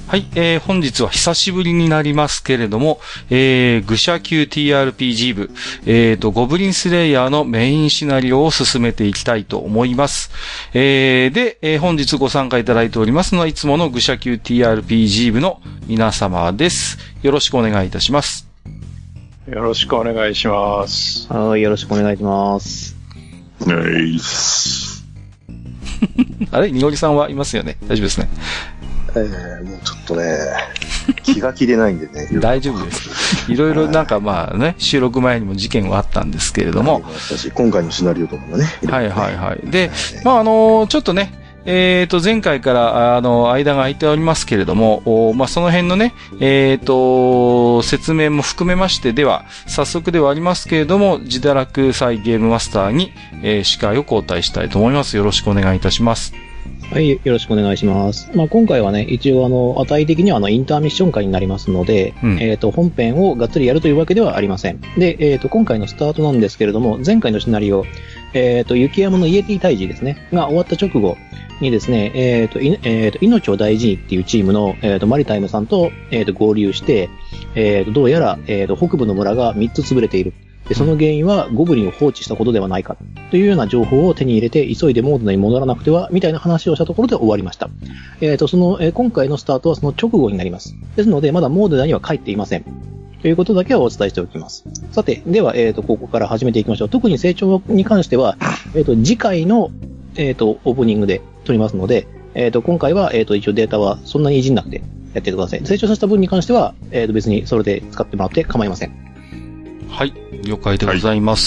はい、本日は久しぶりになりますけれども、愚者級 TRPG 部、ゴブリンスレイヤーのメインシナリオを進めていきたいと思います。で、本日ご参加いただいておりますのはいつもの愚者級 TRPG 部の皆様です。よろしくお願いいたします。 よろしくお願いします。 はい、よろしくお願いします。 あれ、みのりさんはいますよね。大丈夫ですね。 もうちょっとね、気が気でないんでね。 大丈夫です。いろいろなんかまあね、収録前にも事件はあったんですけれども。 今回のシナリオとかもね。 はいはいはい。で、まあちょっとね、前回から、間が空いておりますけれども、まあ、その辺のね、説明も含めまして、では、早速ではありますけれども、自堕落祭ゲームマスターに、司会を交代したいと思います。よろしくお願いいたします。 はい、よろしくお願いします。まあ、今回はね、一応値的にはインターミッション会になりますので、本編をがっつりやるというわけではありません。で、今回のスタートなんですけれども、前回のシナリオ、雪山のイエティ退治ですね、が終わった直後にですね、命を大事にっていうチームの、マリタイムさんと、合流して、どうやら、北部の村が3つ潰れている。で、その原因はゴブリンを放置したことではないかというような情報を手に入れて急いでモードに戻らなくてはみたいな話をしたところで終わりました。今回のスタートはその直後になります。ですのでまだモードには帰っていません。ということだけはお伝えしておきます。さて、では、ここから始めていきましょう。特に成長に関しては、次回の、オープニングで撮りますので、今回は、一応データはそんなにいじんなくてやってください。成長させた分に関しては、別にそれで使ってもらって構いません。 はい、了解でございます。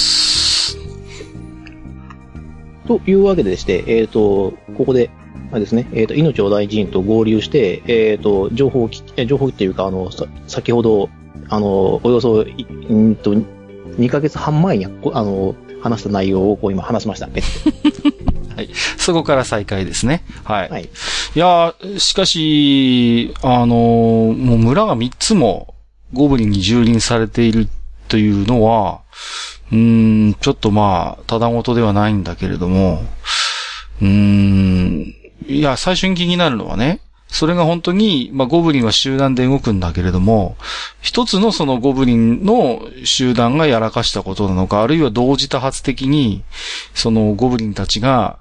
はい、 というわけでして、ここで、あれですね、命を大事にと合流して、情報っていうか、先ほど、およそ、2ヶ月半前に、話した内容を今話しましたね。 はい。そこから再開ですね。はい。はい、いや、しかし、もう村が3つもゴブリンに蹂躙されているというのは、ちょっとまあ、ただごとではないんだけれども、いや、最初に気になるのはね、それが本当に、まあ、ゴブリンは集団で動くんだけれども、一つのそのゴブリンの集団がやらかしたことなのか、あるいは同時多発的に、そのゴブリンたちが、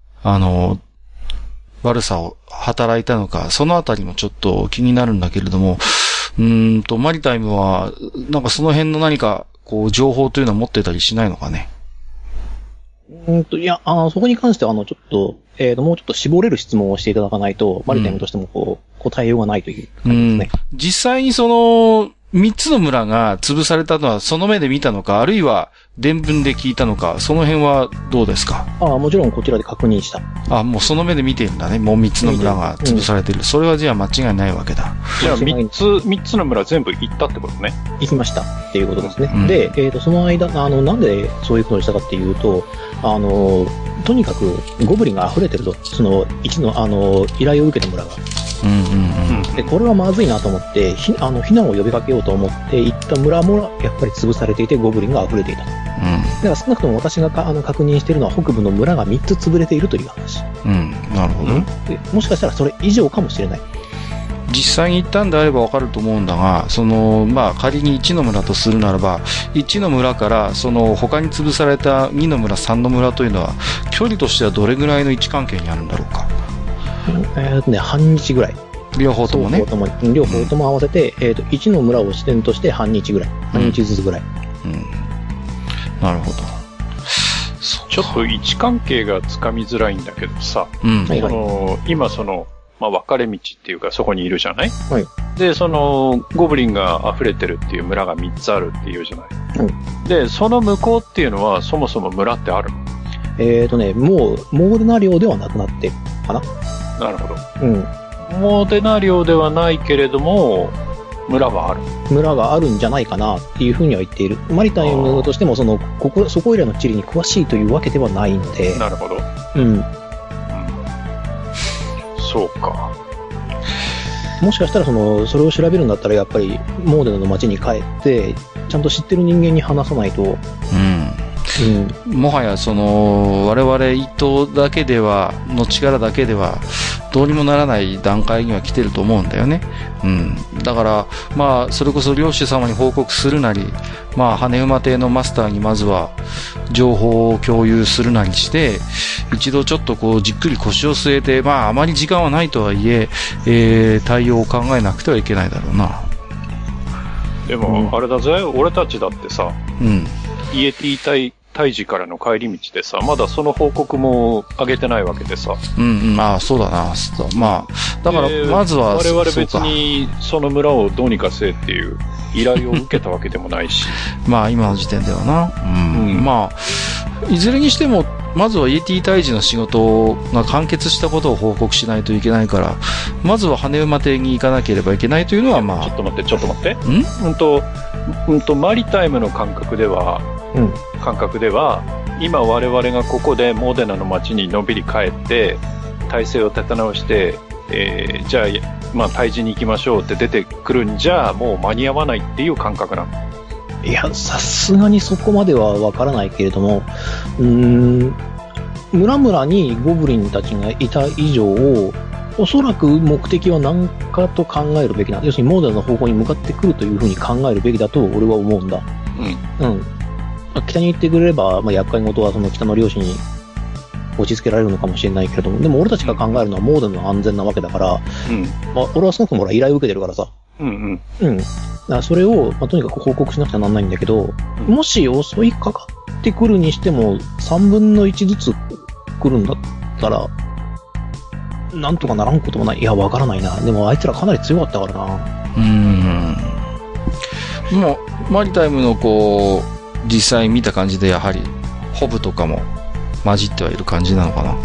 悪さを働いたのか、そのあたりもちょっと気になるんだけれども、マリタイムは、なんかその辺の何か、こう、情報というのは持ってたりしないのかね。 いや、そこに関しては、ちょっと、もうちょっと絞れる質問をしていただかないと、マリタイムとしてもこう、答えようがないという感じですね。 実際にその、3つの村が潰されたのはその目で見たのか、あるいは伝聞で聞いたのか、その辺はどうですか？ もちろんこちらで確認した。 もうその目で見てるんだね。もう3つの村が潰されてる。それはじゃあ間違いないわけだ。 じゃあ3つの村全部行ったってことね。 行きましたっていうことですね。で、その間、なんでそういうことにしたかっていうと、とにかくゴブリンが溢れてると、その1の依頼を受けた村が。で、これはまずいなと思って、避難を呼びかけようと思って行った村もやっぱり潰されていてゴブリンが溢れていた。だから少なくとも私が確認しているのは北部の村が3つ潰れているという話。 なるほど。 でもしかしたらそれ以上かもしれない。 実際に行ったんであればわかると思うんだが、まあ、仮に1の村とするならば、1の村から、他に潰された2の村、3の村というのは、距離としてはどれぐらいの位置関係にあるんだろうか。 半日ぐらい。 両方ともね。 両方とも合わせて、1の村を支点として半日ぐらい。半日ずつぐらい。 なるほど。 ちょっと位置関係がつかみづらいんだけどさ、今まあ、分かれ道っていうかそこにいるじゃない？ はい。 で、ゴブリンが溢れてるっていう村が3つあるっていうじゃない？で、その向こうっていうのはそもそも村ってあるの？ もう、モーデナ領ではなくなってるかな？ なるほど。モーデナ領ではないけれども、村はある。 村があるんじゃないかなっていうふうには言っている。マリタイムとしてもそこいらの地理に詳しいというわけではないので。 なるほど。そうか。 もしかしたらそれを調べるんだったらやっぱりモーデナの町に帰ってちゃんと知ってる人間に話さないと。 もはや我々一党だけでは、の力だけでは、どうにもならない段階には来てると思うんだよね。だから、まあ、それこそ領主様に報告するなり、まあ、羽馬邸のマスターにまずは、情報を共有するなりして、一度ちょっとじっくり腰を据えて、まあ、あまり時間はないとはいえ、対応を考えなくてはいけないだろうな。 でも、あれだぜ、俺たちだってさ、イエティ退治からの帰り道でさ、まだその報告も上げてないわけでさ。 まあ、そうだな。まあ、だから、まずは、 我々別にその村をどうにかせえっていう依頼を受けたわけでもないし。 まあ、今の時点ではな。まあ、いずれにしても、まずはイエティ退治の仕事が完結したことを報告しないといけないから、まずは羽馬邸に行かなければいけないというのは、まあ。 ちょっと待って。マリタイムの感覚では、今我々がここでモーデナの町にのんびり帰って、体制を立て直して、じゃあ、まあ、退治に行きましょうって出てくるんじゃ、もう間に合わないっていう感覚なの。 いや、さすがにそこまではわからないけれども、村々にゴブリンたちがいた以上、おそらく目的は何かと考えるべきな。要するにモーデナの方向に向かってくるというふうに考えるべきだと俺は思うんだ。北に行ってくれれば、まあ、厄介事はその北の領主に落ち着けられるのかもしれないけれども、でも俺たちが考えるのはモーデナの安全なわけだから、まあ、俺はそもそも依頼を受けてるからさ。だからそれを、まあ、とにかく報告しなくちゃなんないんだけど、もし襲いかかってくるにしても、3分の1ずつ来るんだったら、なんとかならんこともない。いや、わからないな。でもあいつらかなり強かったからな。 もう、マリタイムの実際見た感じでやはり、ホブとかも混じってはいる感じなのかな。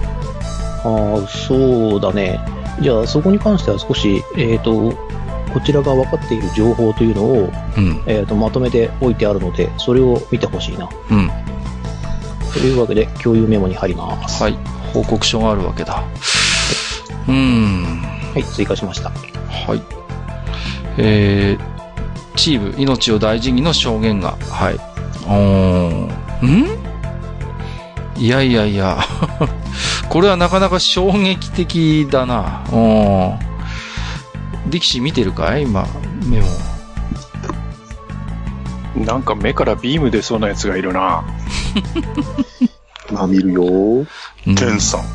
そうだね。じゃあそこに関しては少し、こちらが分かっている情報というのを、まとめておいてあるので、それを見てほしいな。というわけで、共有メモに貼ります。 はい。報告書があるわけだ。 はい、追加しました。 はい。チーム、命を大事にの証言が、はい。いや。これはなかなか衝撃的だな。力士見てるかい今、メモ。 なんか目からビーム出そうなやつがいるな。 まあ見るよ。テンさん。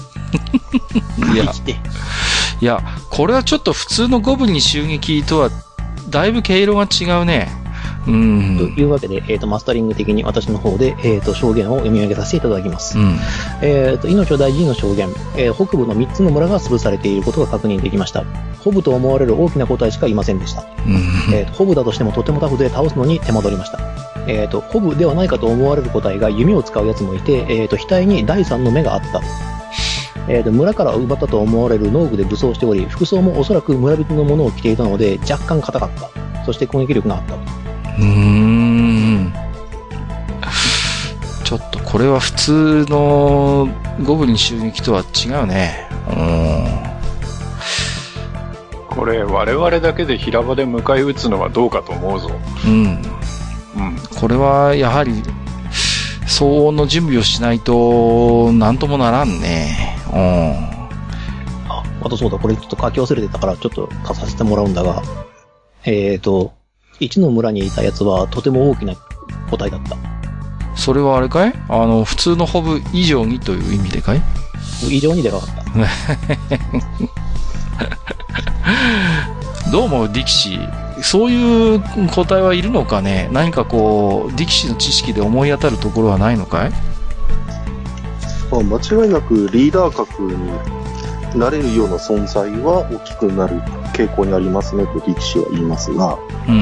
いや、これはちょっと普通のゴブリン襲撃とは、だいぶ毛色が違うね。 というわけで、マスタリング的に私の方で、証言を読み上げさせていただきます。命を大事にの証言、北部の3つの村が潰されていることが確認できました。ホブと思われる大きな個体しかいませんでした。ホブだとしてもとてもタフで倒すのに手間取りました。ホブではないかと思われる個体が弓を使うやつもいて、額に第3の目があった。村から奪ったと思われる農具で武装しており、服装もおそらく村人のものを着ていたので若干硬かった。そして攻撃力があった。 ちょっとこれは普通のゴブリン襲撃とは違うね。 これ我々だけで平場で迎え撃つのはどうかと思うぞ。 これはやはり相応の準備をしないとなんともならんね。 あとそうだ、これちょっと書き忘れてたからちょっと貸させてもらうんだが、一の村にいたやつはとても大きな個体だった。 それはあれかい？普通のホブ以上にという意味でかい？ 異常にでかかった。 どうも力士、そういう個体はいるのかね？何か力士の知識で思い当たるところはないのかい？ 間違いなくリーダー格になれるような存在は大きくなる傾向にありますねと力士は言いますが、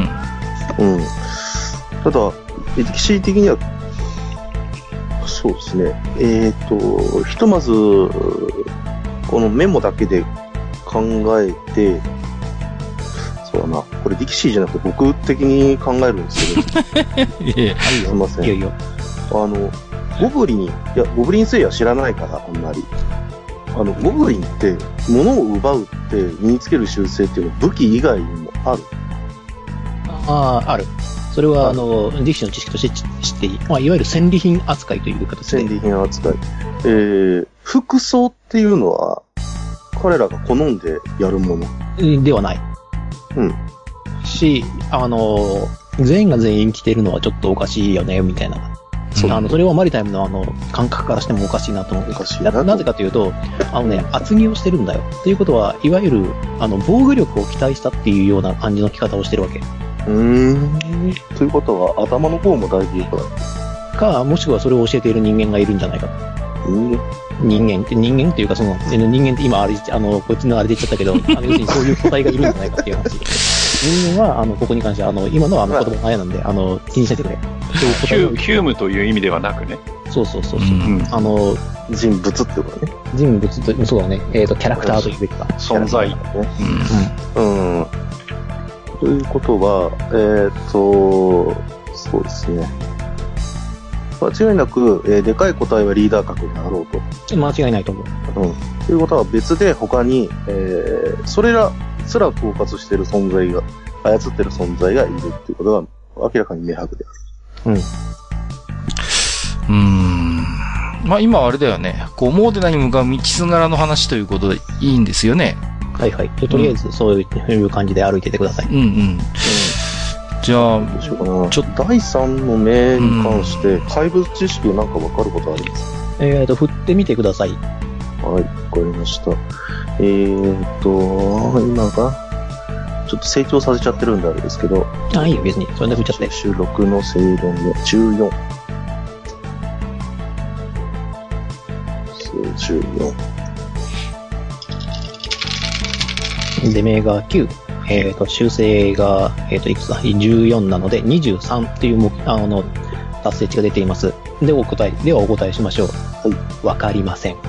ただ力士的にはそうですね、ひとまずこのメモだけで考えて、そうだな、これ力士じゃなくて僕的に考えるんですけどすいません。いやゴブリンスレイヤー知らないからあんまり。ゴブリンって物を奪うって身につける習性っていうのは武器以外にもある。 ある。 それは、力士の知識として知っていい。まあ、いわゆる戦利品扱いという形で。 戦利品扱い。服装っていうのは、彼らが好んでやるものではない。 うん。 し、全員が全員着てるのはちょっとおかしいよね、みたいな。それはマリタイムの感覚からしてもおかしいなと思う。 おかしいな。 なぜかというと、厚着をしてるんだよ。ということは、いわゆる、防御力を期待したっていうような感じの着方をしてるわけ。 ということは、頭の方も大事か、もしくはそれを教えている人間がいるんじゃないか。人間っていうか、人間って今こいつのあれで言っちゃったけど、要するにそういう個体がいるんじゃないかっていう話。人間は、ここに関しては、今の言葉のあやなんで、気にしないでくれ。 ヒュームという意味ではなくね。 そう。 人物ってことね。 人物と、そうだね。キャラクターというべきか。 存在。 ということは、そうですね。間違いなく、でかい個体はリーダー格であろうと。 間違いないと思う。 ということは別で他に、それらすら統括している存在が、操っている存在がいるっていうことが明らかに明白である。 まあ今はあれだよね。モーデナに向かう道すがらの話ということでいいんですよね。 はい。とりあえずそういう感じで歩いててください。 じゃあ、 どうしようかな。第3の命に関して、怪物知識なんかわかることあります？ 振ってみてください。 はい、わかりました。今が、ちょっと成長させちゃってるんであれですけど。 いいよ、別に。それで振っちゃって。 16の正論で14。14。 出目が9。修正が、いくつだ ?14 なので、23っていう達成値が出ています。ではお答えしましょう。はい。わかりません。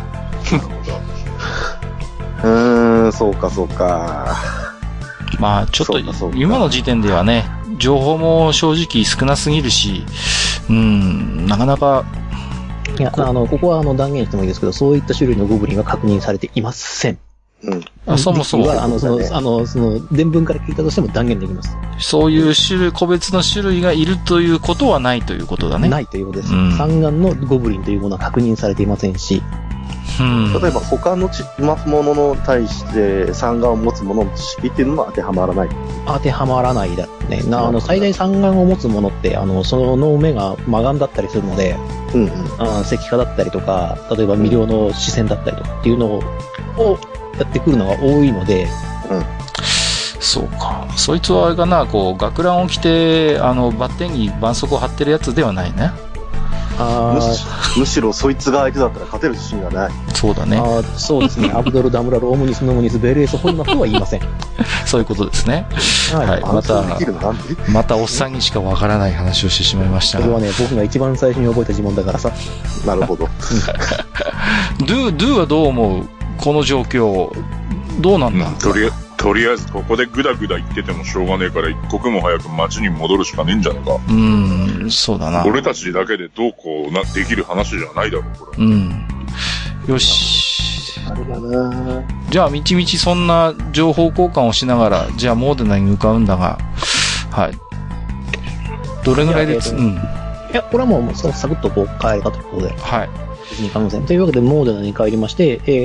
そうか。 まあ、ちょっと、今の時点ではね、情報も正直少なすぎるし、なかなか。 いや、ここは断言してもいいですけど、そういった種類のゴブリンは確認されていません。 そもそも。 伝聞から聞いたとしても断言できます。 そういう個別の種類がいるということはないということだね。 ないということです。三眼のゴブリンというものは確認されていませんし、 例えば他のものに対して三眼を持つものの知識っていうのは当てはまらない。 当てはまらないだね。最大三眼を持つものって、その目が魔眼だったりするので、石化だったりとか、例えば魅了の視線だったりとかっていうのをやってくるのが多いので、 そうか。そいつはあれかな、学ランを着て、バッテンに絆創膏を貼ってるやつではないね。 むしろそいつが相手だったら勝てる自信がない。 そうだね。 そうですね。アブドル、ダムラル、オムニス、ノムニス、ベレース、ホイマフとは言いません。 そういうことですね。はい。またおっさんにしかわからない話をしてしまいました。 それはね、僕が一番最初に覚えた呪文だからさ。 なるほど。 ドゥはどう思う？この状況。どうなんだ？ とりあえずここでグダグダ言っててもしょうがねえから一刻も早く街に戻るしかねえんじゃねえか。 そうだな。 俺たちだけでどうこうできる話じゃないだろう、これ。 よし。じゃあ、みちみちそんな情報交換をしながら、じゃあ、モーデナに向かうんだが、はい。どれぐらいでいや、これはもう、サクッと帰れたということで。 はい。 というわけで、モーデナに帰りまして、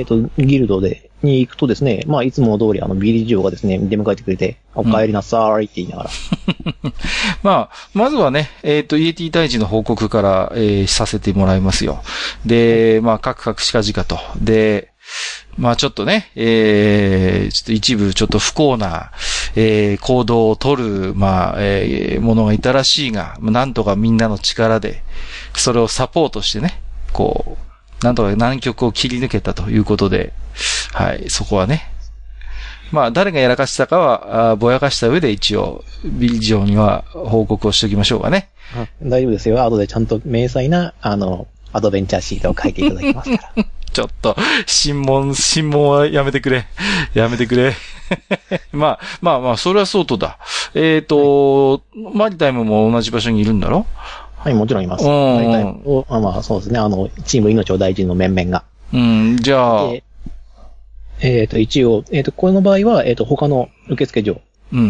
ギルドに行くとですね、まあ、いつも通りビリー・ジョーがですね、出迎えてくれて、お帰りなさーいって言いながら。 まあ、まずはね、イエティ退治の報告から、させてもらいますよ。で、まあ、カクカクしかじかと。で、まあちょっとね、ちょっと一部ちょっと不幸な、行動を取る、まあ、ものがいたらしいが、なんとかみんなの力で、それをサポートしてね、なんとか難局を切り抜けたということで、はい、そこはね。まあ、誰がやらかしたかは、ぼやかした上で一応、ビリジョーには報告をしておきましょうかね。 大丈夫ですよ。後でちゃんと明細な、アドベンチャーシートを書いていただきますから。 ちょっと、審問はやめてくれ。やめてくれ。まあ、それはそうとだ。マリタイムも同じ場所にいるんだろ？ はい、もちろんいます。まあ、そうですね。チーム命を大事の面々が。 じゃあ。 一応、この場合は、他の受付所。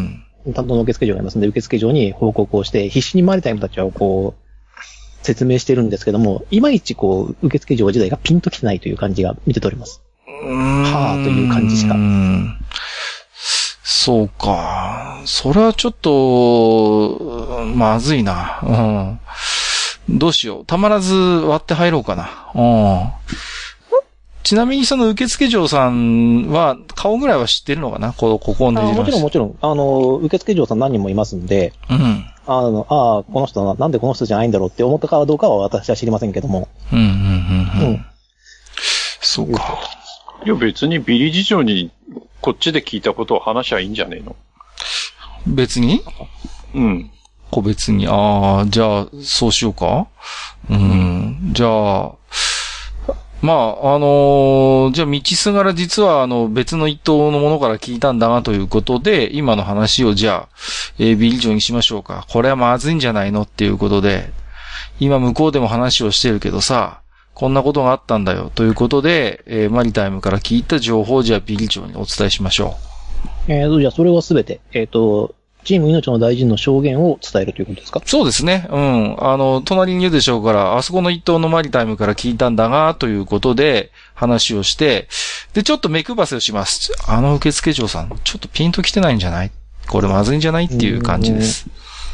担当の受付嬢がいますので、受付嬢に報告をして、必死にマリタイムたちはこう、説明してるんですけども、いまいちこう、受付嬢自体がピンときてないという感じが見て取れます。はぁという感じしか。 そうか。それはちょっと、まずいな。どうしよう。たまらず割って入ろうかな。ちなみにその受付嬢さんは顔ぐらいは知ってるのかな、ここをねじらして。 もちろん。受付嬢さん何人もいますんで、この人なんでこの人じゃないんだろうって思ったかどうかは私は知りませんけども。 そうか。 いや別にビリ事情にこっちで聞いたことを話しゃいいんじゃねえの？ 別に？個別に。じゃあ、そうしようか？じゃあ、まあ、じゃあ、道すがら実は別の一党のものから聞いたんだなということで、今の話をじゃあ、ビリ嬢にしましょうか。これはまずいんじゃないのっていうことで、今向こうでも話をしてるけどさ、こんなことがあったんだよということで、マリタイムから聞いた情報をじゃあビリ嬢にお伝えしましょう。じゃあそれはすべて、チーム命の大臣の証言を伝えるということですか？ そうですね。隣にいるでしょうから、あそこの一党のマリタイムから聞いたんだが、ということで話をして、で、ちょっと目配せをします。受付嬢さん、ちょっとピンと来てないんじゃない？これまずいんじゃないっていう感じです。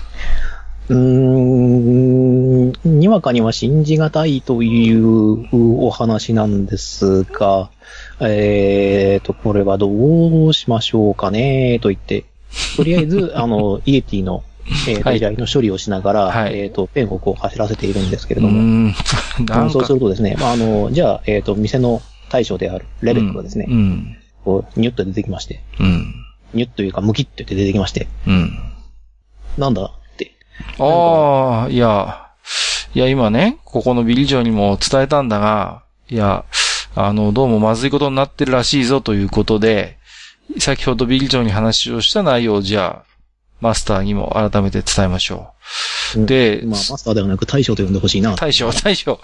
にわかには信じがたいというお話なんですが、これはどうしましょうかね、と言って、とりあえず、イエティの、依頼の処理をしながら、ペンをこう走らせているんですけれども、そうするとですね、じゃあ、店の大将であるレベックがですね、こう、ニュッと出てきまして、ニュッというか、ムキッと出てきまして、なんだって。 いや、今ね、ここのビリ嬢にも伝えたんだが、いや、どうもまずいことになってるらしいぞということで、先ほどビリ嬢に話をした内容をじゃあ、マスターにも改めて伝えましょう。で、 マスターではなく大将と呼んでほしいな。 大将、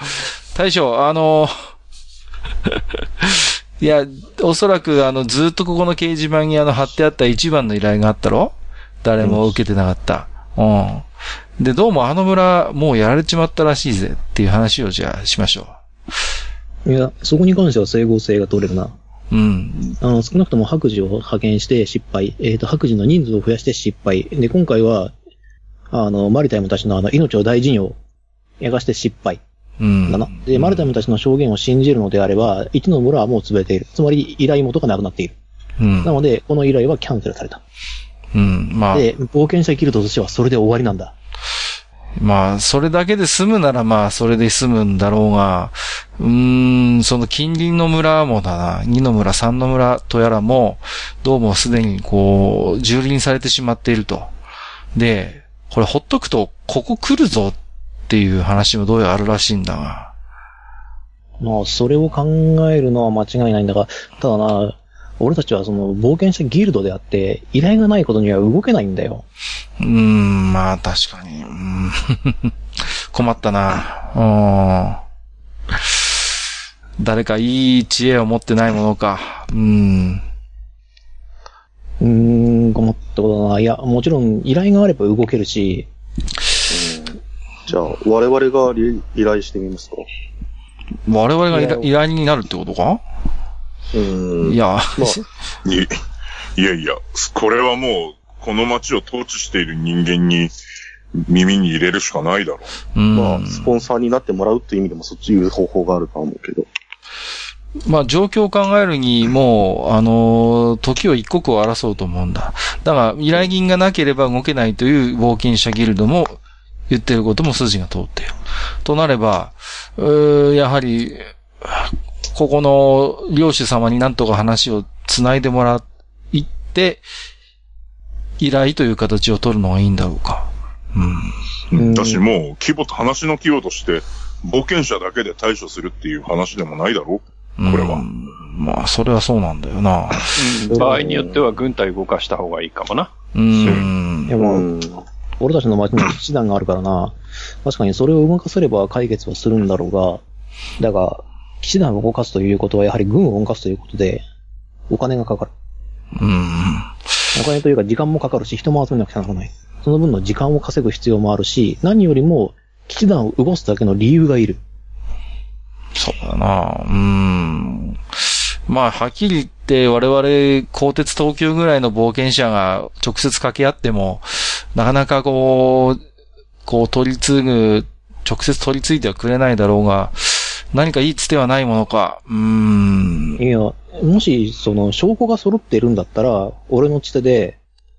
いや、おそらくずっとここの掲示板に貼ってあった一番の依頼があったろ？誰も受けてなかった。で、どうも村、もうやられちまったらしいぜっていう話をじゃあしましょう。いや、そこに関しては整合性が取れるな。少なくとも白磁を派遣して失敗。白磁の人数を増やして失敗。で、今回は、マリタイムたちの命を大事にを描して失敗。だな。で、マリタイムたちの証言を信じるのであれば、一の村はもう潰れている。つまり、依頼元がなくなっている。なので、この依頼はキャンセルされた。で、冒険者ギルドとしてはそれで終わりなんだ。 それだけで済むならそれで済むんだろうが、その近隣の村もだな、2の村、3の村とやらも、どうもすでにこう、蹂躙されてしまっていると。で、これほっとくと、ここ来るぞっていう話もどうやらあるらしいんだが。 それを考えるのは間違いないんだが、ただな、俺たちはその冒険者ギルドであって、依頼がないことには動けないんだよ。 確かに。困ったな。誰かいい知恵を持ってないものか。 困ったことだな。いや、もちろん依頼があれば動けるし。 じゃあ、我々が依頼してみますか？ 我々が依頼になるってことか？いや、 いや、これはもう、この街を統治している人間に耳に入れるしかないだろう。 スポンサーになってもらうっていう意味でもそっちいう方法があるとは思うけど。 状況を考えるに、もう、時を一刻を争うと思うんだ。だから、依頼人がなければ動けないという冒険者ギルドも言ってることも筋が通ってよ。となれば、やはり、ここの領主様になんとか話を繋いでもらって、依頼という形を取るのがいいんだろうか。 だしもう話の規模として、冒険者だけで対処するっていう話でもないだろうこれは。 それはそうなんだよな。 場合によっては軍隊動かした方がいいかもな。 でも、俺たちの町には騎士団があるからな。確かにそれを動かせれば解決はするんだろうが、だが、騎士団を動かすということはやはり軍を動かすということで、お金がかかる。 お金というか時間もかかるし、人も集めなくちゃならない。その分の時間を稼ぐ必要もあるし、何よりも、基地団を動かすだけの理由がいる。 そうだな。まあ、はっきり言って、我々、鋼鉄東京ぐらいの冒険者が直接掛け合っても、なかなか直接取り継いではくれないだろうが、何かいいつてはないものか。 いや、もし、証拠が揃ってるんだったら、俺のつてで、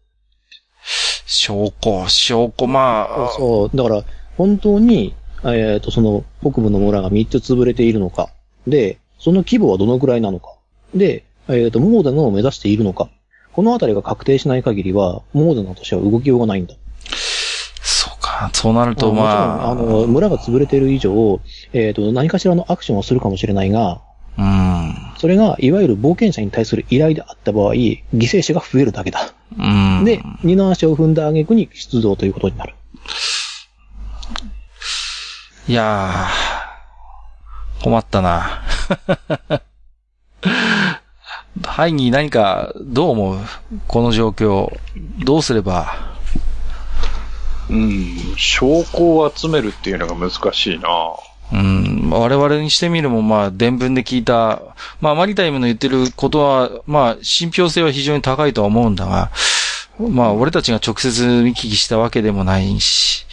証拠、まあ。 そう、だから、本当に、北部の村が3つ潰れているのか。で、その規模はどのくらいなのか。で、モーデナを目指しているのか。このあたりが確定しない限りは、モーデナとしては動きようがないんだ。 そうか、そうなるとまあ。 村が潰れている以上、何かしらのアクションをするかもしれないが、それが、いわゆる冒険者に対する依頼であった場合、犠牲者が増えるだけだ。で、二の足を踏んだ挙句に出動ということになる。 いやー、困ったな。ハイに何か、どう思う？この状況。どうすれば？ 証拠を集めるっていうのが難しいな。 我々にしてみるも、まあ、伝聞で聞いた、まあ、マリタイムの言ってることは、まあ、信憑性は非常に高いとは思うんだが、まあ、俺たちが直接見聞きしたわけでもないし、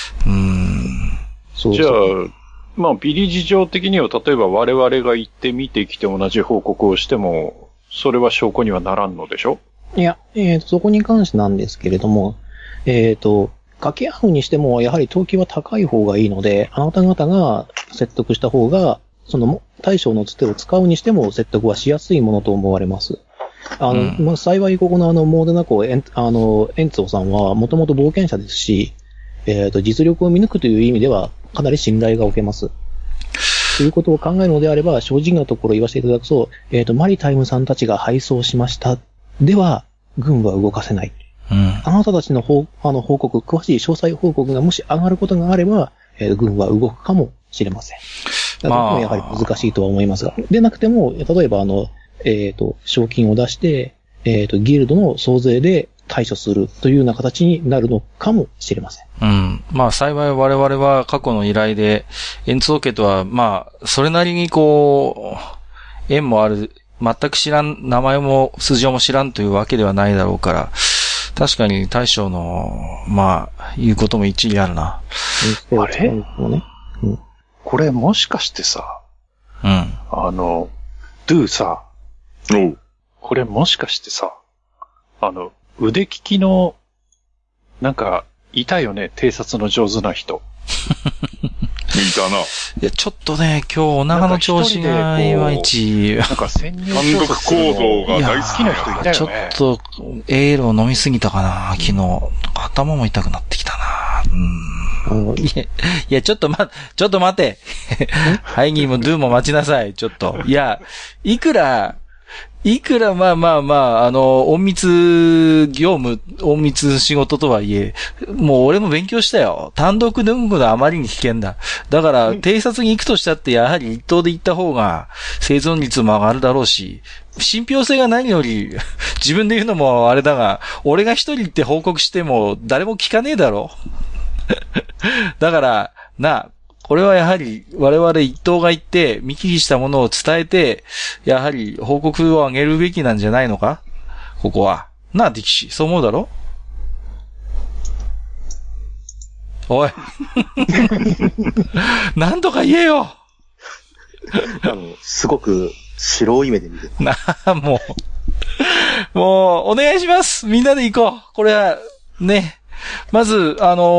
じゃあ、まあ、ビリ事情的には、例えば我々が行って見てきて同じ報告をしても、それは証拠にはならんのでしょ？ いや、そこに関してなんですけれども、掛け合うにしても、やはり登記は高い方がいいので、あなた方が説得した方が、大将のつてを使うにしても説得はしやすいものと思われます。まあ、幸いここのモーデナ港、エンツォさんはもともと冒険者ですし、実力を見抜くという意味では、かなり信頼がおけます。ということを考えるのであれば、正直なところ言わせていただくと、マリタイムさんたちが敗走しました。では、軍は動かせない。あなたたちの報告、詳しい詳細報告がもし上がることがあれば、軍は動くかもしれません。まあ、やはり難しいとは思いますが。でなくても、例えば賞金を出して、ギルドの総勢で対処するというような形になるのかもしれません。 まあ、幸い我々は過去の依頼で、エンツォ家とは、まあ、それなりに縁もある、全く知らん、名前も素性も知らんというわけではないだろうから、確かに大将の、まあ、言うことも一理あるな。 あれ？これもしかしてさ、ドゥさ、これもしかしてさ、腕利きの、なんか、いたよね、偵察の上手な人。 いたな。 いや、ちょっとね、今日お腹の調子がいまいち。 なんか潜入単独行動が大好きな人いたよね。 ちょっと、エールを飲みすぎたかな、昨日。頭も痛くなってきたな。いや、ちょっと待て。ハイニーもドゥも待ちなさい、ちょっと。いや、いくら、まあ、隠密仕事とはいえ、もう俺も勉強したよ。単独で動くのはあまりに危険だ。だから、偵察に行くとしたって、やはり一頭で行った方が、生存率も上がるだろうし、信憑性が何より、自分で言うのもあれだが、俺が一人って報告しても、誰も聞かねえだろ。だから、これはやはり我々一党が行って見聞きしたものを伝えて、やはり報告を上げるべきなんじゃないのか？ここは。ディキシ。そう思うだろ？おい。なんとか言えよ！ すごく白い目で見てる。 もう、お願いします。みんなで行こう。これは、ね。まず、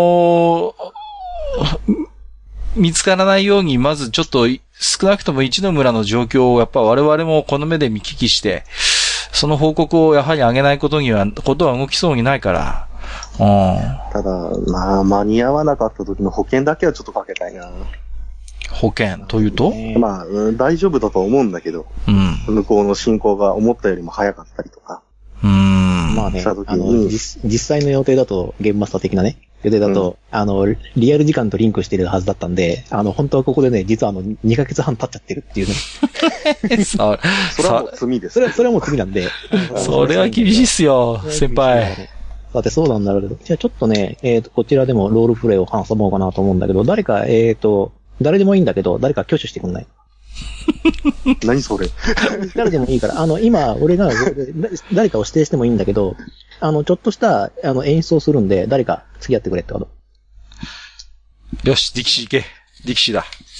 見つからないように、まずちょっと少なくとも一の村の状況をやっぱ我々もこの目で見聞きして、その報告をやはり上げないことは動きそうにないから。 ただ、間に合わなかった時の保険だけはちょっとかけたいな。 保険というと？ 大丈夫だと思うんだけど、向こうの進行が思ったよりも早かったりとか。 まあね、実際の予定だと、ゲームマスター的なね、予定だと、リアル時間とリンクしてるはずだったんで、本当はここでね、実は2ヶ月半経っちゃってるっていうね。 それはもう罪です。 それはもう罪なんで。 それは厳しいっすよ、先輩。 さて、そうなんだろうけど。じゃあちょっとね、こちらでもロールプレイを挟もうかなと思うんだけど、誰か、誰でもいいんだけど、誰か挙手してくんない？ 何それ？ 誰でもいいから、今、俺が、誰かを指定してもいいんだけど、ちょっとした、演出をするんで、誰か付き合ってくれってこと。 よし、力士行け。力士だ。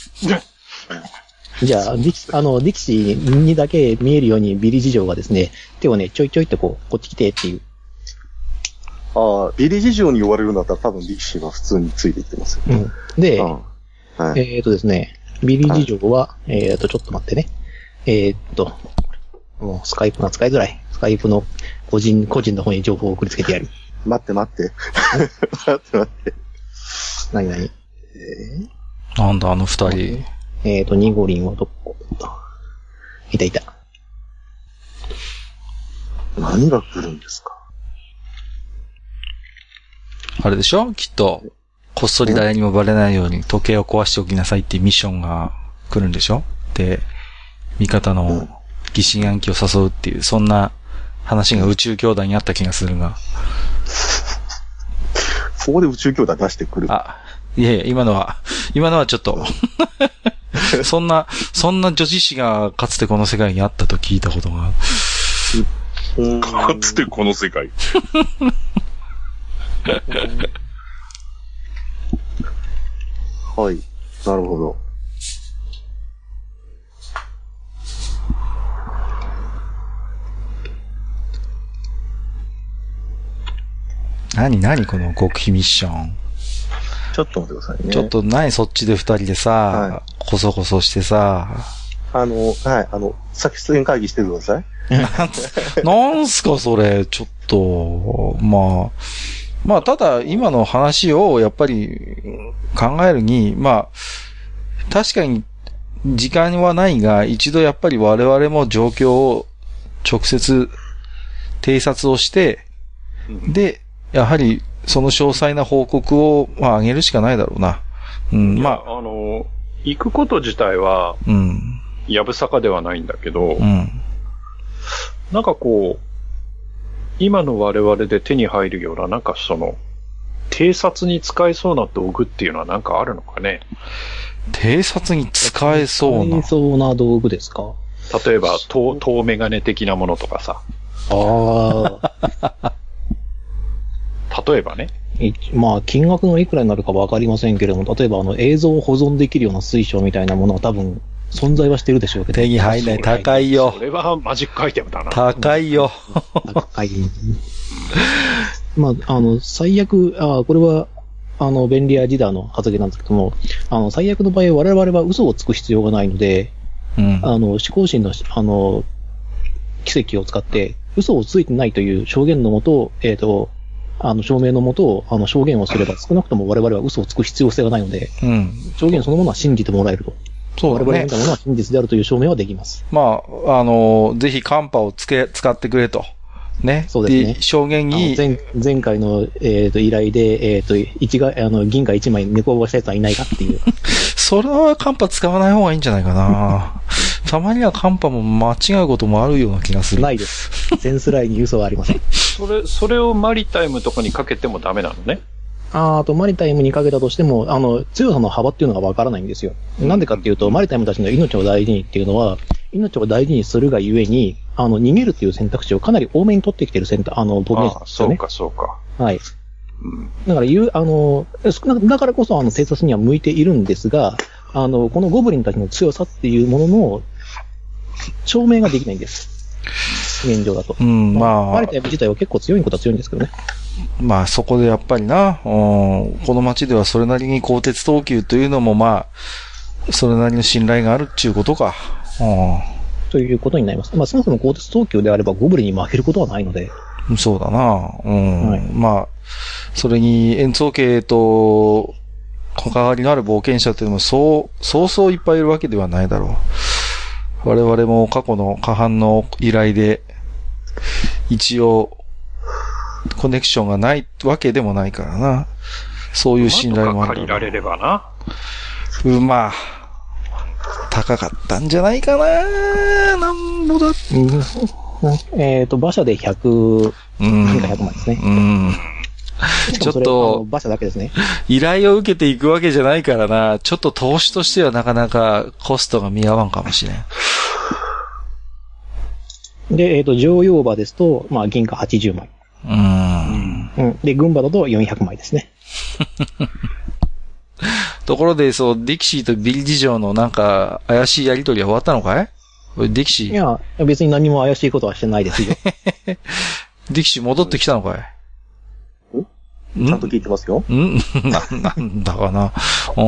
じゃあ、力士にだけ見えるようにビリ事情がですね、手をね、ちょいちょいってこっち来てっていう。 ああ、ビリ事情に言われるんだったら多分力士は普通についていってますよ。 うん。で、 はい、 ですね、ビリ事情は、ちょっと待ってね。もうスカイプが使いづらい。スカイプの個人の方に情報を送りつけてやる。 待って。待って。 何なんだ、あの二人。 ニゴリンはどこだ？いた。 何が来るんですか？ あれでしょ？きっと、こっそり誰にもバレないように時計を壊しておきなさいっていうミッションが来るんでしょ？で、味方の疑心暗鬼を誘うっていう、そんな話が宇宙兄弟にあった気がするが。 そこで宇宙兄弟出してくる。 あ、いやいや、今のはちょっと、そんな女子誌がかつてこの世界にあったと聞いたことが。 かつてこの世界。 はい。なるほど。 何この極秘ミッション。 ちょっと待ってくださいね。 ちょっとそっちで二人でさ、はい、こそこそしてさ。 はい、作出演会議してください。 なんすかそれ、ちょっと、まあ、ただ、今の話をやっぱり考えるに、まあ、確かに時間はないが、一度やっぱり我々も状況を直接偵察をして、で、やはりその詳細な報告を、上げるしかないだろうな。うん、 行くこと自体は、やぶさかではないんだけど、なんかこう、今の我々で手に入るような、なんか偵察に使えそうな道具っていうのはなんかあるのかね？ 偵察に使えそうな道具ですか？ 例えば、遠メガネ的なものとかさ。例えばね。 金額のいくらになるかわかりませんけれども、例えば映像を保存できるような水晶みたいなものは多分、存在はしてるでしょうけど。 手に入んない。高いよ。 それはマジックアイテムだな。 高いよ。 高い。最悪、これは、便利屋ジダーの発言なんですけども、最悪の場合、我々は嘘をつく必要がないので、思考心の、奇跡を使って、嘘をついてないという証言のもと、証明のもと、証言をすれば、少なくとも我々は嘘をつく必要性がないので、証言そのものは信じてもらえると。そうだね。我々が見たものは真実であるという証明はできます。 ぜひカンパを使ってくれと。ね。 そうですね。 で、証言に。 前回の、依頼で、銀貨1枚猫をばしたやつはいないかっていう。 それはカンパ使わない方がいいんじゃないかな。たまにはカンパも間違うこともあるような気がする。 ないです。センスラインに嘘はありません。 それをマリタイムとかにかけてもダメなのね。 あと、マリタイムにかけたとしても、強さの幅っていうのがわからないんですよ。なんでかっていうと、マリタイムたちの命を大事にっていうのは、命を大事にするがゆえに、逃げるっていう選択肢をかなり多めに取ってきてる冒険者ですよね。 そうか。 はい。だからだからこそ偵察には向いているんですが、このゴブリンたちの強さっていうものの、証明ができないんです。現状だと。マリタイム自体は結構強いことは強いんですけどね。 そこでやっぱりな、この街ではそれなりに鋼鉄等級というのもそれなりの信頼があるっていうことか。 ということになります。そもそも鋼鉄等級であればゴブリンに負けることはないので。 そうだな。はい、それに円相系と関わりのある冒険者というのもそういっぱいいるわけではないだろう。我々も過去の過半の依頼で一応コネクションがないわけでもないからな。そういう信頼もある。 借りられればな。 高かったんじゃないかな。なんぼだ。 馬車で100、何か100万ですね。 ちょっと、 馬車だけですね。 依頼を受けていくわけじゃないからな。ちょっと投資としてはなかなかコストが見合わんかもしれん。 で、乗用馬ですと、まあ、銀貨80枚。で、軍馬だと400枚ですね。 ところで、そう、ディキシーとビリ事情のなんか、怪しいやりとりは終わったのかい？ディキシー。 いや、別に何も怪しいことはしてないですよ。 ディキシー戻ってきたのかい？ ちゃんと聞いてますよ。 なんだかな。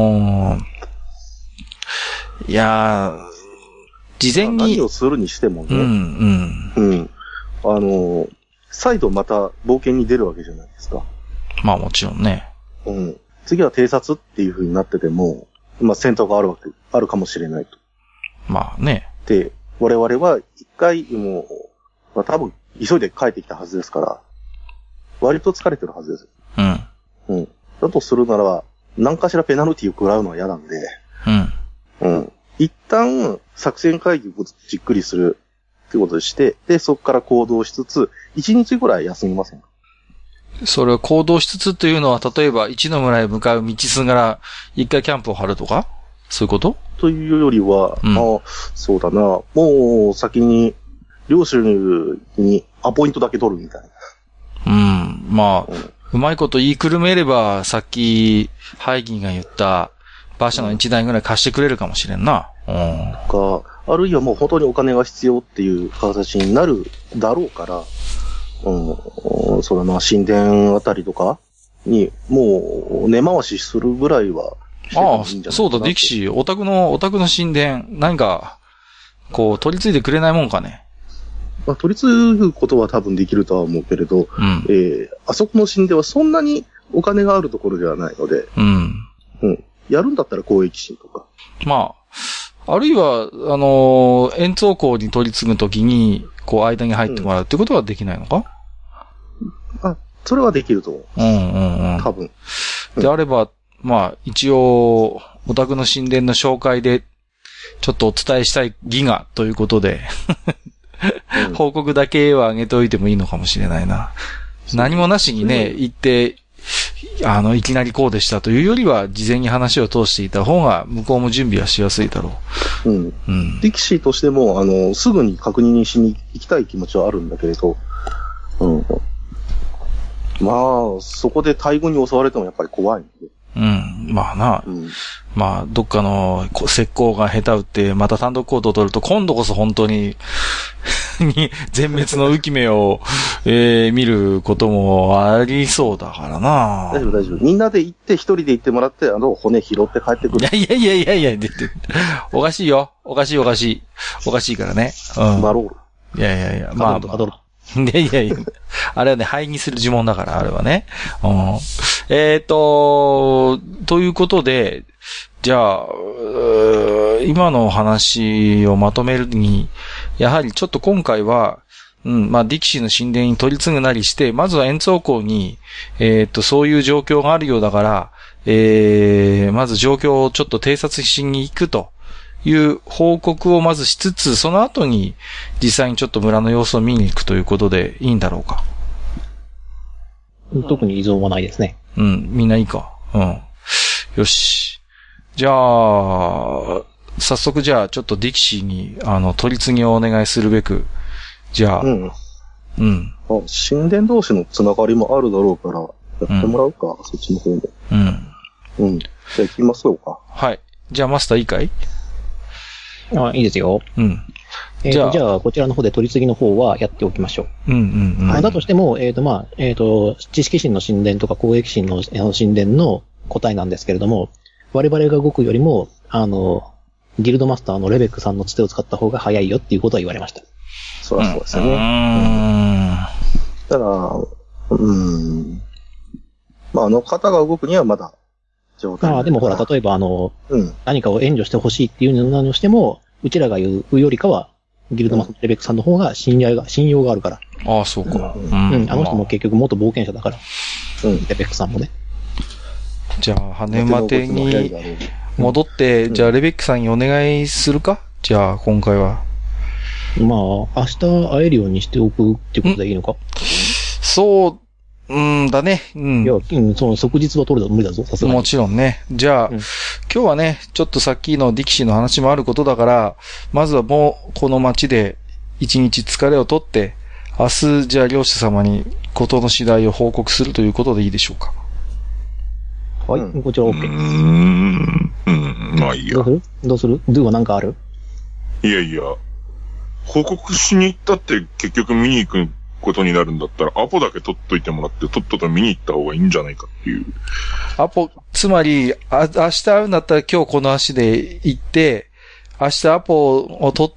いやー、事前に。 何をするにしてもね。再度また冒険に出るわけじゃないですか。 まあもちろんね。 次は偵察っていう風になってても、まあ戦闘があるかもしれないと。 まあね。 で、我々は一回もう、まあ多分急いで帰ってきたはずですから、割と疲れてるはずです。だとするなら、何かしらペナルティを食らうのは嫌なんで、一旦作戦会議をじっくりするってことでして、で、そこから行動しつつ、1日ぐらい休みませんか？ それを行動しつつというのは、例えば一の村へ向かう道すがら、一回キャンプを張るとかそういうことというよりは、そうだな、もう先に、領主にアポイントだけ取るみたいな。 まあ、うまいこと言いくるめれば、さっき、ハイギンが言った、馬車の1台ぐらい貸してくれるかもしれんな。 あるいはもう本当にお金が必要っていう形になるだろうから、そうだな、神殿あたりとかに、もう根回しするぐらいはしてもいいんじゃないかな。 そうだ、ディキシー、お宅の神殿、何か、こう、取り継いでくれないもんかね。 まあ、取り継ぐことは多分できるとは思うけれど、あそこの神殿はそんなにお金があるところではないので、やるんだったら交易神とか。 まあ、あるいは、円装港に取り継ぐときに、こう、間に入ってもらうってことはできないのか？ それはできると思う。多分。 であれば、まあ、一応、お宅の神殿の紹介で、ちょっとお伝えしたいギガということで、報告だけは上げておいてもいいのかもしれないな。何もなしにね、行って、いきなりこうでしたというよりは、事前に話を通していた方が、向こうも準備はしやすいだろう。 ディキシーとしても、すぐに確認しに行きたい気持ちはあるんだけれど、まあ、そこで大軍に襲われてもやっぱり怖いんで。 まあな。まあ、どっかの石膏が下手打って、また単独行動を取ると、今度こそ本当に全滅の浮き目を、見ることもありそうだからな。 大丈夫。みんなで行って、一人で行ってもらって、骨拾って帰ってくる。 いや、おかしいよ。おかしいからね。 マロール。 いや、まあ。いや、あれはね、灰にする呪文だから、あれはね。ということで、じゃあ、今の話をまとめるに、やはりちょっと今回は、まあ、ディキシーの神殿に取り継ぐなりして、まずは円装港に、そういう状況があるようだから、まず状況をちょっと偵察しに行くという報告をまずしつつ、その後に実際にちょっと村の様子を見に行くということでいいんだろうか。 特に異常はないですね。 みんないいか。よし。じゃあ、早速じゃあちょっとディキシーに、取り継ぎをお願いするべく、じゃあ、 神殿同士のつながりもあるだろうから、やってもらうか、そっちの方も。じゃあ行きましょうか。 はい。じゃあマスターいいかい？ いいですよ。じゃあ、こちらの方で取り次ぎの方はやっておきましょう。だとしても、知識神の神殿とか攻撃神の神殿の答えなんですけれども、我々が動くよりも、ギルドマスターのレベックさんのつてを使った方が早いよっていうことは言われました。 そりゃそうですよね。ただ、まあ、方が動くにはまでもほら、例えば何かを援助してほしいっていうのをしても、うちらが言うよりかは、ギルドマスターレベックさんの方が信用があるから。 ああ、そうか。 あの人も結局元冒険者だから。レベックさんもね。 じゃあ、羽馬邸に戻って、じゃあレベックさんにお願いするか？じゃあ今回は。 まあ、明日会えるようにしておくってことでいいのか？ そう、だね。うん。 いや、その即日は取るの無理だぞ、さすがに。 もちろんね。じゃあ、今日はね、ちょっとさっきのディキシーの話もあることだから、まずはもうこの街で一日疲れを取って、明日じゃあ領主様に事の次第を報告するということでいいでしょうか。 はい、こちら OK。 まあいいや。 どうするドゥはなんかある？ いやいや、報告しに行ったって結局見に行くことになるんだったら、アポだけ取っといてもらって、とっとと見に行った方がいいんじゃないかっていう。 アポ、つまり、明日会うんだったら今日この足で行って、明日アポを取って、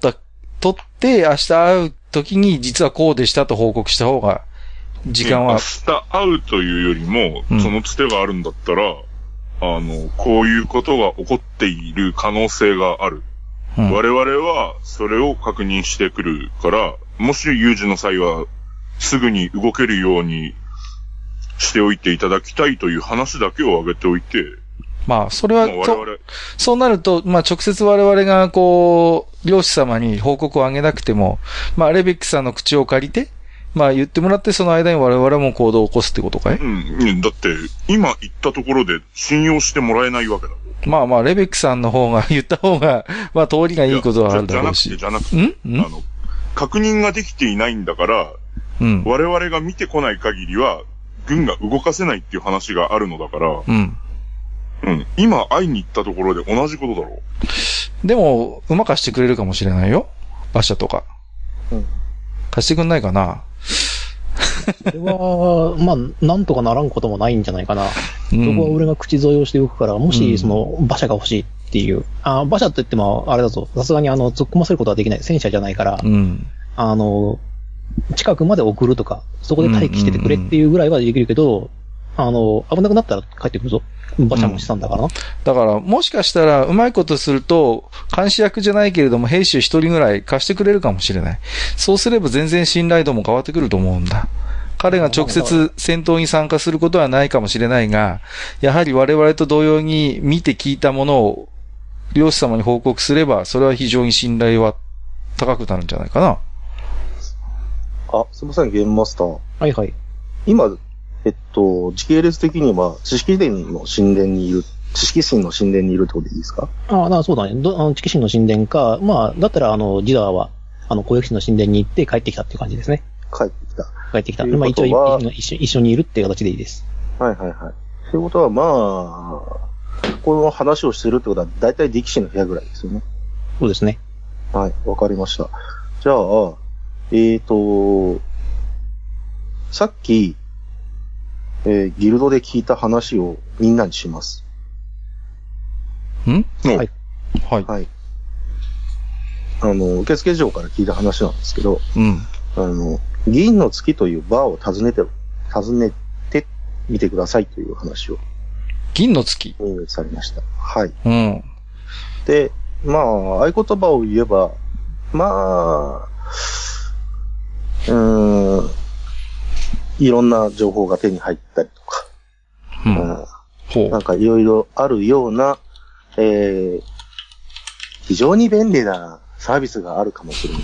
明日会う時に実はこうでしたと報告した方が、時間は。 明日会うというよりも、そのつてがあるんだったら、こういうことが起こっている可能性がある。我々はそれを確認してくるから、もし有事の際はすぐに動けるようにしておいていただきたいという話だけを挙げておいて。 まあ、それは、そうなると、まあ、直接我々がこう、領主様に報告をあげなくても、まあ、レベックさんの口を借りて、まあ、言ってもらってその間に我々も行動を起こすってことかい？ だって、今言ったところで信用してもらえないわけだ。 まあまあ、レベックさんの方が言った方が、まあ、通りがいいことはあるだろうし。 じゃなくて、確認ができていないんだから、我々が見てこない限りは、軍が動かせないっていう話があるのだから、今会いに行ったところで同じことだろう。でも、馬貸してくれるかもしれないよ。馬車とか。貸してくんないかな。 それは、まあ、なんとかならんこともないんじゃないかな。そこは俺が口添えをしておくから、もし、その、馬車が欲しいっていう。馬車って言っても、あれだぞ。さすがに突っ込ませることはできない。戦車じゃないから、近くまで送るとか、そこで待機しててくれっていうぐらいはできるけど、危なくなったら帰ってくるぞ。馬車もしたんだからな。 だから、もしかしたら、うまいことすると、監視役じゃないけれども、兵士一人ぐらい貸してくれるかもしれない。そうすれば全然信頼度も変わってくると思うんだ。彼が直接戦闘に参加することはないかもしれないが、やはり我々と同様に見て聞いたものを、領主様に報告すれば、それは非常に信頼は高くなるんじゃないかな。 すみません、ゲームマスター。 はいはい。 今、時系列的には、知識人の神殿にいるってことでいいですか？ そうだね。知識人の神殿か、まあ、だったら、ジダーは、攻撃士の神殿に行って帰ってきたっていう感じですね。 帰ってきた。 まあ、一応一緒にいるっていう形でいいです。 はいはいはい。ということは、まあ、この話をしてるってことは、だいたい力士の部屋ぐらいですよね。 そうですね。 はい、わかりました。じゃあ、さっき、ギルドで聞いた話をみんなにします。 はい。 はい。受付嬢から聞いた話なんですけど、銀の月というバーを訪ねてみてくださいという話を。 銀の月？ されました。はい。で、まあ、合言葉を言えば、まあ、いろんな情報が手に入ったりとか、なんかいろいろあるような、非常に便利なサービスがあるかもしれない。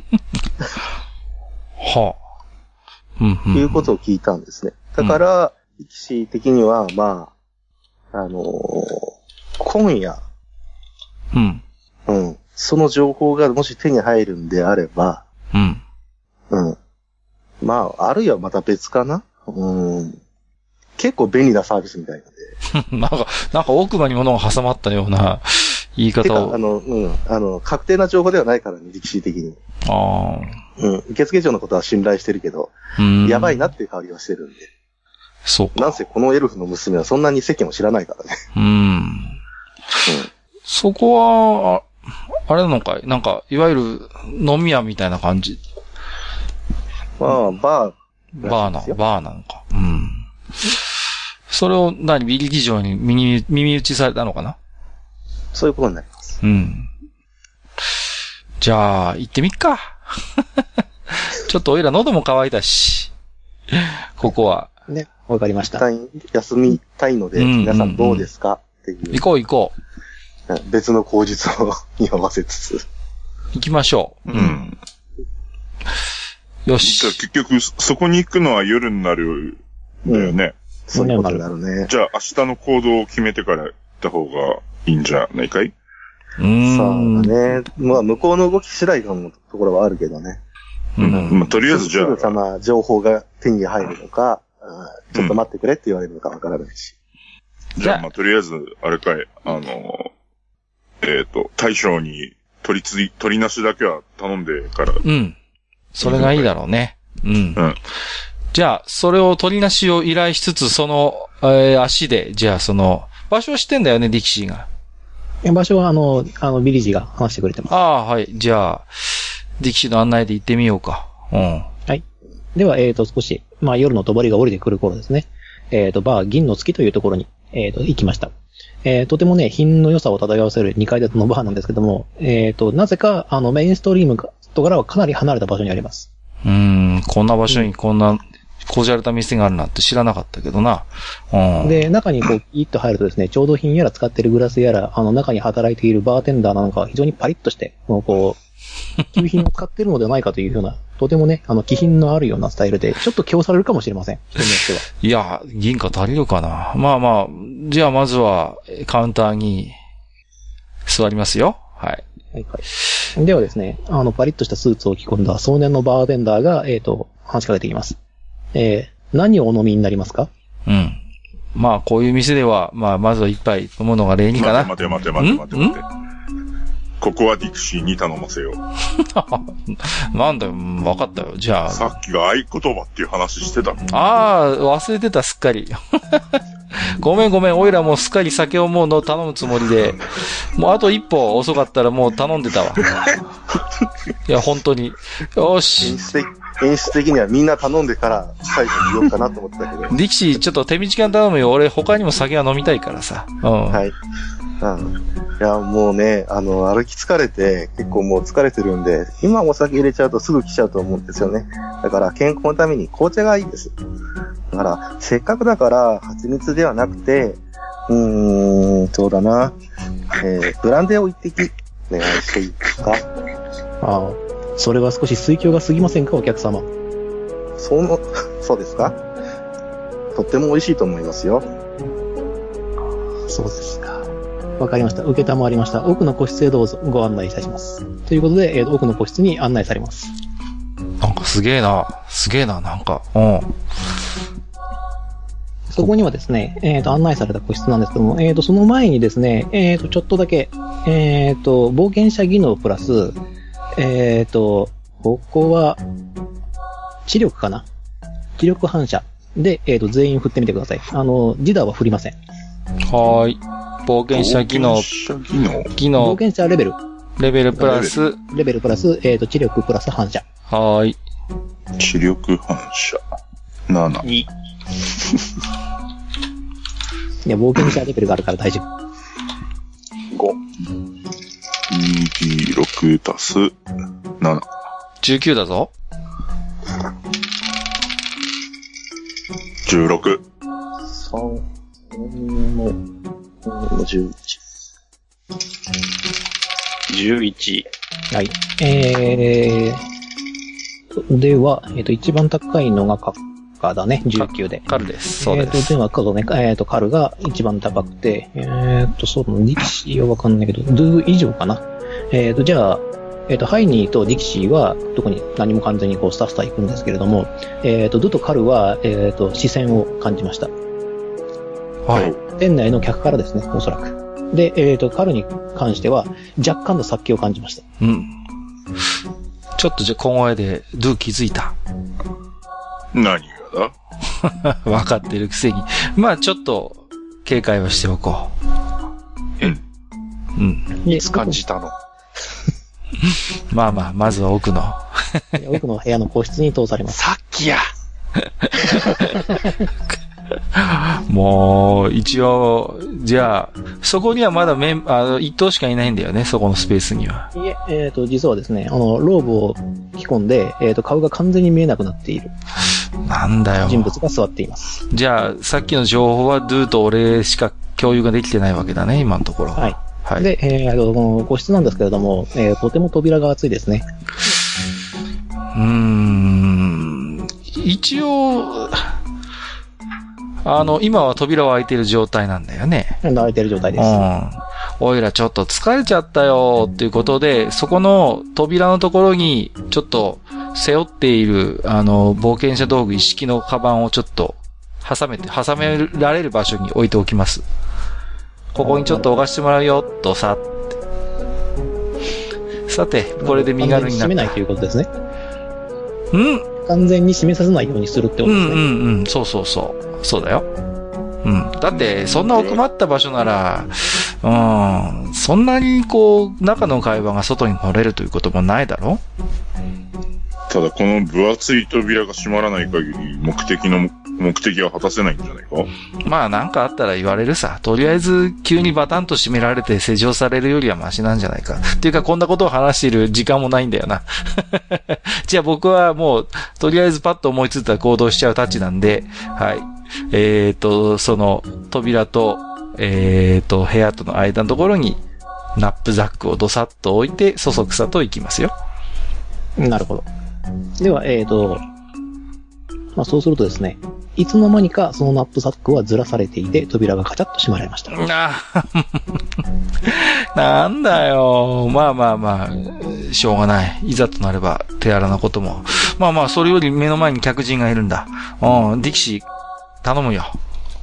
いうことを聞いたんですね。だから、力士的には、まあ、今夜、その情報がもし手に入るんであれば、まあ、あるいはまた別かな。結構便利なサービスみたいなんで。なんか奥歯に物が挟まったような言い方を。確定な情報ではないからね、力士的に。受付嬢のことは信頼してるけど、やばいなっていう香りはしてるんで。 そうか。 なんせこのエルフの娘はそんなに世間を知らないからね。 そこは、あれなのかい？なんか、いわゆる飲み屋みたいな感じ。 まあ、バーなのか。それをビリ議場に耳打ちされたのかな？ そういうことになります。 じゃあ、行ってみっか。ちょっとおいら喉も渇いたし。ここは。 ね、わかりました。 休みたいので、皆さんどうですかっていう。 行こう。 別の口実をに合わせつつ。 行きましょう。うん。よし。 じゃあ結局、そこに行くのは夜になるんだよね。 そういうことになるね。 じゃあ明日の行動を決めてから行った方がいいんじゃないかい？ そうだね。まあ向こうの動き次第のところはあるけどね。 まあとりあえずじゃあ。すぐさま情報が手に入るのか、ちょっと待ってくれって言われるのかわからないし。 じゃあまあとりあえず、あれかい、大将に取りなしだけは頼んでから。 うん。それがいいだろうね。うん。じゃあ、それを取りなしを依頼しつつ、その、足で、じゃあその、場所は知ってんだよね、ディキシーが。 場所はビリジが話してくれてます。 ああ、はい。じゃあ、ディキシーの案内で行ってみようか。うん。 はい。では、少し、まあ夜の帳が降りてくる頃ですね。バー銀の月というところに、行きました。とてもね、品の良さを漂わせる2階建てのバーなんですけども、なぜか、メインストリームとからはかなり離れた場所にあります。 こんな場所にこんな、こじゃれた店があるなんて知らなかったけどな。 で、中にこう、ピーッと入るとですね、調度品やら使ってるグラスやら、中に働いているバーテンダーなんかは非常にパリッとして、こう、旧品を使ってるのではないかというような、とてもね、気品のあるようなスタイルで、ちょっと強されるかもしれません。人によっては。 いや、銀貨足りるかな。まあまあ、じゃあまずは、カウンターに、座りますよ。はい。 はいはい。ではですね、パリッとしたスーツを着込んだ壮年のバーテンダーが、話しかけていきます。何をお飲みになりますか？ うん。まあ、こういう店では、まあ、まずは一杯飲むのが礼儀かな。 待て。ここはディクシーに頼ませよう。 なんだよ、わかったよ。じゃあ。 さっきが合言葉っていう話してたの。 ああ、忘れてた、すっかり。ごめん、おいらもうすっかり酒をもう頼むつもりで、もうあと一歩遅かったらもう頼んでたわ。いや、本当に。よし。 演出的にはみんな頼んでから最後に言おうかなと思ってたけど。 ディキシー、ちょっと手短に頼むよ。俺他にも酒は飲みたいからさ。 はい。いや、もうね、歩き疲れて、結構もう疲れてるんで、今お酒入れちゃうとすぐ来ちゃうと思うんですよね。だから健康のために紅茶がいいです。だから、せっかくだから、蜂蜜ではなくて、そうだな、ブランデーを一滴、お願いしていいですか？ ああ、それは少し水郷が過ぎませんか、お客様。 そうですか？とっても美味しいと思いますよ。 そうですか。わかりました。受けたまわりました。奥の個室へどうぞご案内いたします。ということで、奥の個室に案内されます。 なんかすげえな、なんか。 そこにはですね、案内された個室なんですけども、その前にですね、ちょっとだけ、冒険者技能プラス、ここは、知力かな？知力反射で、全員振ってみてください。ジダーは振りません。 はーい。冒険者技能。 冒険者レベル。 レベルプラス、 知力プラス反射。 はーい。 知力反射。7。 2。いや、冒険者レベルがあるから大丈夫。 5。 2D6 足す7。 19だぞ。 16。 3の11。 11。 はい。では、一番高いのがカッだね、19で。 カルです。そうです。 では、カルが一番高くて、そうだね、ディキシーはわかんないけど、ドゥ以上かな。じゃあ、ハイニーとディキシーは、特に何も完全にこう、スタスタ行くんですけれども、ドゥとカルは、視線を感じました。 はい。 店内の客からですね、おそらく。で、カルに関しては、若干の殺気を感じました。 うん。ちょっとじゃ、小声で、ドゥ気づいた。 何がだ？ 分かってるくせに。まあ、ちょっと、警戒はしておこう。うん。 いつ感じたの？ まあまあ、まずは奥の部屋の個室に通されます。 さっきやもう、一応、じゃあ、そこにはまだ一頭しかいないんだよね、そこのスペースには。 いえ、実はですね、ローブを着込んで、顔が完全に見えなくなっている。 なんだよ。 人物が座っています。 じゃあ、さっきの情報はドゥと俺しか共有ができてないわけだね、今のところ。 はい。 はい。 で、この個室なんですけれども、とても扉が厚いですね。 一応、今は扉は開いてる状態なんだよね。 開いてる状態です。 おいらちょっと疲れちゃったよっていうことで、そこの扉のところに、ちょっと背負っている、冒険者道具一式のカバンをちょっと挟められる場所に置いておきます。ここにちょっと置かしてもらうよ、とさって。さて、これで身軽になった。 閉めないということですね。完全に閉めさせないようにするってことですね。 そうそうそう。そうだよ。だって、そんな奥まった場所なら、そんなに中の会話が外に漏れるということもないだろ？ ただ、この分厚い扉が閉まらない限り、目的は果たせないんじゃないか？ まあ、なんかあったら言われるさ。とりあえず、急にバタンと閉められて施錠されるよりはマシなんじゃないか。っていうか、こんなことを話している時間もないんだよな。じゃあ僕はもう、とりあえずパッと思いついたら行動しちゃうたちなんで、はい。その、扉と、部屋との間のところに、ナップザックをドサッと置いて、そそくさと行きますよ。 なるほど。では、そうするとですね、いつの間にかそのナップザックはずらされていて、扉がカチャッと閉まられました。 なんだよ。まあ、しょうがない。いざとなれば手荒なことも。まあ、それより目の前に客人がいるんだ。力士、頼むよ。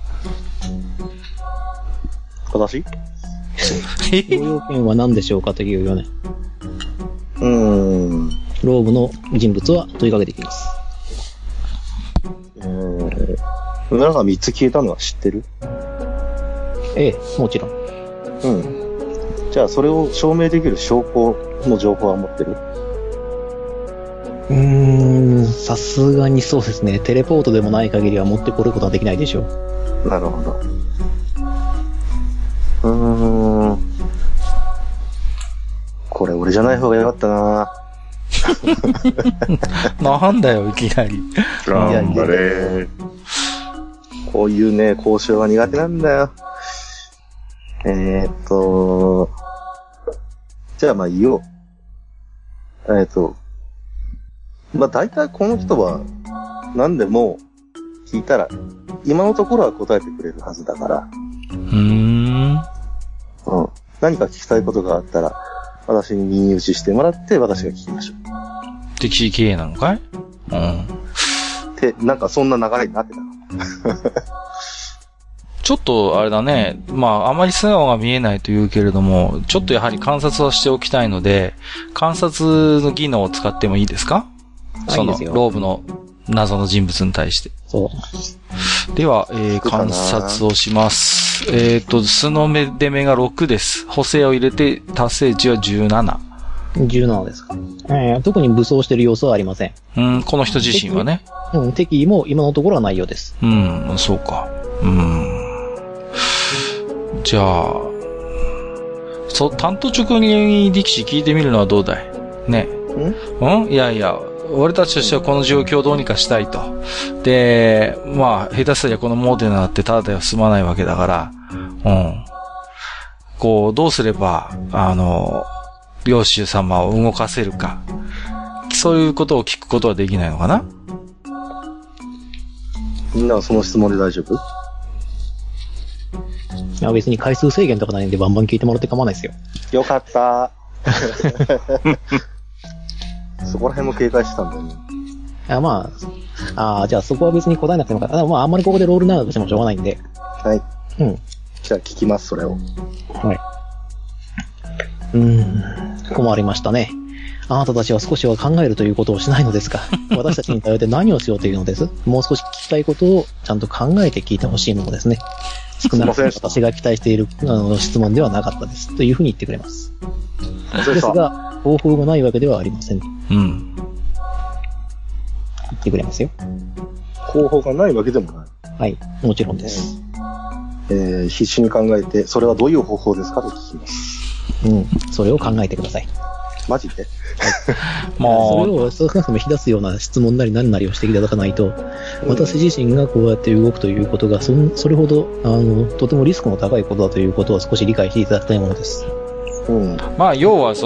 私？ ご用件は何でしょうかというよね。ローブの人物は問いかけていきます。 村が3つ消えたのは知ってる？ ええ、もちろん。 じゃあ、それを証明できる証拠の情報は持ってる？ さすがにそうですね。テレポートでもない限りは持ってこることはできないでしょう。 なるほど。これ俺じゃない方がよかったな。 なんだよ、いきなり。 頑張れ。 こういうね、交渉が苦手なんだよ。じゃあまあいいよ。まあ大体この人は何でも聞いたら、今のところは答えてくれるはずだから。何か聞きたいことがあったら、私に任打ちしてもらって私が聞きましょう。 敵視経営なのかい？って、 なんかそんな流れになってたの。 ちょっとあれだね。あまり素顔が見えないと言うけれども、ちょっとやはり観察はしておきたいので、観察の技能を使ってもいいですか？その、ローブの謎の人物に対して。 そう。 では、観察をします。素の出目が6です。補正を入れて達成値は17。 17ですか。特に武装している様子はありません。 この人自身はね。 敵意も今のところはないようです。 そうか。じゃあ、担当直入に力士聞いてみるのはどうだい？ね。いやいや、俺たちとしてはこの状況をどうにかしたいと。で、下手すりゃこのモーデナってただでは済まないわけだから、どうすれば、領主様を動かせるか。そういうことを聞くことはできないのかな？ みんなはその質問で大丈夫？ いや、別に回数制限とかないんでバンバン聞いてもらって構わないですよ。 よかった。そこら辺も警戒してたんだよね。 じゃあそこは別に答えなくてもあんまりここでロール長くしてもしょうがないんで。 はい。じゃあ聞きます、それを。 はい。困りましたね。あなたたちは少しは考えるということをしないのですか？私たちに頼って何をしようというのです？もう少し聞きたいことをちゃんと考えて聞いてほしいものですね。少なくとも私が期待している質問ではなかったです。というふうに言ってくれます。ですが、方法がないわけではありません。言ってくれますよ。 方法がないわけでもない。 はい、もちろんです。 必死に考えて、それはどういう方法ですかと聞きます。 それを考えてください。 マジでそれを少なくとも引き出すような質問なり何なりをしていただかないと、私自身がこうやって動くということが、それほど、とてもリスクの高いことだということを少し理解していただきたいものです。 要は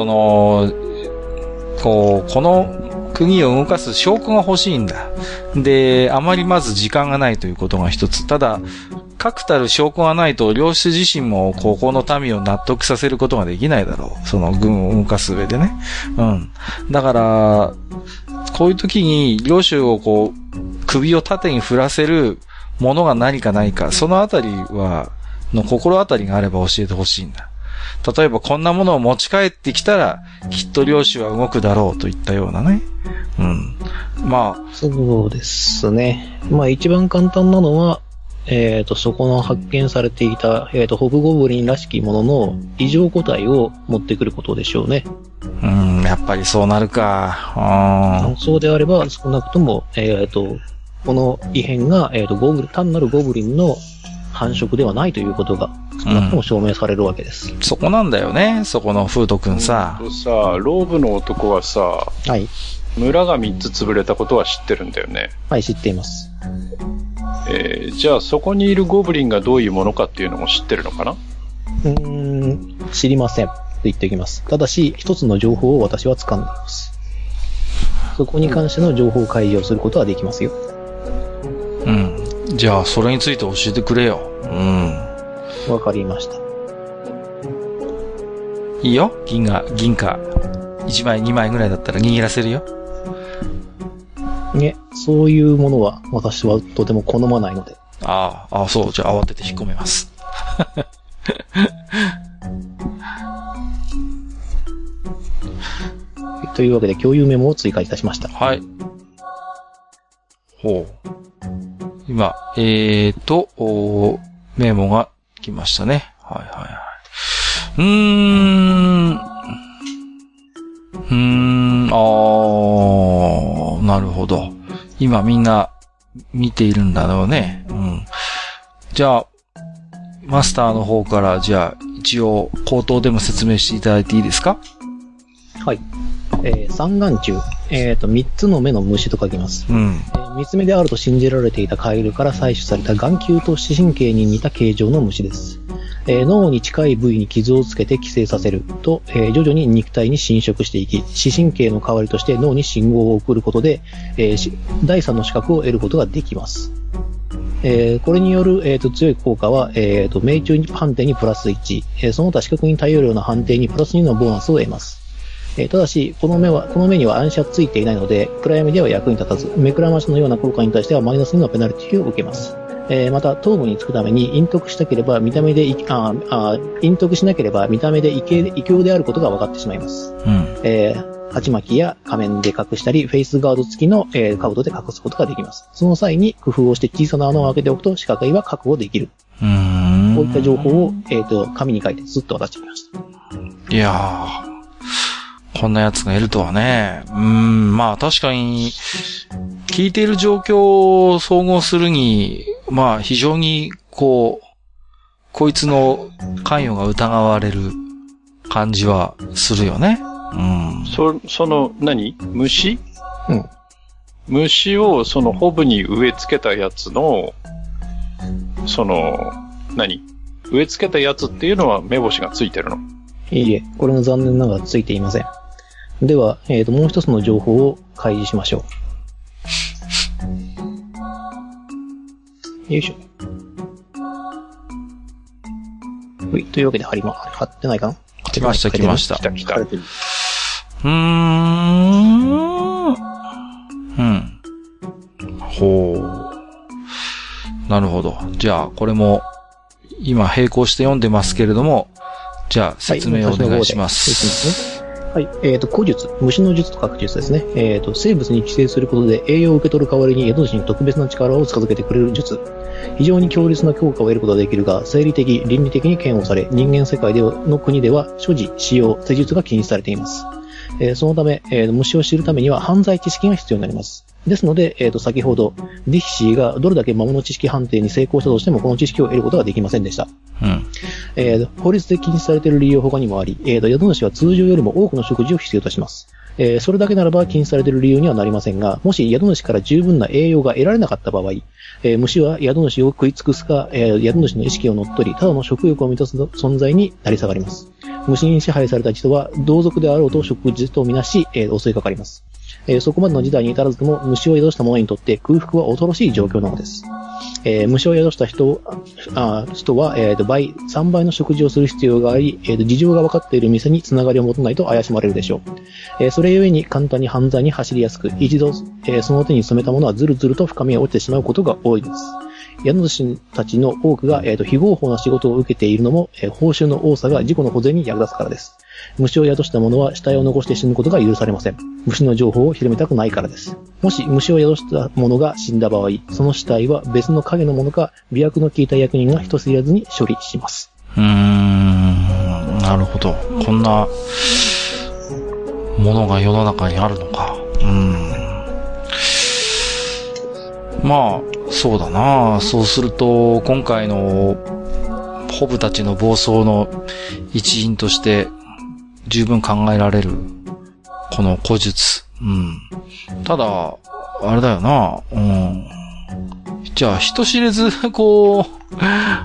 この国を動かす証拠が欲しいんだ。で、あまりまず時間がないということが一つ。ただ、確たる証拠がないと、領主自身もここの民を納得させることができないだろう。その軍を動かす上でね。だから、こういう時に領主を首を縦に振らせるものが何かないか、そのあたりの心当たりがあれば教えてほしいんだ。例えばこんなものを持ち帰ってきたら、きっと領主は動くだろうといったようなね。 そうですね。一番簡単なのは、そこの発見されていた、ホブゴブリンらしきものの異常個体を持ってくることでしょうね。 やっぱりそうなるか。 そうであれば、少なくとも、この異変が、単なるゴブリンの繁殖ではないということが、少なくとも証明されるわけです。 そこなんだよね、そこのフード君さ。 ローブの男はさ、 はい。 村が3つ潰れたことは知ってるんだよね。 はい、知っています。 じゃあそこにいるゴブリンがどういうものかっていうのも知ってるのかな？ 知りませんと言っておきます。ただし、一つの情報を私は掴んでいます。そこに関しての情報開示をすることはできますよ。 じゃあ、それについて教えてくれよ。 わかりました。 いいよ、銀貨。1枚、2枚ぐらいだったら握らせるよ。 そういうものは私はとても好まないので。 そう。じゃあ慌てて引っ込めます。 というわけで共有メモを追加いたしました。 はい。今、メモが来ましたね。なるほど。今みんな見ているんだろうね。じゃあ、マスターの方から、じゃあ、一応、口頭でも説明していただいていいですか？ はい。三眼虫。三つの目の虫と書きます。三つ目であると信じられていたカエルから採取された眼球と視神経に似た形状の虫です。脳に近い部位に傷をつけて寄生させると、徐々に肉体に侵食していき、視神経の代わりとして脳に信号を送ることで、第三の視覚を得ることができます。これによる、強い効果は、命中判定にプラス1、その他視覚に頼るような判定にプラス2のボーナスを得ます。ただし、この目には暗視はついていないので、暗闇では役に立たず、目くらましのような効果に対してはマイナス2のペナルティを受けます。また、頭部につくために隠匿しなければ見た目で異教であることが分かってしまいます。鉢巻きや仮面で隠したり、フェイスガード付きの、兜で隠すことができます。その際に工夫をして小さな穴を開けておくと視界は確保できる。こういった情報を、紙に書いてずっと渡してみました。 いやー、こんな奴がいるとはね。確かに、聞いている状況を総合するに、非常に、こいつの関与が疑われる感じはするよね。 虫？虫をそのホブに植え付けたやつの、植え付けたやつっていうのは目星がついてるの？ いいえ、これも残念ながらついていません。では、もう一つの情報を開示しましょう。よいしょ。というわけで貼ってないかな？ 来ました。 来た。 なるほど。じゃあ、これも、今並行して読んでますけれども、じゃあ、説明をお願いします。 はい。古術、虫の術と書く術ですね。生物に寄生することで栄養を受け取る代わりに宿主に特別な力を近づけてくれる術。非常に強烈な効果を得ることができるが、生理的、倫理的に嫌悪され、人間世界の国では所持、使用、施術が禁止されています。そのため、虫を知るためには犯罪知識が必要になります。 ですので、先ほど、ディッシーがどれだけ魔物知識判定に成功したとしても、この知識を得ることができませんでした。法律で禁止されている理由は他にもあり、宿主は通常よりも多くの食事を必要とします。それだけならば禁止されている理由にはなりませんが、もし宿主から十分な栄養が得られなかった場合、虫は宿主を食い尽くすか、宿主の意識を乗っ取り、ただの食欲を満たす存在になり下がります。虫に支配された人は同族であろうと食事とみなし、襲いかかります。そこまでの事態に至らずとも、虫を宿した者にとって空腹は恐ろしい状況なのです。虫を宿した人は、3倍の食事をする必要があり、事情が分かっている店につながりを持たないと怪しまれるでしょう。それゆえに簡単に犯罪に走りやすく、一度、その手に染めたものはずるずると深みへ落ちてしまうことが多いです。宿主たちの多くが、非合法な仕事を受けているのも、報酬の多さが自己の保全に役立つからです。虫を宿した者は死体を残して死ぬことが許されません。虫の情報を広めたくないからです。もし虫を宿した者が死んだ場合、その死体は別の影の者か、媚薬の効いた役人が人知れずに処理します。 なるほど。こんなものが世の中にあるのか。まあ、そうだな。そうすると、今回のホブたちの暴走の一因として十分考えられるこの古術。ただ、あれだよな。じゃあ、人知れず、こう、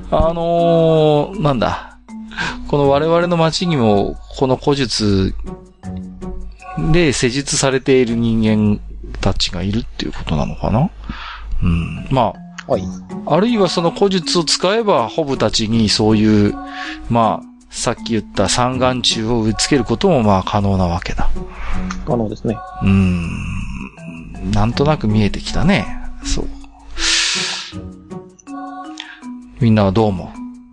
なんだ。この我々の街にも、この古術で施術されている人間たちがいるっていうことなのかな。まあ、はい。あるいはその古術を使えば、ホブたちにそういう、まあ、さっき言った三眼虫を植え付けることもまあ可能なわけだ。 可能ですね。 なんとなく見えてきたね。そう。みんなはどう思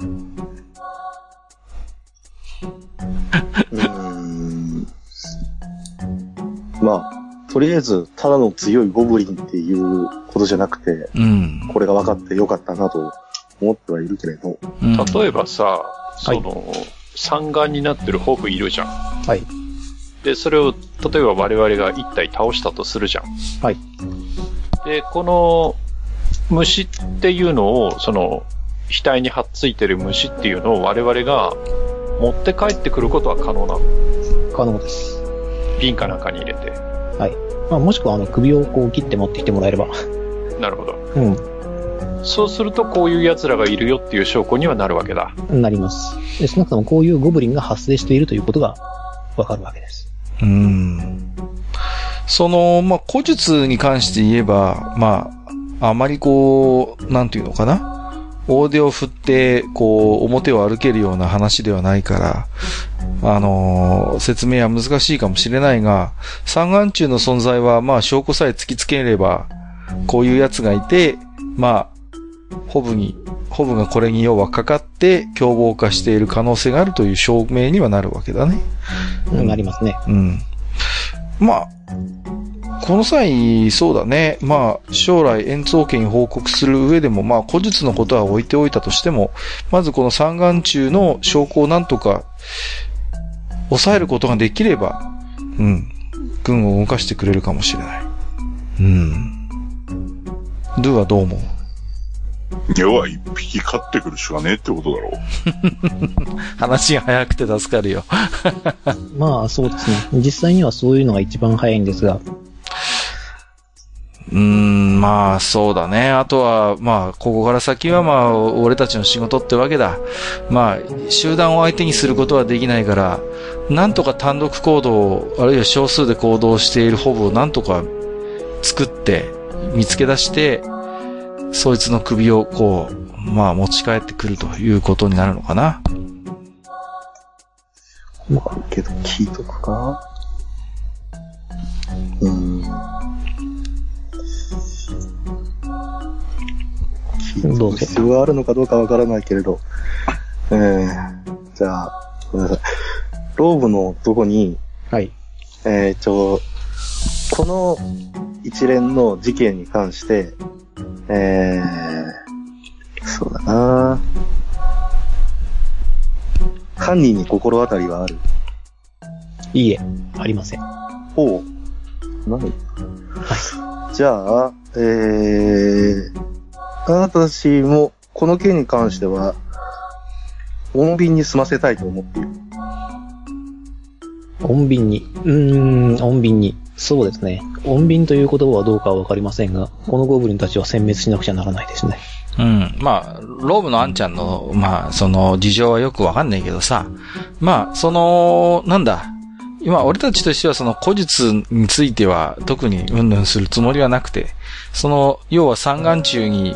うまあ、とりあえず、ただの強いゴブリンっていうことじゃなくて、これが分かってよかったなと思ってはいるけれど。 例えばさ、三眼になってるホブいるじゃん。 はい。 で、それを、例えば我々が一体倒したとするじゃん。 はい。 で、この虫っていうのを、その、額にはっついてる虫っていうのを我々が持って帰ってくることは可能なの？ 可能です。 瓶かなんかに入れて。 はい。まあ、もしくは首をこう切って持ってきてもらえれば。 なるほど。そうするとこういう奴らがいるよっていう証拠にはなるわけだ。 なります。で、少なくともこういうゴブリンが発生しているということがわかるわけです。 その、まあ、古術に関して言えば、まあ、あまりこう、なんていうのかな。大手を振って、こう、表を歩けるような話ではないから、説明は難しいかもしれないが、三眼虫の存在は、まあ、証拠さえ突きつければ、こういうやつがいて、まあ、ホブがこれに要はかかって、凶暴化している可能性があるという証明にはなるわけだね。 なりますね。 まあ、この際、そうだね。まあ、将来、円宗家に報告する上でも、まあ、古術のことは置いておいたとしても、まずこの三眼虫の証拠をなんとか、抑えることができれば、軍を動かしてくれるかもしれない。ドゥはどう思う？ 要は一匹飼ってくるしかねえってことだろう。 話が早くて助かるよ。 まあ、そうですね。実際にはそういうのが一番早いんですが。 まあ、そうだね。あとは、まあ、ここから先はまあ、俺たちの仕事ってわけだ。まあ、集団を相手にすることはできないから、なんとか単独行動、あるいは少数で行動しているホブをなんとか作って、見つけ出して、そいつの首をこう、まあ持ち帰ってくるということになるのかな。 まあ、けど聞いとくか。 どうぞ。 必要があるのかどうかわからないけれど。じゃあ、ごめんなさい。ローブのとこに、 はい。 この一連の事件に関して、そうだな。犯人に心当たりはある？ いいえ、ありません。 おう。何？ はい。 じゃあ、あなたたちも、この件に関しては、穏便に済ませたいと思っている。 穏便に。穏便に。そうですね。穏便という言葉はどうかはわかりませんが、このゴブリンたちは殲滅しなくちゃならないですね。 うん。まあ、ローブのあんちゃんの、まあ、その事情はよくわかんないけどさ。まあ、なんだ。今、俺たちとしてはその古術については特にうんぬんするつもりはなくて、要は三眼中に、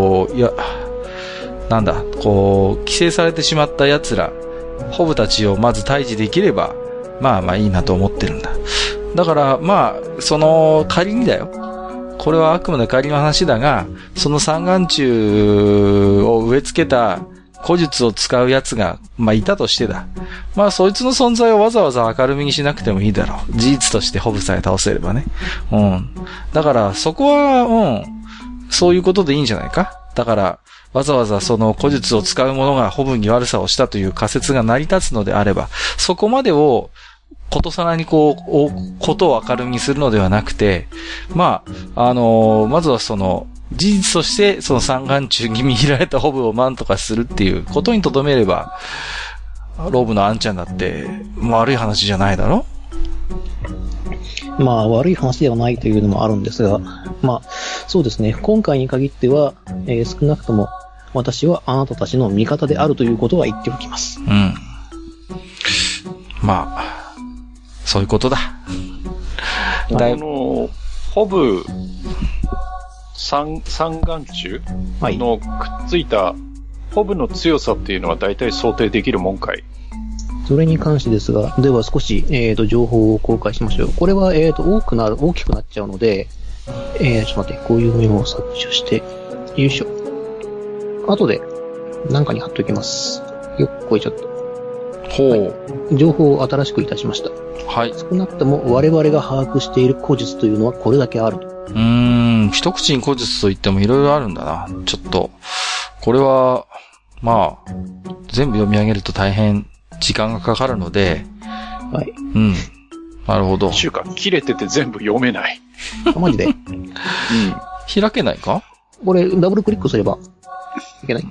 規制されてしまった奴ら、ホブたちをまず退治できれば、まあいいなと思ってるんだ。だから、仮にだよ。これはあくまで仮の話だが、その三眼中を植え付けた古術を使う奴が、いたとしてだ。そいつの存在をわざわざ明るみにしなくてもいいだろう。事実としてホブさえ倒せればね。うん。だから、そこは、そういうことでいいんじゃないか。だから、わざわざその古術を使う者がホブに悪さをしたという仮説が成り立つのであれば、そこまでを、ことさらにことを明るみにするのではなくて、まずは事実として、その三眼中に見入られたホブを何とかするっていうことに留めれば、ローブのあんちゃんだって、悪い話じゃないだろ？ 悪い話ではないというのもあるんですが、そうですね。今回に限っては、少なくとも、私はあなたたちの味方であるということは言っておきます。 うん。そういうことだ。 ホブ、三眼中のくっついた、ホブの強さっていうのは大体想定できるもんかい？ それに関してですが、では少し、情報を公開しましょう。これは、大きくなっちゃうので、ちょっと待って、こういうメモを削除して、よいしょ。後で、なんかに貼っておきます。よっこいちょっと。情報を新しくいたしました。 はい。 少なくとも我々が把握している古術というのはこれだけあると。 一口に古術といってもいろいろあるんだな。ちょっと、これは、全部読み上げると大変時間がかかるので、 はい。 なるほど。 週間切れてて全部読めない。 マジで？ 開けないか？ これ、ダブルクリックすれば、いけない？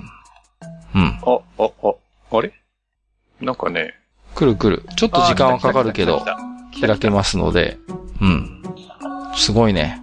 あれ？なんかね。 来る。ちょっと時間はかかるけど、開けますので、すごいね。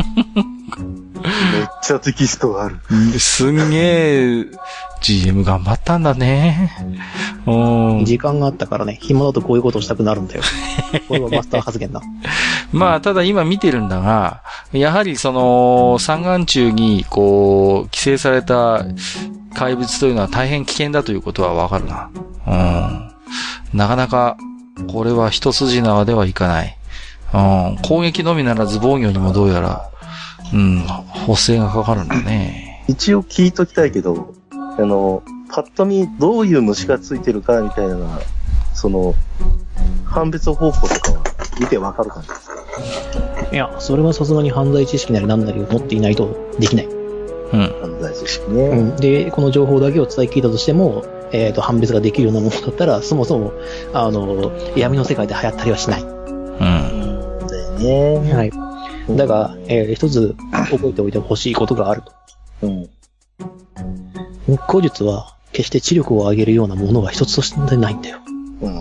めっちゃテキストがある。 すんげえ、GM 頑張ったんだね。 時間があったからね、暇だとこういうことをしたくなるんだよ。これはマスター発言だ。 ただ今見てるんだが、やはり三眼中に、規制された怪物というのは大変危険だということはわかるな。なかなか、これは一筋縄ではいかない。攻撃のみならず防御にもどうやら、補正がかかるんだね。 一応聞いときたいけど、パッと見どういう虫がついてるかみたいな、判別方法とかは見てわかるかな？ いや、それはさすがに犯罪知識なり何なりを持っていないとできない。 犯罪知識ね。 で、この情報だけを伝え聞いたとしても、判別ができるようなものだったら、そもそも、闇の世界で流行ったりはしない。 だよね。 はい。だが、一つ覚えておいてほしいことがあると。古術は、決して知力を上げるようなものが一つとしてないんだよ。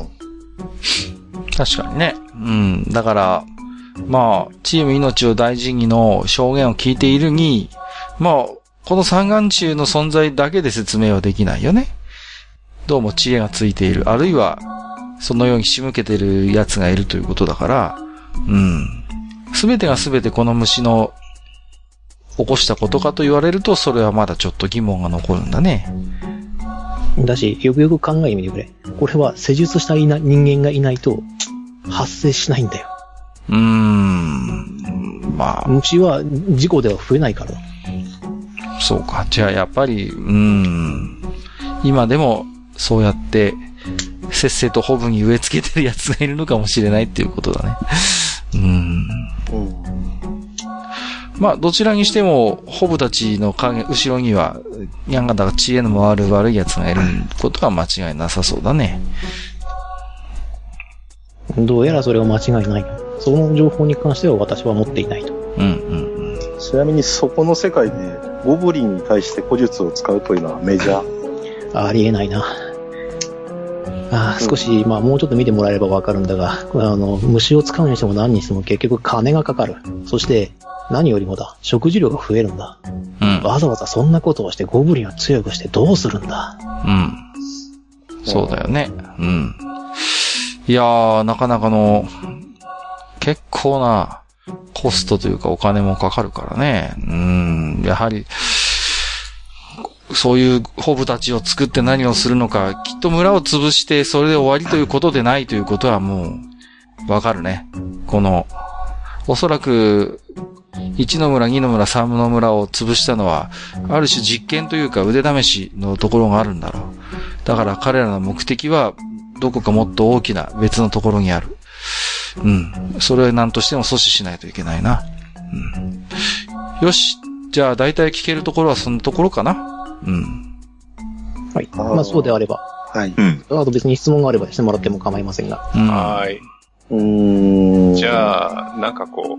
確かにね。だから、チーム命を大事にの証言を聞いているに、この三眼中の存在だけで説明はできないよね。どうも知恵がついている。あるいは、そのように仕向けてる奴がいるということだから、すべてがすべてこの虫の起こしたことかと言われると、それはまだちょっと疑問が残るんだね。 だし、よくよく考えてみてくれ。これは施術した人間がいないと、発生しないんだよ。虫は事故では増えないから。 そうか。じゃあやっぱり、今でもそうやって、せっせとホブに植え付けてる奴がいるのかもしれないっていうことだね。どちらにしても、ホブたちの後ろには、やんがだが知恵の回る悪い奴がいることは間違いなさそうだね。 どうやらそれは間違いない。その情報に関しては私は持っていないと。 ちなみにそこの世界でゴブリンに対して古術を使うというのはメジャー？ ありえないな。少し、もうちょっと見てもらえればわかるんだが、虫を使うにしても何にしても結局金がかかる。そして、何よりもだ、食事量が増えるんだ。 うん。 わざわざそんなことをしてゴブリンを強くしてどうするんだ。 うん。そうだよね。うん。いやー、なかなか結構なコストというかお金もかかるからね。やはり、そういうホブたちを作って何をするのか、きっと村を潰してそれで終わりということでないということはもう、わかるね。おそらく、1の村、2の村、3の村を潰したのは、ある種実験というか腕試しのところがあるんだろう。だから彼らの目的は、どこかもっと大きな別のところにある。それを何としても阻止しないといけないな。よし。じゃあ大体聞けるところはそのところかな。 はい。そうであれば。 はい。 あと別に質問があればしてもらっても構いませんが。 はい。じゃあ、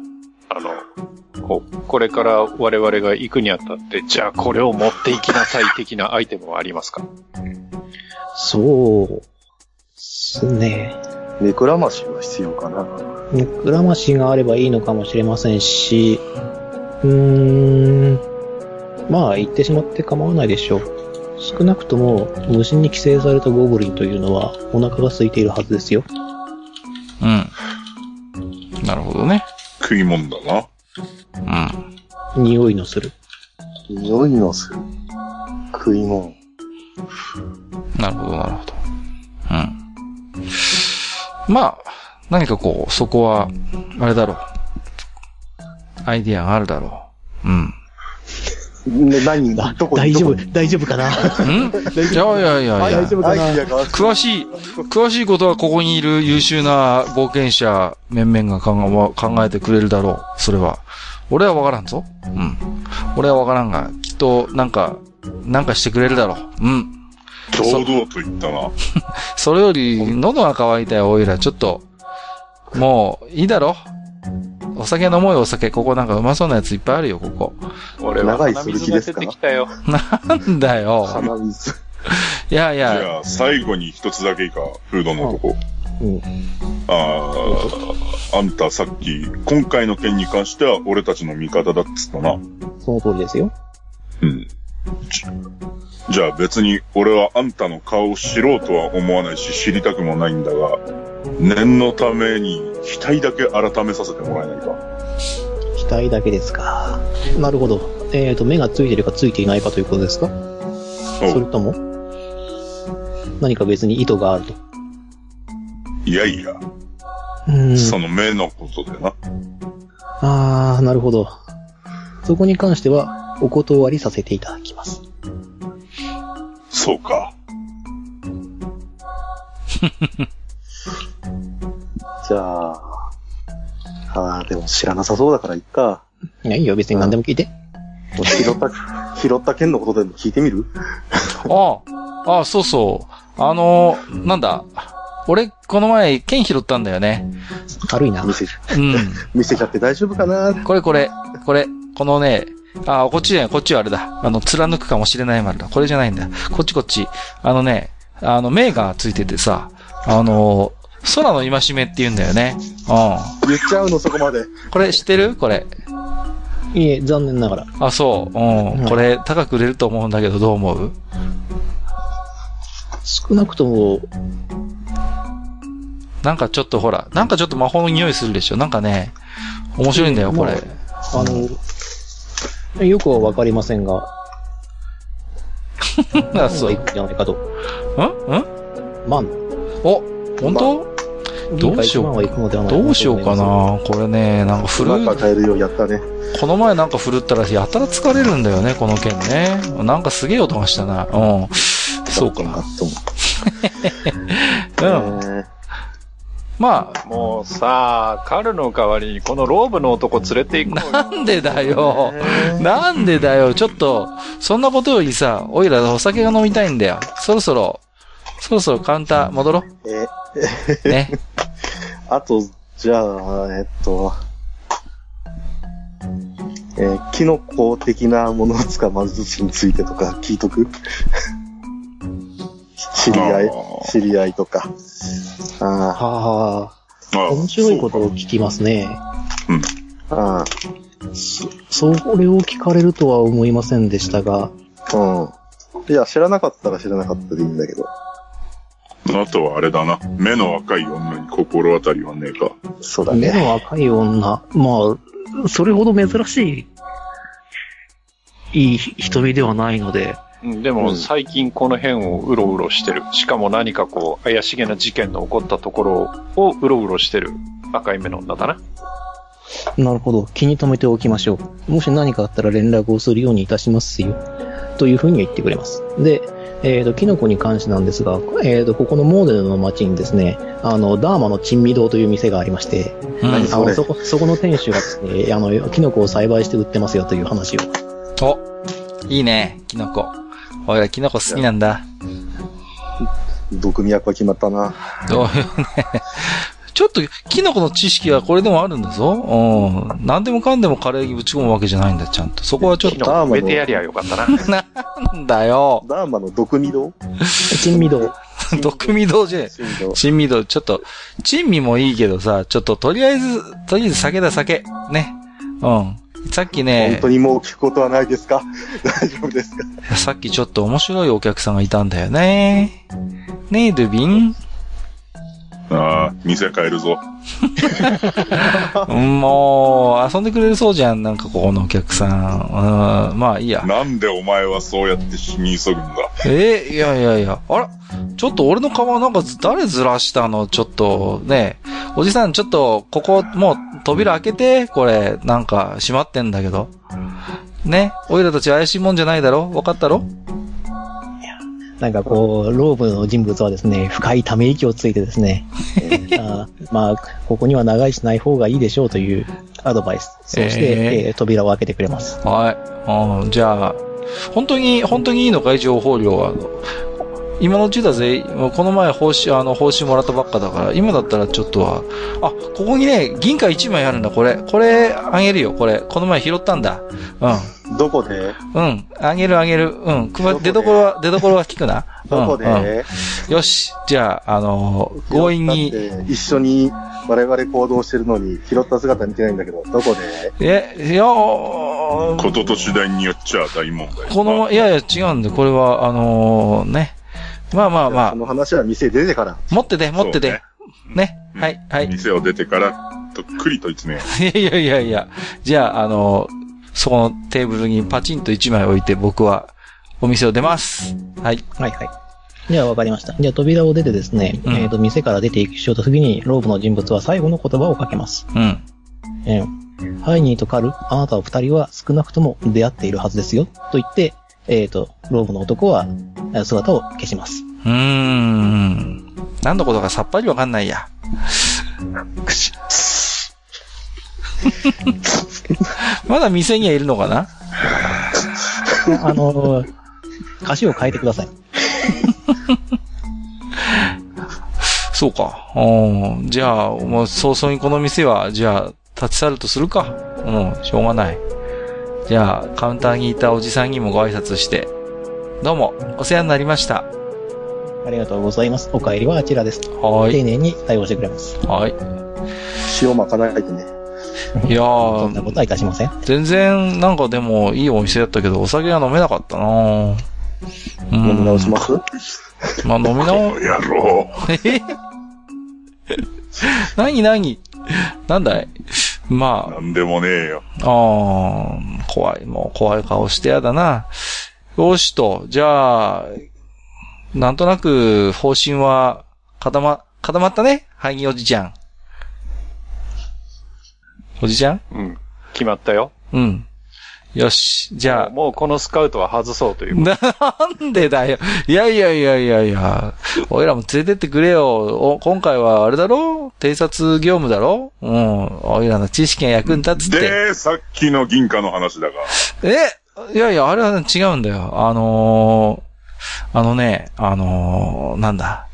これから我々が行くにあたって、じゃあこれを持っていきなさい的なアイテムはありますか？ そうですね。 ネクラマシは必要かな。 ネクラマシがあればいいのかもしれませんし、言ってしまって構わないでしょう。少なくとも、虫に寄生されたゴブリンというのは、お腹が空いているはずですよ。 なるほどね。 食い物だな。 匂いのする。 匂いのする。食い物。 なるほど、なるほど。何かそこは、あれだろう。アイディアがあるだろう。 何だ大丈夫かな？ いや。 大丈夫かな？ 詳しいことはここにいる優秀な冒険者面々が考えてくれるだろう。それは。俺はわからんぞ。俺はわからんが、きっと、なんかしてくれるだろう。 堂々と言ったな。 それより、喉が渇いたよ、おいら。ちょっと、もう、いいだろ？お酒飲もうよ、お酒。ここなんかうまそうなやついっぱいあるよ、ここ。 俺は鼻水が出てきたよ。 なんだよ。 鼻水。 いや。 じゃあ、最後に一つだけいいか、フードのとこ。あんたさっき、今回の件に関しては俺たちの味方だっつったな。 その通りですよ。 じゃあ別に俺はあんたの顔を知ろうとは思わないし知りたくもないんだが、念のために額だけ改めさせてもらえないか。 額だけですか。なるほど。目がついてるかついていないかということですか？それとも何か別に意図があると？ いや、その目のことでな。 なるほど。そこに関してはお断りさせていただきます。 そうか。 じゃあ、でも知らなさそうだからいっか。 いいよ、別に何でも聞いて。 拾った件のことでも聞いてみる？ そうそう。なんだ。俺、この前、剣拾ったんだよね。 軽いな。 見せちゃって大丈夫かな？ これ。このね、こっちじゃない、こっちはあれだ。貫くかもしれない丸だ。これじゃないんだ。こっち。目がついててさ、空の戒めって言うんだよね。 言っちゃうの、そこまで。 これ知ってる？これ。 いえ、残念ながら。 そう。これ、高く売れると思うんだけど、どう思う？ 少なくとも、 なんかちょっと魔法の匂いするでしょ。なんかね、面白いんだよ、これ。 よくはわかりませんが。 そう。 いくんじゃないかと。万。 本当？どうしようかな。これね、なんか買えるようやったね。 この前なんか振るったらやたら疲れるんだよね、この剣ね。なんかすげえ音がしたな。そうか。 もうさ、カルの代わりにこのローブの男連れて行こうよ。 なんでだよ。ちょっと、そんなことよりさ、おいらお酒が飲みたいんだよ。そろそろカウンター戻ろう。ね。 あと、じゃあ、 キノコ的なものを使う魔術についてとか聞いとく知り合いとか。 はあ。面白いことを聞きますね。それを聞かれるとは思いませんでしたが。 いや、知らなかったら知らなかったでいいんだけど。 あとはあれだな。目の赤い女に心当たりはねえか。 そうだね。目の赤い女。まあ、それほど珍しい、いい瞳ではないので。 でも最近この辺をうろうろしてる。しかも何かこう、怪しげな事件の起こったところをうろうろしてる赤い目の女だな。 なるほど。気に留めておきましょう。もし何かあったら連絡をするようにいたしますよ。というふうに言ってくれます。で、キノコに関してなんですが、ここのモーデルの街にですね、ダーマの珍味堂という店がありまして、そこの店主がですね、キノコを栽培して売ってますよという話を。 お、いいね、キノコ。俺らキノコ好きなんだ。 毒味役は決まったな。 どうよね。ちょっと、キノコの知識はこれでもあるんだぞ。何でもかんでもカレーにぶち込むわけじゃないんだ、ちゃんと。そこはちょっと。 埋めてやりゃよかったな。 なんだよ。 ダーマの毒味堂珍味堂。 毒味堂じゃねえ。珍味堂。ちょっと、珍味もいいけどさ、ちょっととりあえず酒だ、酒。ね。さっきね。 本当にもう聞くことはないですか？大丈夫ですか？ さっきちょっと面白いお客さんがいたんだよね。ねえ、ルビン？ ああ、店変えるぞ。 もう、遊んでくれるそうじゃん、なんかここのお客さん。まあいいや。 なんでお前はそうやって死に急ぐんだ。 いや。あら、ちょっと俺のカバンなんか誰ずらしたの？ちょっと、ね。おじさんちょっと、ここ、もう扉開けて、これ、なんか閉まってんだけど。ね。おいらたち怪しいもんじゃないだろ？わかったろ？ なんかこう、ローブの人物はですね、深いため息をついてですね、まあ、ここには長居しない方がいいでしょうというアドバイス。そして、扉を開けてくれます。 はい。じゃあ、本当にいいのかい？情報量は。今のうちだぜ。この前報酬もらったばっかだから、今だったらちょっとは。あ、ここにね、銀貨1枚あるんだ、これ。これ、あげるよ、これ。この前拾ったんだ。 どこで？ あげる。出所は聞くな。 どこで？ よし。じゃあ、強引に。 一緒に我々行動してるのに、拾った姿見てないんだけど、どこで？ ことと次第によっちゃ大問題。 いや違うんで、これは、ね。まあ。 この話は店出てから。 持ってて。ね。はい。 店を出てから、とっくりと一年。 いや。じゃあ、そこのテーブルにパチンと1枚置いて僕はお店を出ます。はい。 じゃあ分かりました。じゃあ扉を出てですね、店から出ていくしようとするに、ローブの人物は最後の言葉をかけます。ハイニーとカル、あなたお二人は少なくとも出会っているはずですよ。と言って、ローブの男は姿を消します。 何のことかさっぱりわかんないや。まだ店にはいるのかな？ 歌詞を変えてください。 そうか。じゃあ、もう早々にこの店は、じゃあ、立ち去るとするか。しょうがない。じゃあ、カウンターにいたおじさんにもご挨拶して、どうも、お世話になりました。 ありがとうございます。お帰りはあちらです。 はい。 丁寧に対応してくれます。 はい。 塩まかないでね。 いやー。そんなことはいたしません。 全然、なんかでも、いいお店だったけど、お酒は飲めなかったな飲み直します？ まあ、飲み直やろう。何なんだい？まあ。 なんでもねえよ。 怖い顔してやだな。よしと、じゃあ、なんとなく方針は固まったね？ハイニーおじちゃん。おじちゃん？ 決まったよ。 よし、じゃあ。 もうこのスカウトは外そうという。 なんでだよ。いや。おいらも連れてってくれよ。今回はあれだろ？偵察業務だろ？おいらの知識が役に立つって。 で、さっきの銀貨の話だが。 いや、あれは違うんだよ。なんだ。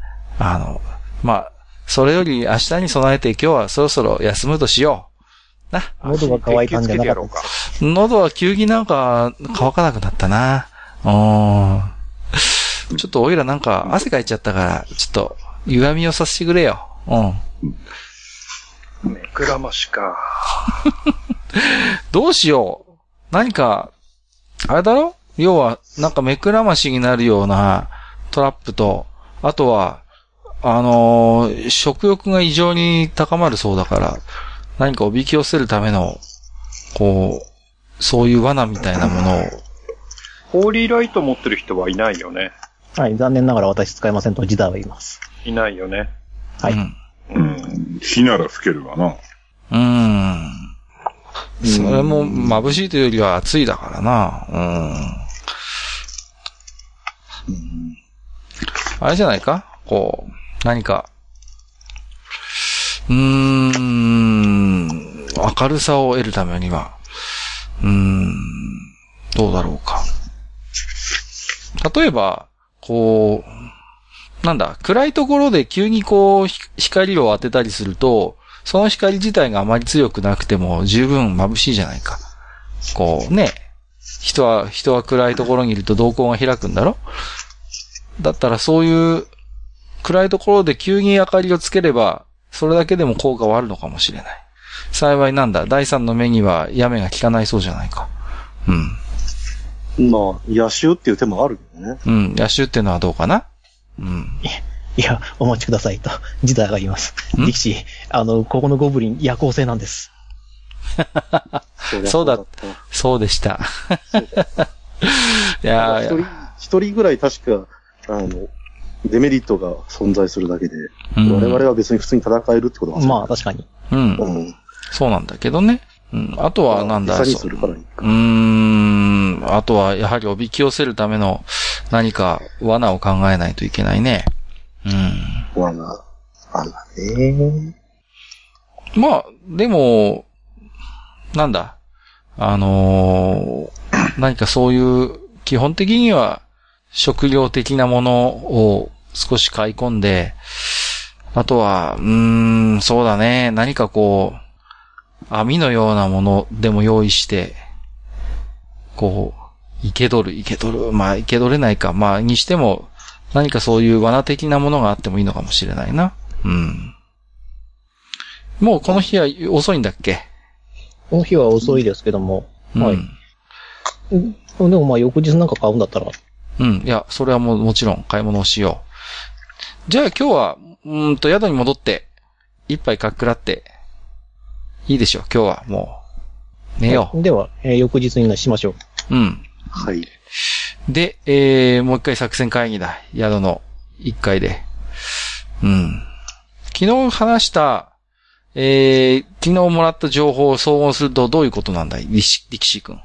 まあ、それより明日に備えて今日はそろそろ休むとしよう。 な。 喉が渇いたんじゃなかった。 喉は急になんか乾かなくなったな。ちょっとおいらなんか汗かいちゃったから、ちょっと歪みをさせてくれよ。 目くらましか。 どうしよう。何か、あれだろ？要は、なんか目くらましになるようなトラップと、あとは、食欲が異常に高まるそうだから、何かおびき寄せるための、そういう罠みたいなものを。 ホーリーライト持ってる人はいないよね。 はい、残念ながら私使いませんと自体は言います。 いないよね。 はい。 火なら吹けるわな。 それも眩しいというよりは暑いだからな。あれじゃないか？何か。明るさを得るためには。どうだろうか。例えば、暗いところで急に光を当てたりすると、その光自体があまり強くなくても十分眩しいじゃないか。人は暗いところにいると瞳孔が開くんだろ？だったらそういう暗いところで急に明かりをつければ、それだけでも効果はあるのかもしれない。幸い第三の目には矢目が効かないそうじゃないか。 まあ、野襲っていう手もあるけどね。 野襲っていうのはどうかな？ いや、お待ちくださいと、時代が言います。力士、ここのゴブリン、夜行性なんです。 そうでした。いや一人ぐらい確か、デメリットが存在するだけで、我々は別に普通に戦えるってことなんですよ。 まあ、確かに。 そうなんだけどね。あとはあとはやはりおびき寄せるための何か罠を考えないといけないね。 罠ね。 まあ、でも、何かそういう基本的には食料的なものを少し買い込んで、あとは、そうだね。何か網のようなものでも用意して、生け捕る。まあ、生け捕れないか。まあ、にしても、何かそういう罠的なものがあってもいいのかもしれないな。もうこの日は遅いんだっけ？ この日は遅いですけども。はい。でもまあ、翌日なんか買うんだったら。 いや、それはもちろん買い物をしよう。じゃあ今日は、宿に戻って、一杯かっくらって、いいでしょう、今日はもう、寝よう。 では、翌日にしましょう。 はい。 で、もう一回作戦会議だ。宿の一回で。昨日話した、昨日もらった情報を総合するとどういうことなんだい？力士君。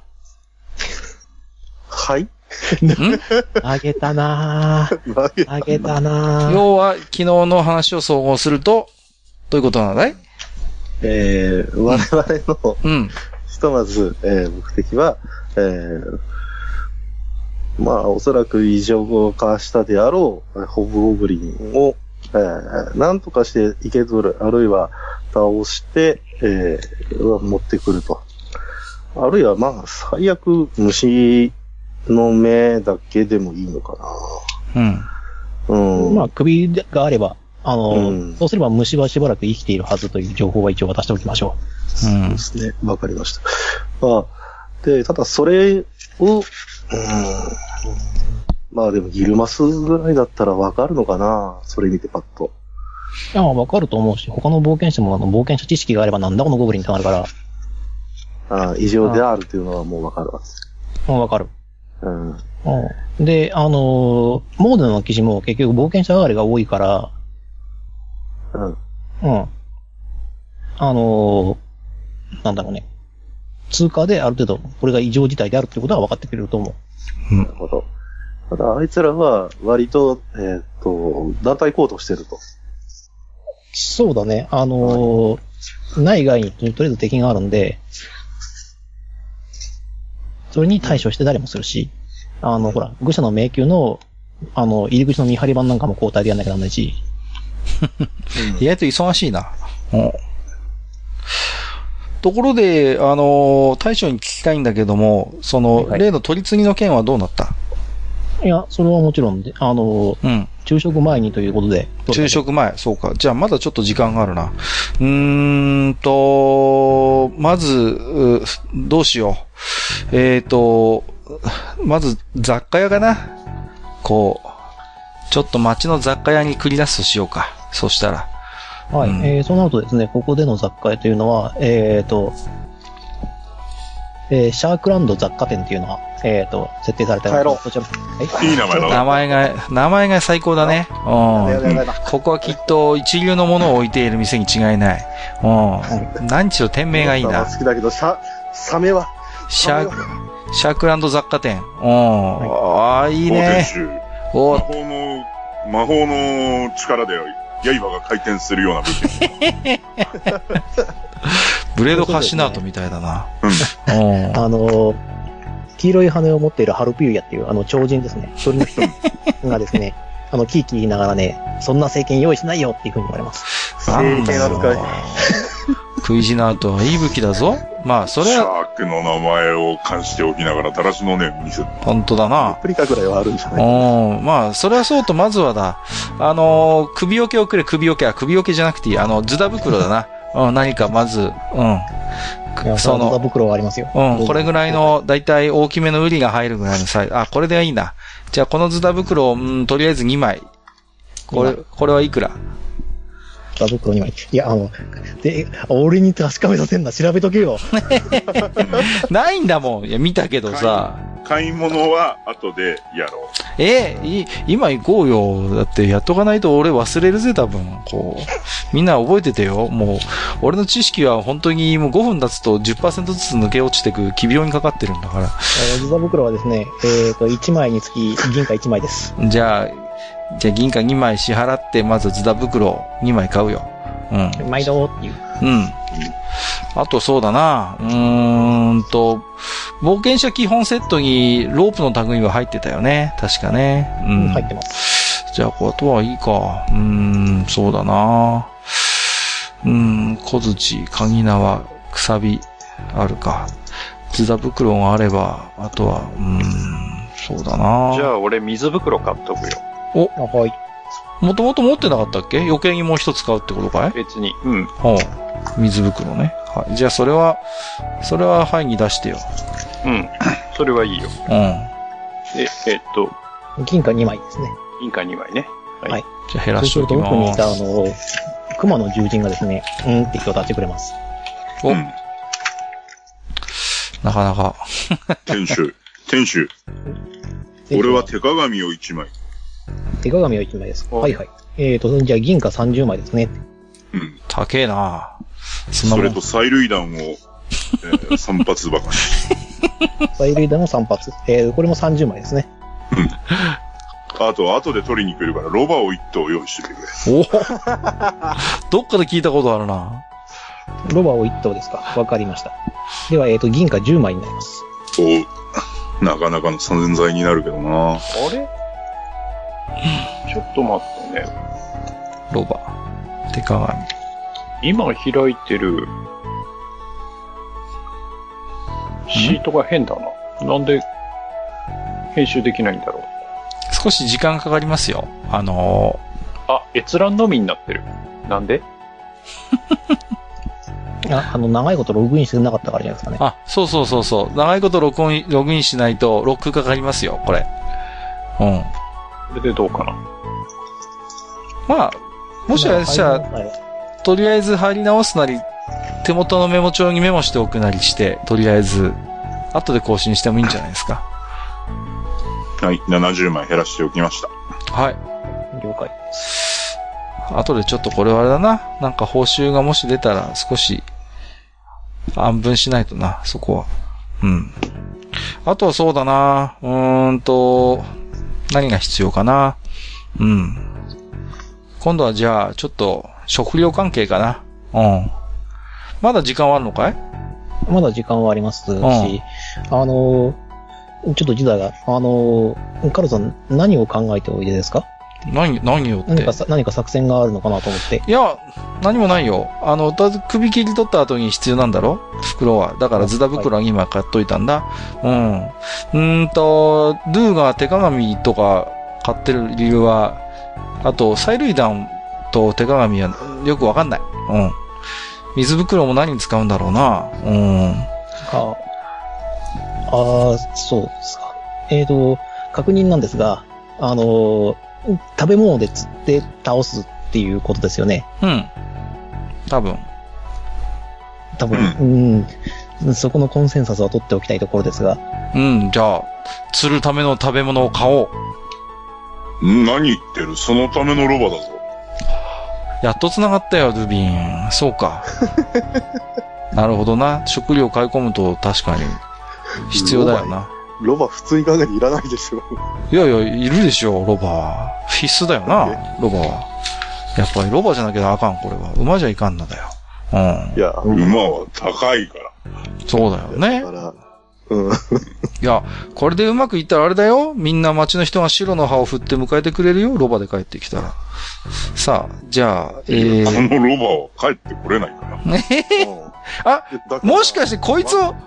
はい。 あげたなぁ。 要は、昨日の話を総合すると、どういうことなんだい？ 我々の、ひとまず、目的は、まあ、おそらく異常化したであろう、ホブゴブリンを、なんとかして生け捕る、あるいは倒して、持ってくると。あるいは、まあ、最悪、虫の目だけでもいいのかな。 まあ、首があれば、そうすれば虫はしばらく生きているはずという情報は一応渡しておきましょう。そうですね。わかりました。まあ、で、ただそれを、まあでもギルマスぐらいだったらわかるのかな？それ見てパッと。 いや、わかると思うし、他の冒険者も冒険者知識があればなんだこのゴブリンってなるから。 異常であるというのはもうわかるわけです。 わかる。で、モーデの記事も結局冒険者上がりが多いから、なんだろうね。通過である程度、これが異常事態であるっていうことは分かってくれると思う。なるほど。ただ、あいつらは、割と、団体行動してると。 そうだね。内外にとりあえず敵があるんで、それに対処して誰もするし、ほら、愚者の迷宮の、入り口の見張り板なんかも交代でやんなきゃなんないし。 意外と忙しいな。 ところで、大将に聞きたいんだけども、その、例の取り次ぎの件はどうなった？ いや、それはもちろんで、昼食前にということで。 昼食前、そうか。じゃあまだちょっと時間があるな。まず、どうしよう。まず雑貨屋かな。こう、ちょっと街の雑貨屋に繰り出すとしようか。そうしたら。 はい。そうなるとですね、ここでの雑貨屋というのは、シャークランド雑貨店っていうのが、設定されてます。こちら、 はい。いい名前だ。 名前が最高だね。ここはきっと一流のものを置いている店に違いない。何しろ店名がいいな。 好きだけど、サメは。 シャークランド雑貨店。いいね。 魔法の力で刃が回転するような武器。 ブレードカシナートみたいだな。 黄色い羽を持っているハルピューヤっていう、超人ですね。鳥の人がですね、キーキー言いながらね、そんな政権用意しないよっていう風に言われます。 政権扱い。 クイジナートはいい武器だぞ。まあ、それは。 シャークの名前を冠しておきながら、だらしのね、見せる。 本当だな。 プリカぐらいはあるんじゃないまあ、それはそうと、まずはだ。首桶をくれ、首桶じゃなくていい。ズダ袋だな。何かまず、 ズダ袋はありますよ。 これぐらいの、だいたい大きめのウリが入るぐらいのサイズ。これでいいな。じゃあ、このズダ袋を、とりあえず2枚。これはいくら？ ズダ袋2枚。いや、俺に確かめさせんな、調べとけよ。 ないんだもん。いや、見たけどさ。 買い物は後でやろう。 今行こうよ。だってやっとかないと俺忘れるぜ、多分。みんな覚えててよ。もう、俺の知識は本当にもう5分経つと 10% ずつ抜け落ちてく奇病にかかってるんだから。 ズダ袋はですね、1枚につき銀貨1枚です。 じゃあ銀貨2枚支払って、まずズダ袋2枚買うよ。 毎度っていう。 あとそうだな。冒険者基本セットにロープの類は入ってたよね。確かね。 入ってます。 じゃあ、あとはいいか。そうだな。小槌、鍵縄、くさび、あるか。ズダ袋があれば、あとは、そうだな。 じゃあ、俺水袋買っとくよ。 はい。 もともと持ってなかったっけ？余計にもう一つ買うってことかい？ 別に。 水袋ね。はい。じゃあ、それは、はいに出してよ。 それはいいよ。 銀貨2枚ですね。 銀貨2枚ね。 はい。じゃあ減らしておきます。 奥にいた熊の獣人がですね、って人を出してくれます。 なかなか。 店主。俺は手鏡を1枚。 手鏡を1枚です。はいはい。じゃあ銀貨30枚ですね。 高えな。 それと催涙弾を、3発ばかり。 催涙弾を3発。これも30枚ですね。 あと、後で取りに来るから、ロバを1頭用意してくれ。 どっかで聞いたことあるな。 ロバを1頭ですか。わかりました。では、銀貨10枚になります。 なかなかの散財になるけどな。 あれちょっと待ってね。 ロバ。手鏡。 今開いてるシートが変だな。なんで編集できないんだろう。 少し時間かかりますよ。 閲覧のみになってる。なんで長いことログインしてなかったからじゃないですかね。 そう。長いことログインしないとロックかかりますよ、これ。これでどうかな。 まあ、もしかしたら、とりあえず入り直すなり、手元のメモ帳にメモしておくなりして、とりあえず、後で更新してもいいんじゃないですか。 はい、70枚減らしておきました。 はい。 了解。 後でちょっとこれはあれだな。なんか報酬がもし出たら少し、安分しないとな、そこは。あとはそうだな。何が必要かな。今度はじゃあ、ちょっと、食料関係かな。まだ時間はあるのかい？ まだ時間はありますし、ちょっと時代が、カルさん何を考えておいでですか？ 何よって。 何か作戦があるのかなと思って。 いや、何もないよ。首切り取った後に必要なんだろ袋は。だからズダ袋は今買っといたんだ。ドゥが手鏡とか買ってる理由は、あと、催涙弾と手鏡はよくわかんない。水袋も何に使うんだろうな。 そうですか。確認なんですが、食べ物で釣って倒すっていうことですよね。 多分、 そこのコンセンサスは取っておきたいところですが。 じゃあ、釣るための食べ物を買おう。 何言ってる？そのためのロバだぞ。 やっと繋がったよ、ルビン。そうか。なるほどな。食料買い込むと確かに必要だよな。 ロバ普通に考えていらないでしょ。 いや、いるでしょ、ロバは。必須だよな、ロバは。やっぱりロバじゃなきゃあかん、これは。馬じゃいかんのだよ。 いや、馬は高いから。 そうだよね。いや、これでうまくいったらあれだよ。みんな街の人が白の葉を振って迎えてくれるよ、ロバで帰ってきたら。さあ、じゃあ、このロバは帰ってこれないから。 もしかしてこいつを、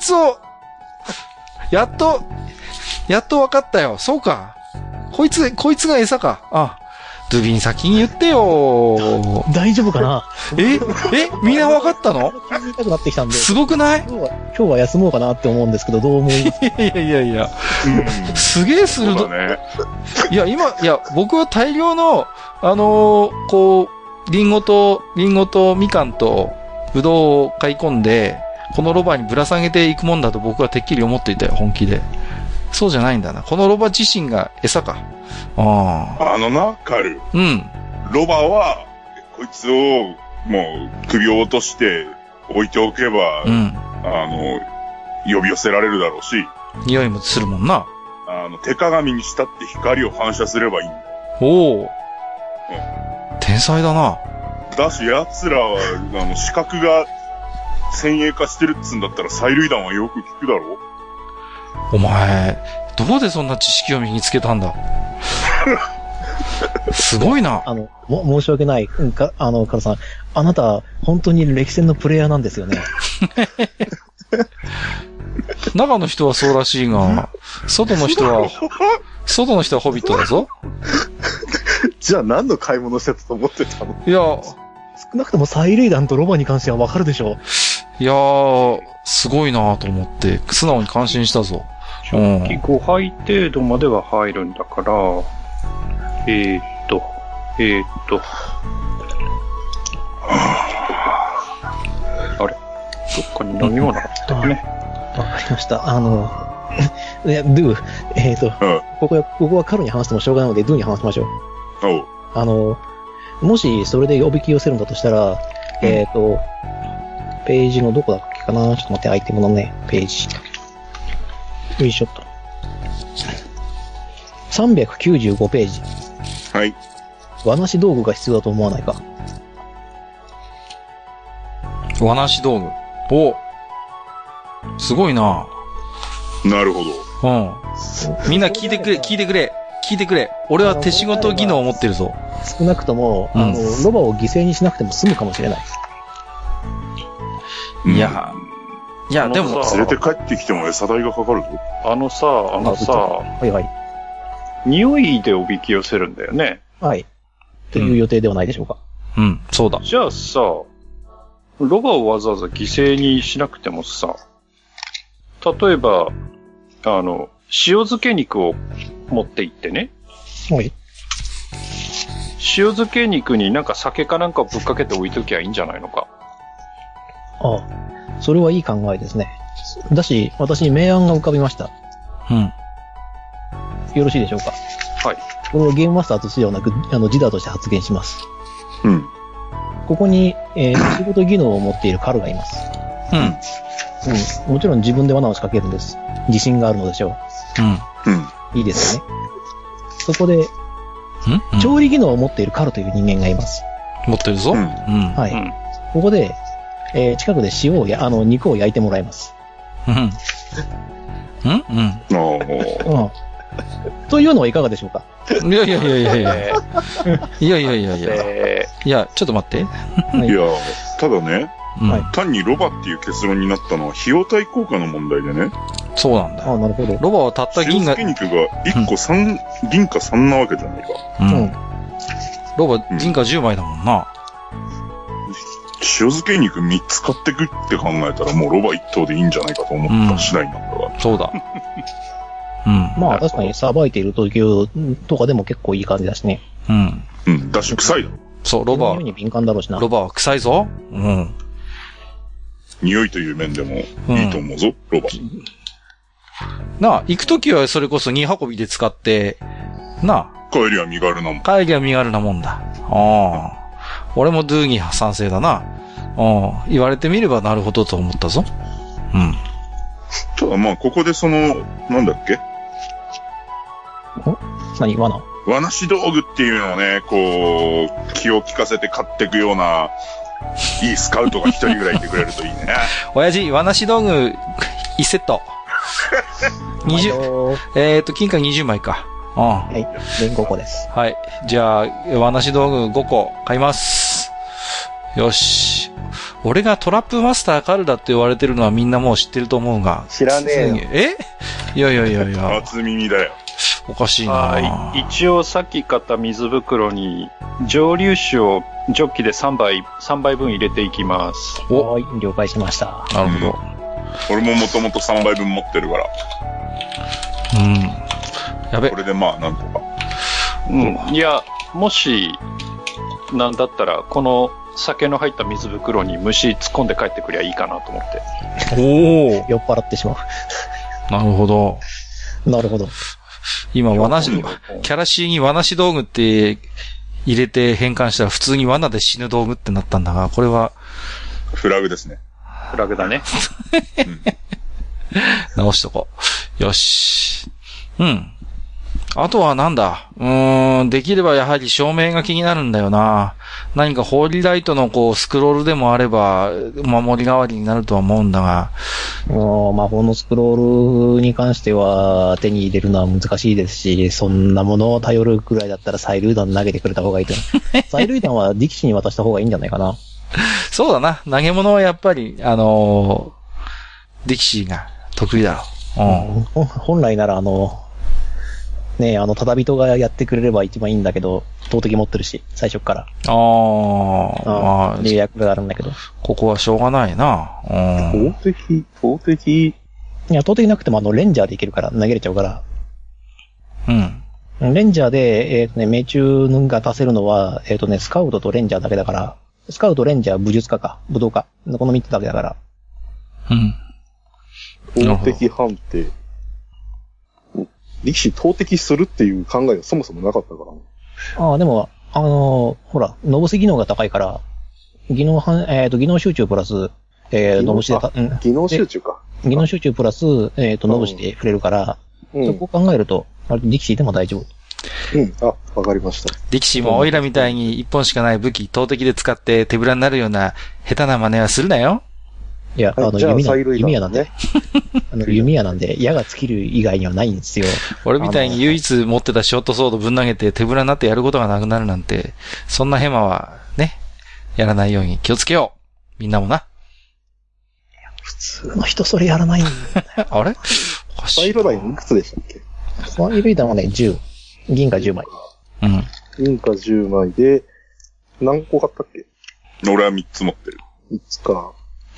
やっと分かったよ。そうか。こいつが餌か。ドゥビン先に言ってよ。 大丈夫かな？ みんな分かったの？ 気づきたくなってきたんで。 すごくない？ 今日は休もうかなって思うんですけど、どう思います？ いや。すげえ鋭い。ね。僕は大量の、リンゴとみかんとぶどうを買い込んで、このロバにぶら下げていくもんだと僕はてっきり思っていたよ、本気で。そうじゃないんだな。このロバ自身が餌か。 カル。ロバは、こいつを、もう、首を落として、置いておけば、呼び寄せられるだろうし。 匂いもするもんな。 手鏡にしたって光を反射すればいいんだ。 天才だな。 だし、奴らは、視覚が、先鋭化してるっつんだったら、催涙弾はよく効くだろ？ お前、どうでそんな知識を身につけたんだ？すごいな。 申し訳ない。カルさん。あなた、本当に歴戦のプレイヤーなんですよね。 中の人はそうらしいが、外の人はホビットだぞ。 じゃあ何の買い物してたと思ってたの？ いや、 少なくとも催涙弾とロバに関してはわかるでしょ。 いやー、すごいなと思って、素直に感心したぞ。 5杯程度までは入るんだから、あれ？どっかに飲み物あったよね。 わかりました。いや、ここはカルに話してもしょうがないので、ドゥに話しましょう。もし、それでおびき寄せるんだとしたら、ページのどこだっけかな？ちょっと待って、アイテムのね、ページ。よいしょっと。395ページ。 はい。 和なし道具が必要だと思わないか？ 和なし道具。すごいな。 なるほど。 みんな聞いてくれ。俺は手仕事技能を持ってるぞ。 少なくとも、ロバを犠牲にしなくても済むかもしれない。 いや、でも、 連れて帰ってきても餌代がかかるぞ。 はいはい。 匂いでおびき寄せるんだよね。 はい。という予定ではないでしょうか。 そうだ。 じゃあさ、ロバをわざわざ犠牲にしなくてもさ、例えば、塩漬け肉を持って行ってね。 はい。 塩漬け肉になんか酒かなんかをぶっかけて置いときゃいいんじゃないのか。 それはいい考えですね。だし、私に明暗が浮かびました。よろしいでしょうか？ はい。 これをゲームマスターとしてではなく、ジダーとして発言します。ここに、仕事技能を持っているカルがいます。もちろん自分で罠を仕掛けるんです。自信があるのでしょう。いいですよね。そこで、調理技能を持っているカルという人間がいます。 持ってるぞ。 はい。ここで、近くで肉を焼いてもらいます。 というのはいかがでしょうか？ いやいやいやいやいや。いやいやいやいや。いや、ちょっと待って。 いや、ただね、単にロバっていう結論になったのは費用対効果の問題でね。 そうなんだ。 あ、なるほど。 ロバはたった銀が。 塩漬け肉が1個3、銀貨3なわけじゃないか。 うん。ロバ、銀貨10枚だもんな。 塩漬け肉3つ買ってくって考えたらもうロバ1頭でいいんじゃないかと思った次第なんだが。 そうだ。うん。 まあ確かにさばいている時とかでも結構いい感じだしね。 うん。 うん。だし臭いだろ。 そう、ロバ。 匂いに敏感だろうしな。 ロバは臭いぞ。うん。 匂いという面でもいいと思うぞ、ロバ。 なあ、行くときはそれこそ2運びで使って、なあ。 帰りは身軽なもん。 帰りは身軽なもんだ。ああ。俺もドゥーギー賛成だな。言われてみればなるほどと思ったぞ。うん。 ただまあ、ここでなんだっけ？ 何？罠し道具っていうのをね、こう、気を利かせて買っていくような、いいスカウトが一人ぐらいいてくれるといいね。 親父、罠し道具、1セット。金貨20枚か。 はい。連5個です。 はい。じゃあ、罠し道具5個買います。よし。俺がトラップマスターカルダって言われてるのはみんなもう知ってると思うが。 知らねえよ。 いやいやいやいや。 初耳だよ。 おかしいな。 一応さっき買った水袋に蒸留酒をジョッキで3杯分入れていきます。 はい、了解しました。 なるほど。 俺ももともと3杯分持ってるから。 うん。やべ。 これでまあ、なんとか。 うん。いや、もし、なんだったら、この酒の入った水袋に虫突っ込んで帰ってくりゃいいかなと思って。 おお。酔っ払ってしまう。なるほど。 なるほど。 今、キャラ C に罠し道具って入れて変換したら普通に罠で死ぬ道具ってなったんだが、これは。 フラグですね。 フラグだね。 うん、直しとこう。よし。うん。あとはなんだできればやはり照明が気になるんだよな。何かホーリーライトのスクロールでもあれば、守り代わりになるとは思うんだが。 魔法のスクロールに関しては手に入れるのは難しいですし、そんなものを頼るくらいだったらサイルーダン投げてくれた方がいいと思う。サイルーダンはディキシに渡した方がいいんじゃないかな。 そうだな。投げ物はやっぱり、ディキシーが得意だろう。 本来ならねえ、ただ人がやってくれれば一番いいんだけど、投擲持ってるし、最初から。役があるんだけど。 ここはしょうがないな。 投擲いや、投擲なくてもレンジャーでいけるから、投げれちゃうから。 うん。 レンジャーで、命中が出せるのは、スカウトとレンジャーだけだから、スカウト、レンジャー、武術家か、武道家。この3つだけだから。 うん。 投擲判定。力士投擲するっていう考えがそもそもなかったからね。 ああ、でも、ほら、のぼせ技能が高いから、技能集中プラス、のぼしで、 技能集中か。 技能集中プラス、のぼしで触れるから、そこを考えると、力士でも大丈夫。 うん、わかりました。 力士もオイラみたいに一本しかない武器、投擲で使って手ぶらになるような下手な真似はするなよ。 いや、弓矢なんで。弓矢なんで、矢が尽きる以外にはないんですよ。 俺みたいに唯一持ってたショートソードぶん投げて手ぶらになってやることがなくなるなんて、そんなヘマはね、やらないように気をつけよう。みんなもな。 普通の人それやらないんだよ。 あれサイロダインいくつでしたっけ？ サイロダインはね、10。銀貨10枚。 うん。 銀貨10枚で、何個買ったっけ？ 俺は3つ持ってる。 3つか。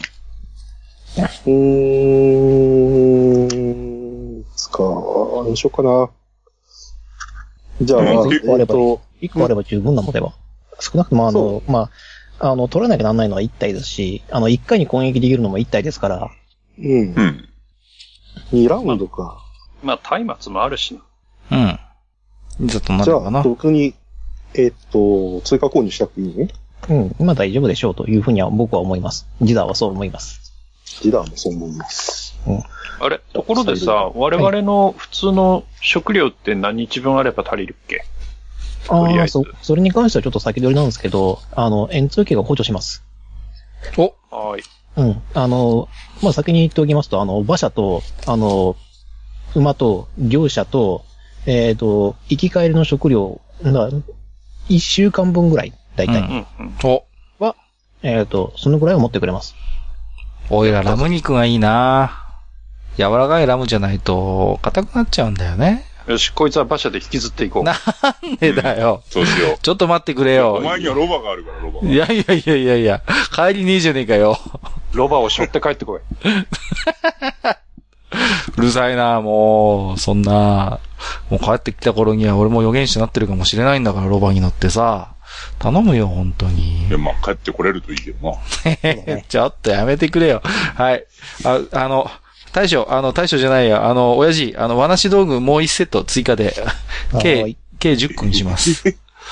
どうしようかな。じゃあ、 1個あれば十分なのでは。少なくとも取らなきゃなんないのは1体ですし、1回に攻撃できるのも1体ですから。 うん。2ラウンドか。 まあ、松明もあるしな。うん。ちょっとなるかな。 じゃあ、特に、追加購入したくていいね。 うん。まあ大丈夫でしょうというふうには僕は思います。ジダーはそう思います。 ジダーもそう思います。 うん。 あれ、ところでさ、我々の普通の食料って何日分あれば足りるっけ？ それに関してはちょっと先取りなんですけど、N2 系が補助します。 お、はい。 うん。先に言っておきますと、馬車と、馬と、業者と、 生き返りの食料、1週間分ぐらい、だいたい。は、そのぐらいを持ってくれます。 おいらラム肉がいいな。柔らかいラムじゃないと、硬くなっちゃうんだよね。 よし、こいつは馬車で引きずっていこう。 なんでだよ。 そうしよう。 ちょっと待ってくれよ。 お前にはロバがあるから、ロバが。 いや、帰りねえじゃねえかよ。 ロバを背負って帰ってこい。 うるさいな、もう、そんな。もう帰ってきた頃には俺も予言者になってるかもしれないんだから、ロバに乗ってさ。頼むよ、本当に。 いや、まあ、帰ってこれるといいけどな。 ちょっとやめてくれよ。はい。大将じゃないや、親父、和なし道具もう1セット追加で、計10個にします。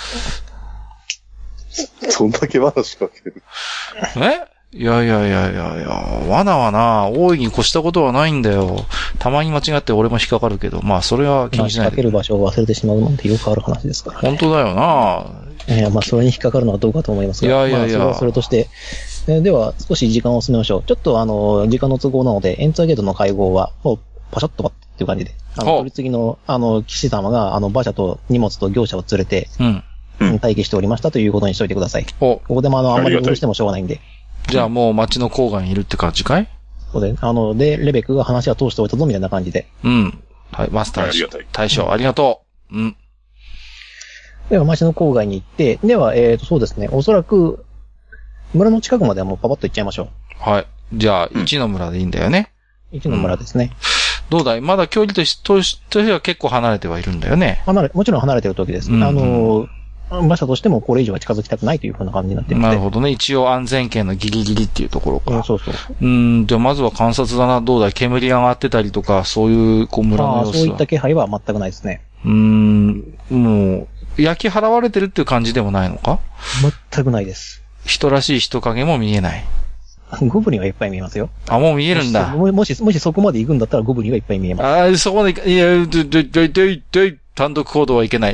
そんだけ話かける。 いや、罠はな、大いに越したことはないんだよ。たまに間違って俺も引っかかるけど、まあ、それは気にしないで。 仕掛ける場所を忘れてしまうなんてよくある話ですからね。 本当だよな。 まあ、それに引っかかるのはどうかと思いますが。 いや。 まあ、それはそれとして、では、少し時間を進めましょう。ちょっと時間の都合なので、エンツァーゲートの会合は、もう、パシャッとパッっていう感じで、取り次ぎの、騎士様が、馬車と荷物と業者を連れて、待機しておりましたということにしといてください。ここでもあんまりどうしてもしょうがないんで。 じゃあもう街の郊外にいるって感じかい？ そうで、で、レベックが話は通しておいたぞみたいな感じで。 はい、マスター大将、ありがとう。 では、街の郊外に行って、では、そうですね、おそらく、村の近くまではもうパパッと行っちゃいましょう。 はい。じゃあ、1の村でいいんだよね。 1の村ですね。 どうだい？まだ距離としては結構離れてはいるんだよね。 もちろん離れてる時です。馬車としてもこれ以上は近づきたくないという風な感じになっています。 なるほどね。一応安全圏のギリギリっていうところか。 そう。 じゃあまずは観察だな。どうだい？煙上がってたりとか、そういう、村の様子は。 そういった気配は全くないですね。 もう、焼き払われてるっていう感じでもないのか？ 全くないです。 人らしい人影も見えない。 ゴブリンはいっぱい見えますよ。 あ、もう見えるんだ。 もしそこまで行くんだったらゴブリンはいっぱい見えます。 そこまで、いや、単独行動はいけない。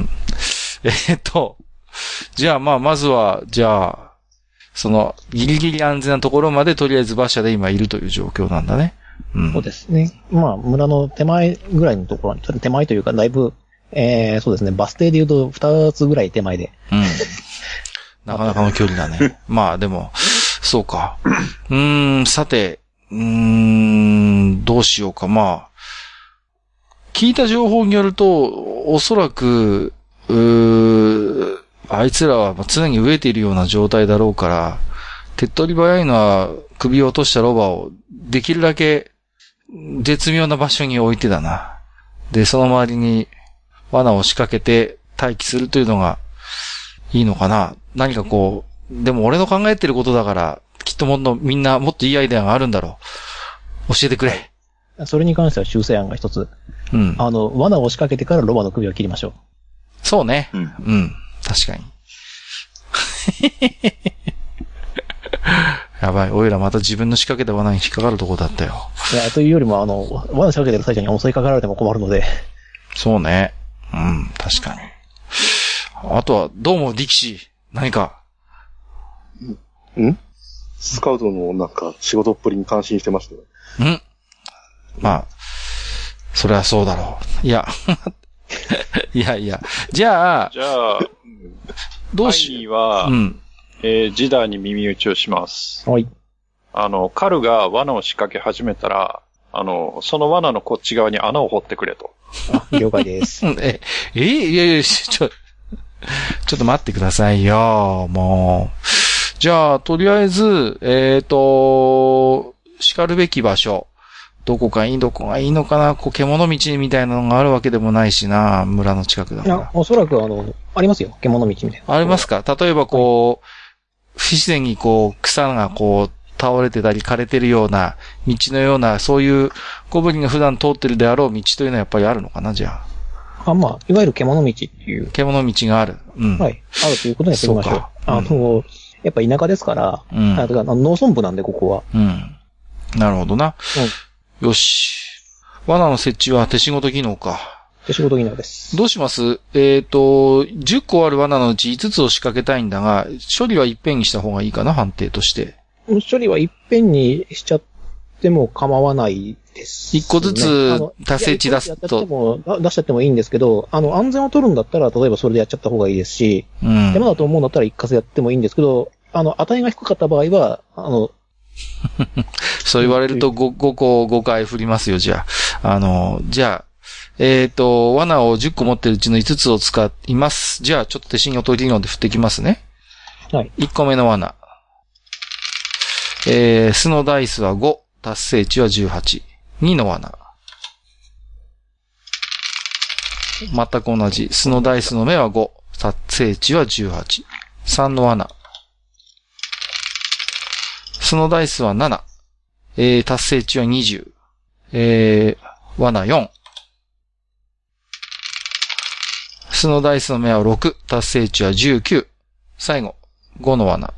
じゃあまずは、その、ギリギリ安全なところまでとりあえず馬車で今いるという状況なんだね。 そうですね。まあ、村の手前ぐらいのところに、手前というかだいぶ、そうですね、バス停で言うと2つぐらい手前で。 なかなかの距離だね。まあでも、そうか。さて、どうしようか。まあ、聞いた情報によると、おそらく、あいつらは常に飢えているような状態だろうから、手っ取り早いのは首を落としたロバをできるだけ絶妙な場所に置いてだな。で、その周りに罠を仕掛けて待機するというのがいいのかな。何かこう、でも俺の考えてることだから、きっとみんなもっといいアイデアがあるんだろう。教えてくれ。 それに関しては修正案が一つ。罠を仕掛けてからロバの首を切りましょう。 そうね。確かに。やばい。おいらまた自分の仕掛けた罠に引っかかるとこだったよ。 いや、というよりも罠仕掛けてる最中に襲いかかられても困るので。 そうね。確かに。あとは、どうも力士、何か。 スカウトのなんか仕事っぷりに感心してましたよ。 まあ、それはそうだろう。いや、じゃあ、どうしよう。 は、ジダーに耳打ちをします。 はい。 カルが罠を仕掛け始めたら、その罠のこっち側に穴を掘ってくれと。 了解です。 いや、ちょっと待ってくださいよ、もう。じゃあ、とりあえず、叱るべき場所。どこがいいのかな、獣道みたいなのがあるわけでもないしな、村の近くだから。 いや、おそらくありますよ、獣道みたいな。 ありますか？例えば不自然に草が倒れてたり枯れてるような道のような、そういうゴブリンが普段通ってるであろう道というのはやっぱりあるのかな、じゃあ。 まあ、いわゆる獣道っていう。 獣道がある。 はい。あるということにしてみましょう。やっぱ田舎ですから、農村部なんで、ここは。 なるほどな。よし。罠の設置は手仕事技能か。 手仕事技能です。 どうします？10個ある罠のうち5つを仕掛けたいんだが、処理は一遍にした方がいいかな、判定として。 処理は一遍にしちゃっても構わないです、ね。 一個ずつ達成値出すと。 出しちゃってもいいんですけど、安全を取るんだったら、例えばそれでやっちゃった方がいいですし、山だと思うんだったら一括やってもいいんですけど、値が低かった場合は、 そう言われると5個5回振りますよ、じゃあ。じゃあ、罠を10個持ってるうちの5つを使います。じゃあ、ちょっと手信用取り理論で振っていきますね。 はい。 1個目の罠。素のダイスは5、達成値は18。2の罠。全く同じ。素のダイスの目は5、達成値は18。3の罠。素のダイスは7、達成値は20。罠4。素のダイスの目は6、達成値は19。最後、5の罠。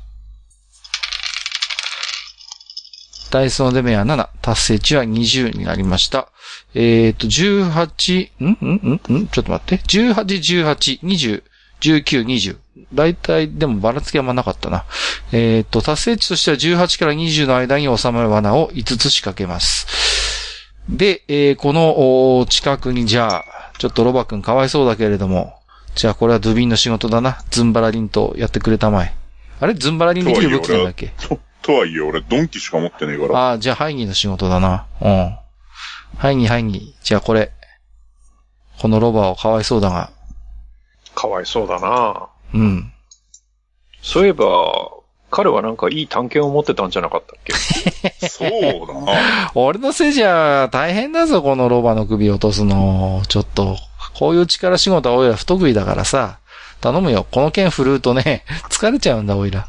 ダイスの出目は7、達成値は20になりました。18、ちょっと待って。18、18、20、19、20。だいたい、でもばらつきはあんまなかったな。達成値としては18から20の間に収まる罠を5つ仕掛けます。で、この近くにじゃあ、ちょっとロバ君かわいそうだけれども、じゃあこれはドゥビンの仕事だな。ズンバラリンとやってくれたまえ。あれズンバラリンできる武器なんだっけ？ とはいえ俺ドンキしか持ってねえから。 ああ、じゃあハイギーの仕事だな。うん。ハイギー。じゃあこれ。このロバをかわいそうだが。 かわいそうだな。 うん。 そういえば、彼はなんかいい探検を持ってたんじゃなかったっけ？ そうだな。 俺のせいじゃ大変だぞ、このロバの首落とすの。ちょっと、こういう力仕事はおいら不得意だからさ、頼むよ。この剣振るうとね、疲れちゃうんだ、おいら。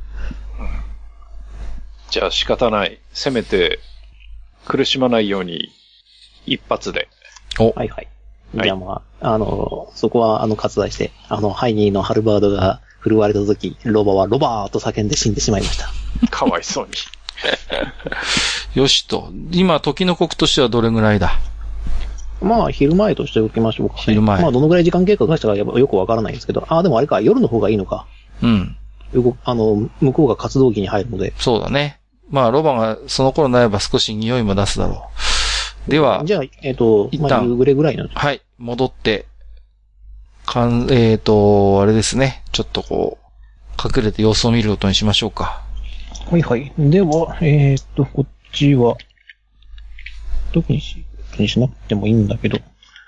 じゃあ仕方ない。せめて、苦しまないように、一発で。 はいはい。じゃあまあ、そこは割愛して、ハイニーのハルバードが振るわれたとき、ロバはロバーと叫んで死んでしまいました。 かわいそうに。 よしと。今、時の刻としてはどれぐらいだ？ まあ、昼前としておきましょうか、ね。 昼前。 まあ、どのぐらい時間経過がしたかよくわからないんですけど、でもあれか、夜の方がいいのか。 うん。 向こうが活動期に入るので。 そうだね。まあ、ロバがその頃になれば少し匂いも出すだろう。では、 じゃあ、 一旦、 まあ、夕暮れぐらいの。 はい、戻って、あれですね。ちょっとこう、隠れて様子を見ることにしましょうか。 はいはい。では、こっちは、特にしなくてもいいんだけど。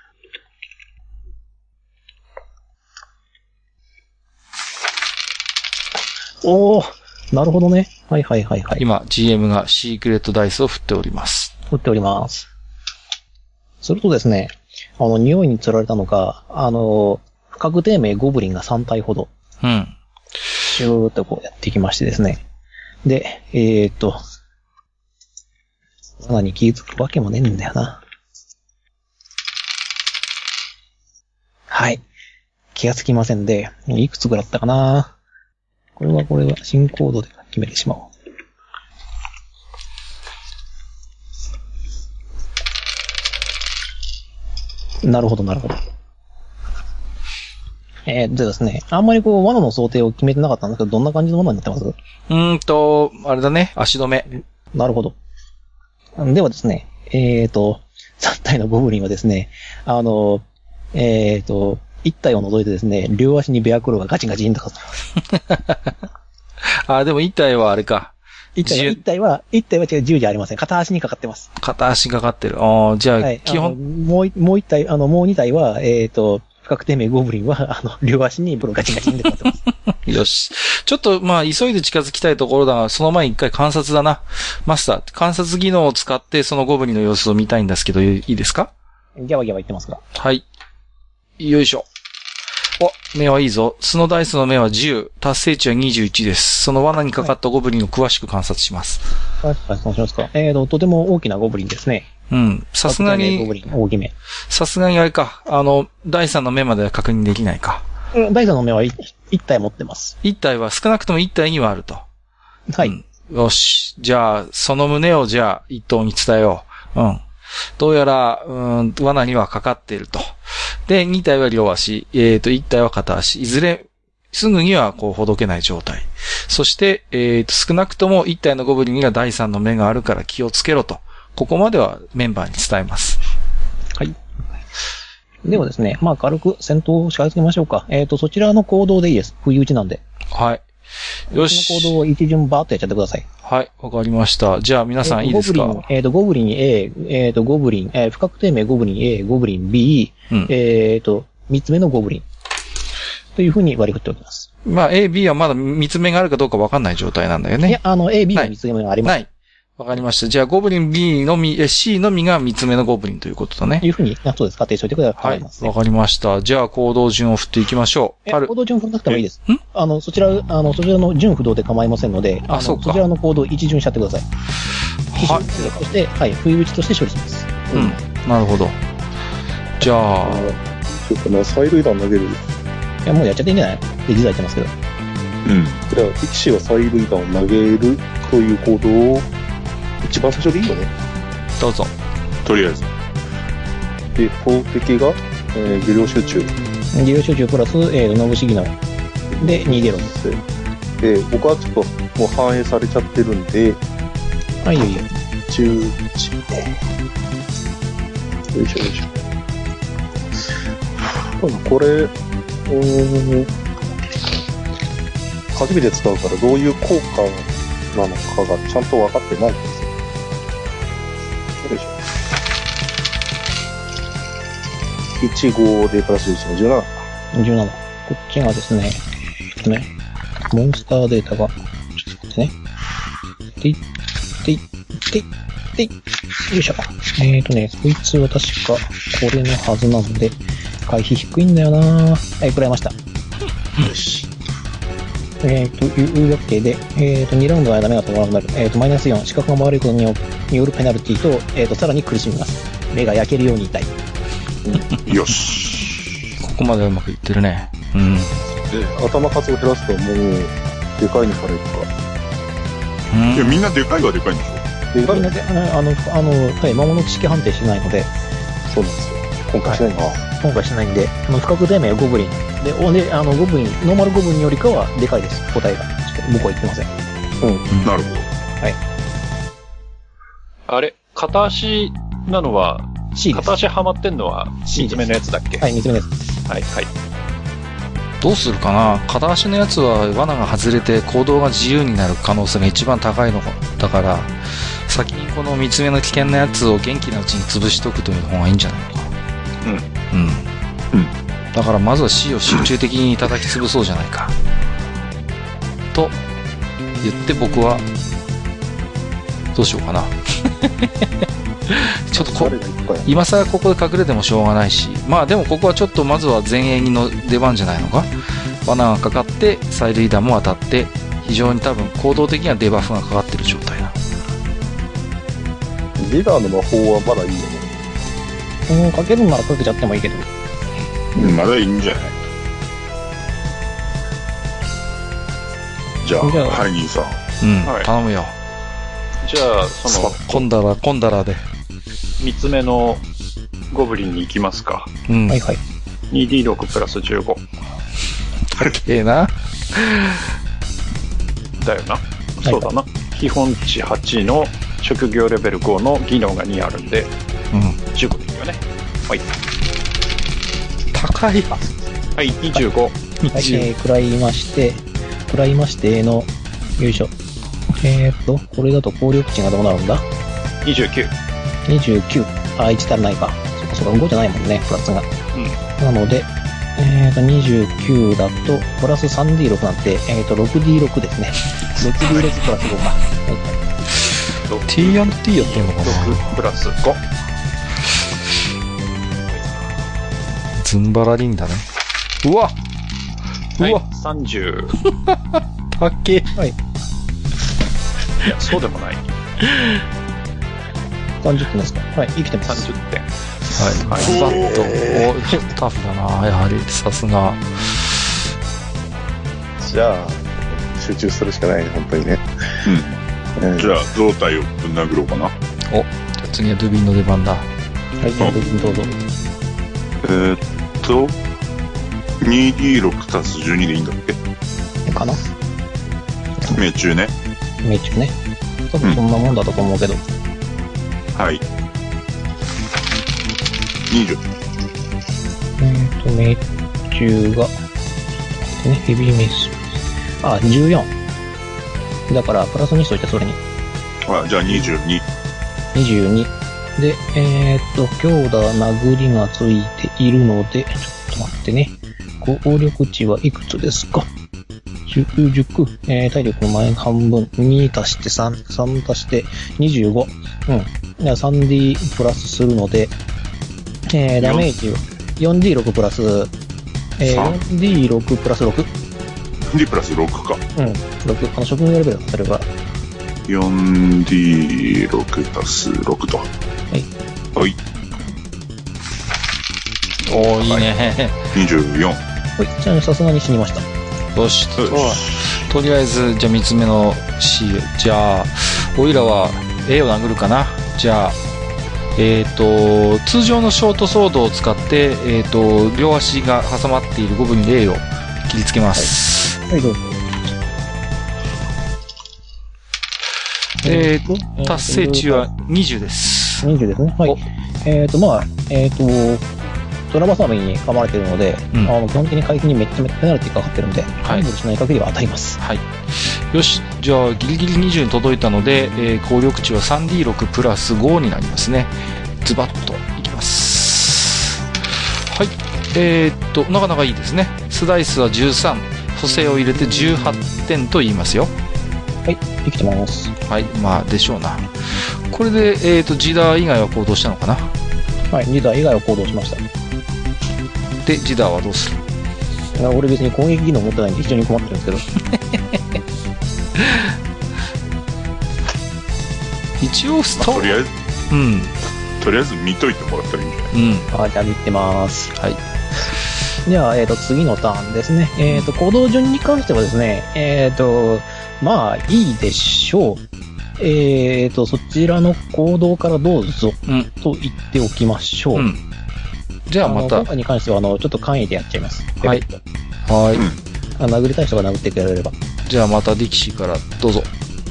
おー、なるほどね。はいはいはいはい。 今、GM がシークレットダイスを振っております。 振っております。するとですね、匂いに釣られたのか、不確定名ゴブリンが3体ほど。 うん。 シューっとこうやっていきましてですね。で、罠に気づくわけもねえんだよな。はい。気がつきませんで、いくつぐらいだったかな。これは、新コードで決めてしまおう。なるほど、なるほど。でですね、あんまりこう、罠の想定を決めてなかったんですけど、どんな感じの罠になってます？ あれだね、足止め。 なるほど。ではですね、3体のゴブリンはですね、1体を除いてですね、両足にベアクロがガチンガチンとか。 でも1体はあれか。 1体は違う、銃じゃありません。片足にかかってます。 片足かかってる。じゃあ、はい、基本。 もう2体は、不確定名ゴブリンは、両足にブロガチンガチンでかかってます。 よし。ちょっと、まあ、急いで近づきたいところだが、その前に一回観察だな。マスター、観察技能を使って、そのゴブリンの様子を見たいんですけど、いいですか？ ギャバギャバ言ってますか？ はい。よいしょ。目はいいぞ。素のダイスの目は10、達成値は21です。その罠にかかったゴブリンを詳しく観察します。 はい、そうしますか。とても大きなゴブリンですね。 うん。さすがに、 大きめ。 さすがにあれか。第3の目までは確認できないか。 第3の目は1体持ってます。 1体は少なくとも1体にはあると。 はい。 よし。じゃあ、その胸をじゃあ、1頭に伝えよう。うん。どうやら、罠にはかかっていると。で、2体は両足、1体は片足。いずれ、すぐにはこうほどけない状態。そして、少なくとも1体のゴブリンには第3の目があるから気をつけろと。 ここまではメンバーに伝えます。 はい。ではですね、まあ軽く戦闘を仕掛けましょうか。そちらの行動でいいです。不意打ちなんで。 はい。よし。 この行動を一巡バーっとやっちゃってください。 はい、わかりました。じゃあ皆さんいいですか？ ゴブリン A、ゴブリン、不確定名ゴブリン A、ゴブリン B、三つ目のゴブリン。という風に割り振っておきます。 まあ A、B はまだ三つ目があるかどうかわかんない状態なんだよね。 いや、A、B の三つ目があります。 ない。わかりました。じゃあゴブリン B のみ、C のみが三つ目のゴブリンということだね。 いう風に、そうです。仮定しておいてください。 はい。わかりました。じゃあ行動順を振っていきましょう。 行動順振らなくてもいいです。そちらの順不動で構いませんので、 そうか。 そちらの行動を一巡しちゃってください。はい。そして、はい、不意打ちとして処理します。 なるほど。じゃあ、 そうかな、催涙弾投げる。 いや、もうやっちゃっていいんじゃないで、実は言ってますけど。 じゃあ、敵士は催涙弾を投げるという行動を、一番最初でいいよね。 どうぞ。 とりあえず。 で、投擲が、技量集中。 技量集中プラス、ノブシギナで 2D6 です。 で、僕はちょっともう反映されちゃってるんで、 はい、いいよ。 11。よいしょよいしょ。これ、初めて使うからどういう効果なのかがちゃんと分かってないんですよ。よいしょ。15でプラス11の17。 17。こっちがですね、モンスターデータが、ちょっと待ってね。でい、よいしょ。こいつは確か、これのはずなので、回避低いんだよなぁ。はい、食らいました。よし。というわけで、2ラウンドの間目が止まらなくなる。マイナス4、視覚が悪いことによるペナルティと、さらに苦しみます。目が焼けるように痛い。 よし。 ここまではうまくいってるね。 で、頭数を減らすともう、でかいにされるから。 いや、みんなでかいはでかいんでしょ？ でかいので、はい、魔物知識判定してないので、 そうなんですよ。今回しないんです。 今回しないんで、不確定名はゴブリン。で、ゴブリン、ノーマルゴブリンよりかはでかいです、答えが。僕は言ってません。 なるほど。 はい。 あれ、片足なのは、 C です。 片足はまってんのは、三つ目のやつだっけ？ はい、三つ目のやつです。 はい、はい。 どうするかな？片足のやつは罠が外れて行動が自由になる可能性が一番高いのだから、先にこの三つ目の危険なやつを元気なうちに潰しとくという方がいいんじゃないのか。だからまずは C を集中的に叩き潰そうじゃないか。と言って僕はどうしようかな。ちょっと今更ここで隠れてもしょうがないし、まあでもここはちょっとまずは前衛の出番じゃないのか。罠がかかって催涙弾も当たって非常に多分行動的にはデバフがかかってる状態だ。 リーダーの魔法はまだいいよね。 かけるならかけちゃってもいいけど。 まだいいんじゃない？じゃあ、ハイニーさん。 はい、 頼むよ。 じゃあ、 今だらで。 三つ目のゴブリンに行きますか。 はいはい。 2D6 プラス15。 な。 だよな。そうだな。基本値8の職業レベル5の技能が2あるんで、15でいいよね。はい。 高い。 はい、25。 はい、食らいましての、よいしょ。これだと効力値がどうなるんだ 29。 1足らないか。そっか、5じゃないもんね、プラスが。なので、29だと、プラス 3D6 なんて、6D6 ですね。6D6 プラス5か。 T&T やってんのかな？ 6プラス5。 ズンバラリンだね。うわ、 はい、30。 たっけ。 はい。 いや、そうでもない。 30点ですか？はい、生きてます。 30点。 はい。スパッと。タフだな、やはり、さすが。 じゃあ、集中するしかないね、本当にね。 じゃあ、胴体をぶん殴ろうかな。 じゃあ次はドゥビンの出番だ。はい、ドゥビンどうぞ。 2D6 足す12でいいんだっけ？ かな？ 命中ね。 命中ね。多分そんなもんだと思うけど。 はい。20。 命中が、ヘビーメス。14。だから、プラス2しといて、それに。 じゃあ22。 22。で、強打殴りがついているので、ちょっと待ってね。効力値はいくつですか？10、体力の前半分、2足して3足して25。うん。3D プラスするので、ダメージは 4D6 プラス、4D6 プラス 6。 D プラス6か。 うん、6。職業レベルがそれが。 4D6 足す6と。はい。はい。 おー、いいね。 24。 はい、じゃあさすがに死にました。 よし。とりあえず、じゃあ3つ目の C。じゃあ、オイラは A を殴るかな。じゃあ、通常のショートソードを使って、両足が挟まっているゴブリン A を切りつけます。 はい、どうぞ。 達成値は20です。 20ですね。はい。トラバサミに噛まれてるので、基本的に回避にめっちゃペナルティかかってるんで、ハンドルしない限りは当たります。 はい。よし、じゃあギリギリ20に届いたので、効力値は 3D6 プラス5になりますね。ズバッといきます。はい。なかなかいいですね。スダイスは13、補正を入れて18点と言いますよ。 はい、生きてます。 はい、まあでしょうな。これで、ジダー以外は行動したのかな？ はい、ジダー以外は行動しました。 で、ジダーはどうする？ 俺別に攻撃技能持ってないんで非常に困ってるんですけど。 一応とりあえず、とりあえず見といてもらったらいいんじゃない？ じゃあ見てます。 はい。 じゃあ、次のターンですね。行動順に関してはですね、まあ、いいでしょう。そちらの行動からどうぞ、と言っておきましょう。 じゃあまた。 今回に関しては、ちょっと簡易でやっちゃいます。 はい。はい。 殴りたい人が殴ってくれれば。 じゃあまたディキシーからどうぞ。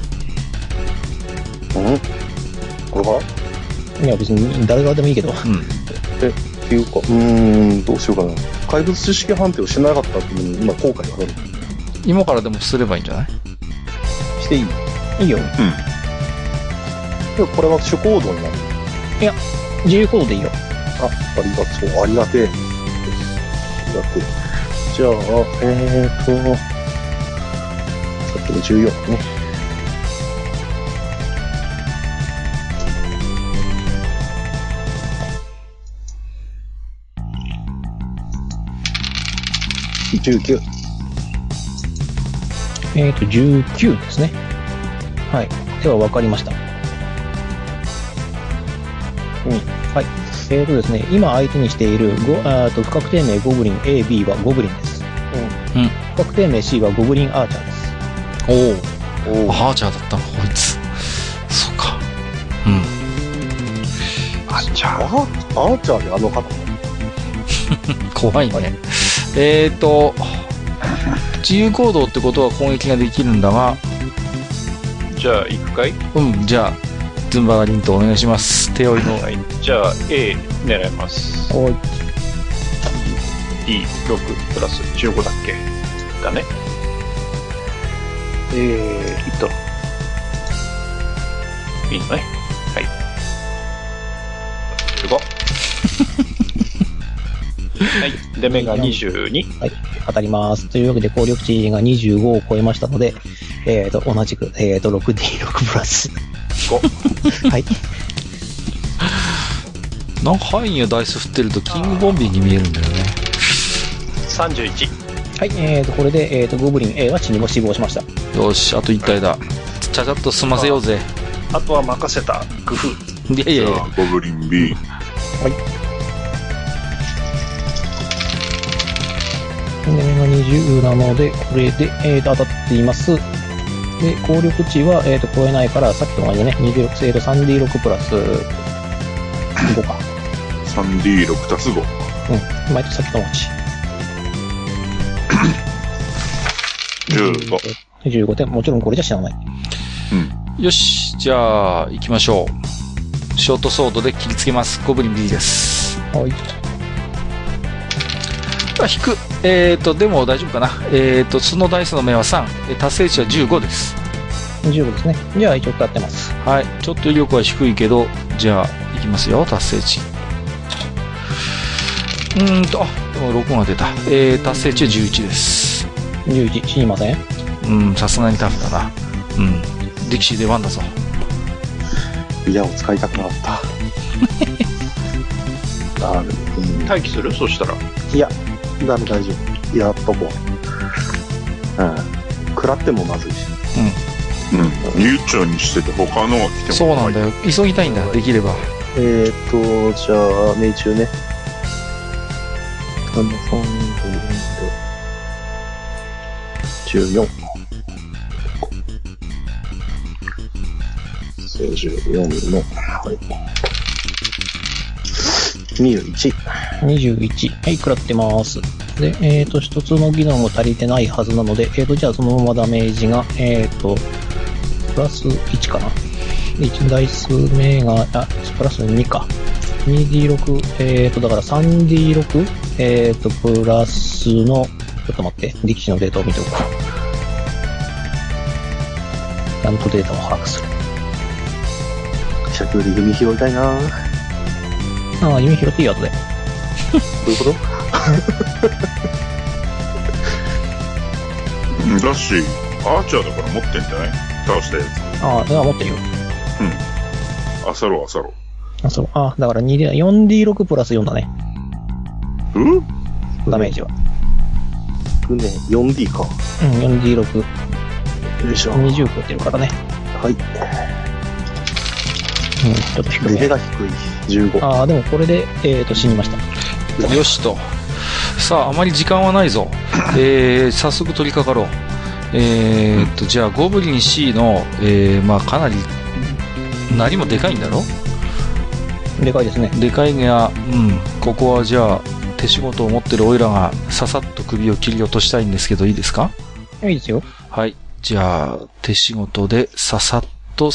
これかいや、別に誰からでもいいけど。 っていうか、どうしようかな。怪物知識判定をしなかったっていうのに今後悔がある。 今からでもすればいいんじゃない？ していい？ いいよ。 でもこれは主行動になる。 いや、自由行動でいいよ。 ありがとう。ありがてえ。じゃあ、さっきの14ね。19。 19ですね。はい。では分かりました。はい。ですね、今相手にしている不確定名ゴブリン A、B はゴブリンです。不確定名 C はゴブリンアーチャーです。 おアーチャーだったの、こいつ。そうか。 アーチャーであの方怖いね。自由行動ってことは攻撃ができるんだが。 じゃあ、行くかい？ じゃあ、ズンバガリンとお願いします。手負いの。 はい。じゃあ、A 狙います。 はい。 D6 プラス15だっけ？だね。いいのね。はい。15。はい。で、目が22。 はい。当たります。というわけで、効力値が25を超えましたので、同じく、6D6 プラス5。はい。 なんか範囲をダイス振ってるとキングボンビーに見えるんだよね。 31。 はい。これで、ゴブリン A は死亡しました。 よし、あと1体だ。ちゃちゃっと済ませようぜ。 あとは任せた。工夫。 いやいやいや。 ゴブリン B。 はい。で、目が20なので、これで、当たっています。で、効力値は、超えないから、さっきと同じね、26、3D6 プラス5か。 3D6 足す5。 毎年さっきと同じ。 15。 15点。もちろんこれじゃ死なない。 よし、じゃあ、行きましょショートソードで切りつけます。ゴブリン B です。 はい。 引く。でも大丈夫かな。そのダイスの目は3。達成値は15です。 15ですね。じゃあ一応使ってます。 はい。ちょっと威力は低いけど、じゃあ、いきますよ。達成値。でも6が出た。達成値は11です。 11、死にません？ さすがにタフだな。力士出番だぞ。 いや、使いたくなかった。 待機する？そしたら。 いや、大丈夫。やっとこう。食らってもまずいし。 流暢にしてて他のが来ても。 そうなんだよ。急ぎたいんだ、できれば。 じゃあ、命中ね。14。14の、はい。21。 はい、食らってます。で、一つの技能も足りてないはずなので、じゃあそのままダメージが、プラス1かな。1ダイス目が、プラス2か。2D6、だから 3D6、プラスの、ちょっと待って、力士のデータを見ておこう。ちゃんとデータを把握する。 シャクより弓拾いたいなぁ。弓拾っていいやつで。 どういうことだし、アーチャーだから持ってんじゃない？倒したやつ。 持ってるよ。 あさろ。 だから 4D6 プラス4だね。ダメージは。 4D か。 4D6。 よいしょ。 20超えてるからね。 はい。 ちょっと低い。 レベが低い。15。 でもこれで、死にました。 よしと。さあ、あまり時間はないぞ。早速取り掛かろう。じゃあ、ゴブリン C の、かなり、なりもでかいんだろ？ でかいですね。 でかいが、ここはじゃあ、手仕事を持ってるオイラが、ささっと首を切り落としたいんですけど、いいですか？ いいですよ。 はい。じゃあ、手仕事で、ささっと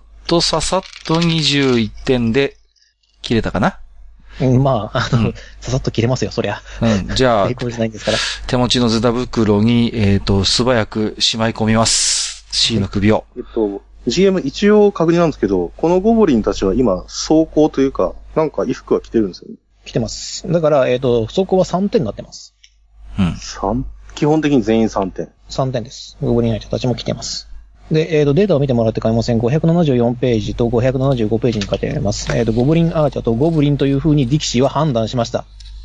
21点で、切れたかな？ ささっと切れますよ、そりゃ。 じゃあ、 成功しないんですから。 手持ちのズダ袋に、素早くしまい込みます。C の首を。 GM 一応確認なんですけど、このゴブリンたちは今、装甲というか、なんか衣服は着てるんですよね。 着てます。だから、装甲は3点になってます。 基本的に全員3点。 3点です。ゴブリンナイトたちも来てます。で、データを見てもらって買いません。574ページと575ページに書いてあります。ゴブリンアーチャーとゴブリンという風にディキシーは判断しました。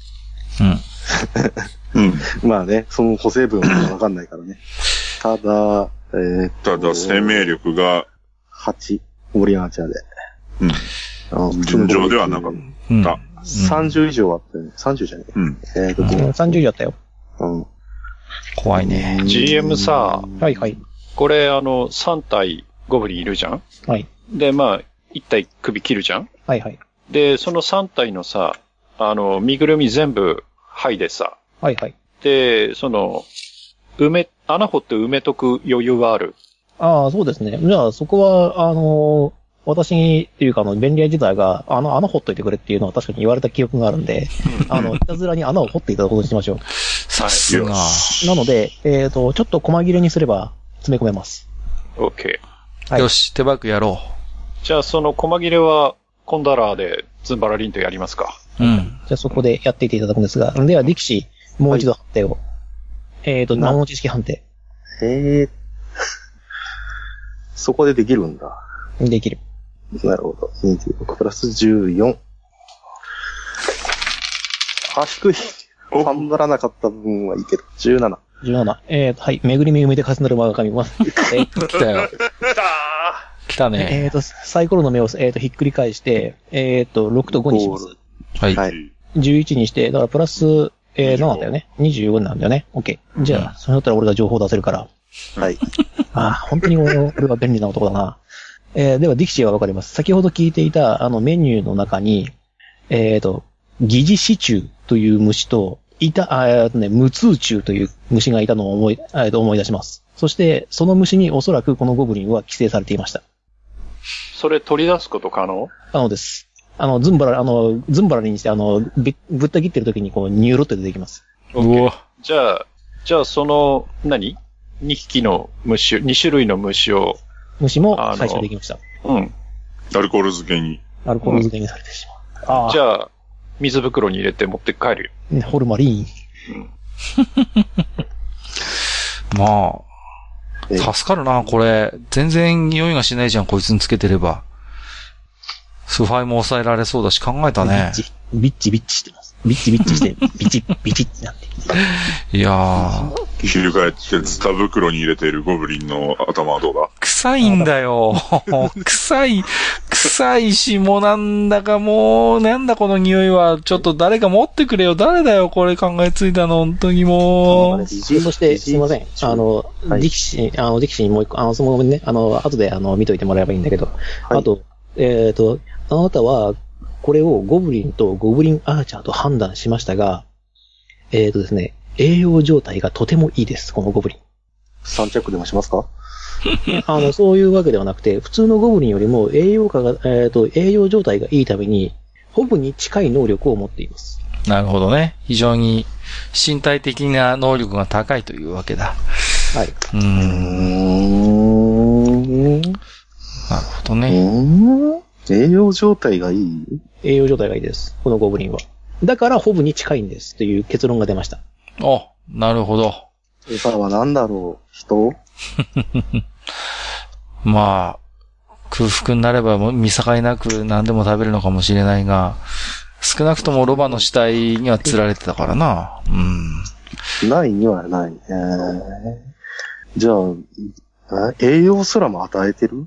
まあね、その補正文はわかんないからね。ただ、 生命力が、 8、ゴブリンアーチャーで。 尋常ではなかった。 30以上あったよね。30じゃねえ。 30以上あったよ。 怖いね。 GM さ、 はいはい。 これ3体ゴブリンいるじゃん？ はい。 で、1体首切るじゃん？ はいはい。 で、その3体のさ、身ぐるみ全部剥いでさ。 はいはい。 で、穴掘って埋めとく余裕はある？ そうですね。じゃあ、そこは、私っていうか、便利屋自体が、穴掘っといてくれっていうのは確かに言われた記憶があるんで、いたずらに穴を掘っていただくことにしましょう。 さすが。 なので、ちょっと細切れにすれば、詰め込めます。 OK。 はい、 よし、手バックやろう。じゃあ、その細切れは、コンダラーでズンバラリンとやりますか。 じゃあ、そこでやっていていただくんですが、では、ディキシー、もう一度判定を。難問知識判定。 そこでできるんだ。 できる。 なるほど。26プラス14。低い。頑張らなかった分はいいけど。17。 はい。巡り目埋めて重なる間が噛みます。 来たよ。来たね。 サイコロの目を、ひっくり返して、6と5にします。 はい。 11にして、だからプラス、何なんだよね。25なんだよね。OK。じゃあ、それだったら俺が情報を出せるから。 はい。 本当に俺は便利な男だな。では、ディキシーはわかります。先ほど聞いていた、メニューの中に、疑似シチュウという虫と、無痛虫という虫がいたのを思い出します。そして、その虫におそらくこのゴブリンは寄生されていました。 それ取り出すこと可能？ です。ズンバラにして、ぶった切ってる時にこう、ニューロって出てきます。 うわ。 じゃあその、2匹の虫、2種類の虫も採取できました。 うん。 アルコール漬けにされてしまう。じゃあ、水袋に入れて持って帰るよ。ホルマリン。 まあ、助かるな、これ。全然匂いがしないじゃん、こいつにつけてれば。腐敗も抑えられそうだし、考えたね。 ビッチしてます。ビッチして、ビチってなって。 いやー。 翻ってツタ袋に入れているゴブリンの頭はどうだ？ 臭いんだよ。臭いし、もうなんだかもう、なんだこの匂いは。ちょっと誰か持ってくれよ。誰だよ、これ考えついたの、本当にもう。 そして、すいません。力士にもう一個、そのままね、後で見といてもらえばいいんだけど。はい、あと、あなたは、これをゴブリンとゴブリンアーチャーと判断しましたが、ですね、栄養状態がとてもいいです、このゴブリン。 3着でもしますか？ そういうわけではなくて、普通のゴブリンよりも栄養状態がいいために、ホブに近い能力を持っています。 なるほどね。非常に身体的な能力が高いというわけだ。 はい。 なるほどね。 栄養状態がいい？ 栄養状態がいいです。このゴブリンは。だからホブに近いんですという結論が出ました。 あ、なるほど。 餌は何だろう？人？ まあ、空腹になれば見境なく何でも食べるのかもしれないが、少なくともロバの死体には釣られてたからな。 ないにはない。じゃあ、栄養すらも与えてる？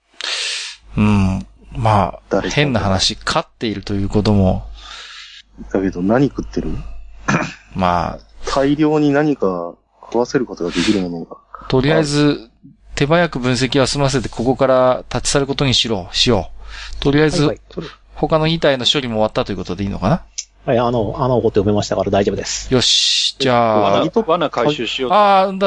まあ、変な話、飼っているということも。 だけど何食ってる？ まあ。 大量に何か食わせることができるものが。 とりあえず、手早く分析は済ませて、ここから立ち去ることにしよう。とりあえず、他の遺体の処理も終わったということでいいのかな？ はい、穴を掘って埋めましたから大丈夫です。 よし、じゃあ。 罠回収しよう。 だって、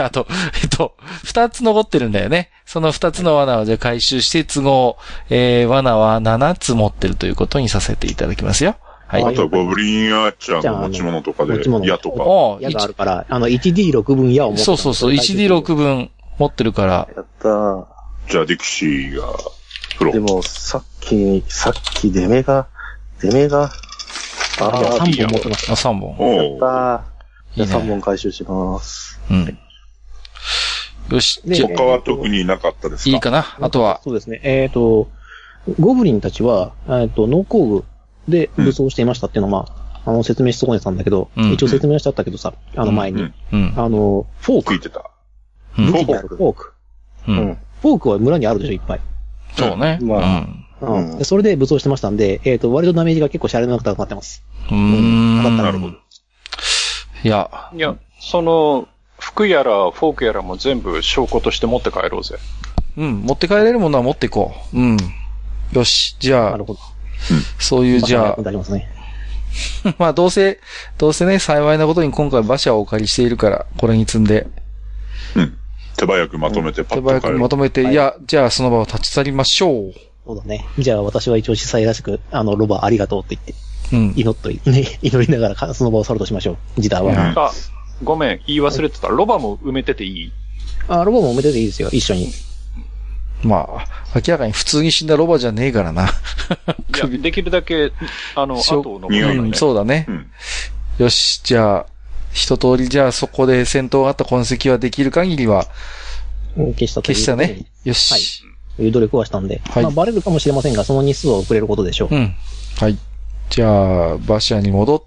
あと、二つ残ってるんだよね。その二つの罠をじゃ回収して、都合、罠は7つ持ってるということにさせていただきますよ。はい。 あとはゴブリンアーチャーの持ち物とかで、矢とか。 矢があるから、1D6 分矢を持ってる。 そう、1D6 分持ってるから。 やったー。 じゃあ、ディクシーが、プロ。 でも、さっき出目が、 3本持ってました。 3本。 やったー。じゃあ3本回収します。 よし。 他は特になかったですか？ いいかな。あとは。 そうですね。ゴブリンたちは、農工具で武装していましたっていうのは、説明し損ねたんだけど、一応説明はしちゃったけどさ、前に。フォーク。 聞いてた。 フォーク。フォークは村にあるでしょ、いっぱい。 そうね。 それで武装してましたんで、割とダメージが結構シャレなくなってます。 なるほど。 いや、 その、服やらフォークやらも全部証拠として持って帰ろうぜ。 持って帰れるものは持っていこう。よし、じゃあ。 なるほど。 そういう、じゃあ。まあ、どうせね、幸いなことに今回馬車をお借りしているから、これに積んで。 手早くまとめてパッと帰る。 手早くまとめて、じゃあその場を立ち去りましょう。 そうだね。じゃあ私は一応司祭らしく、ロバありがとうって言って、祈りながらその場を去るとしましょう。ジダーは。 ごめん、言い忘れてた。ロバも埋めてていい？ ロバも埋めてていいですよ、一緒に。 まあ、明らかに普通に死んだロバじゃねえからな。 いや、できるだけ、後を残らないね。 そうだね。よし、じゃあ、一通りじゃあそこで戦闘があった痕跡はできる限りは、消したね。よし。 努力はしたんで。バレるかもしれませんが、その日数は遅れることでしょう。 はい。じゃあ、馬車に戻って、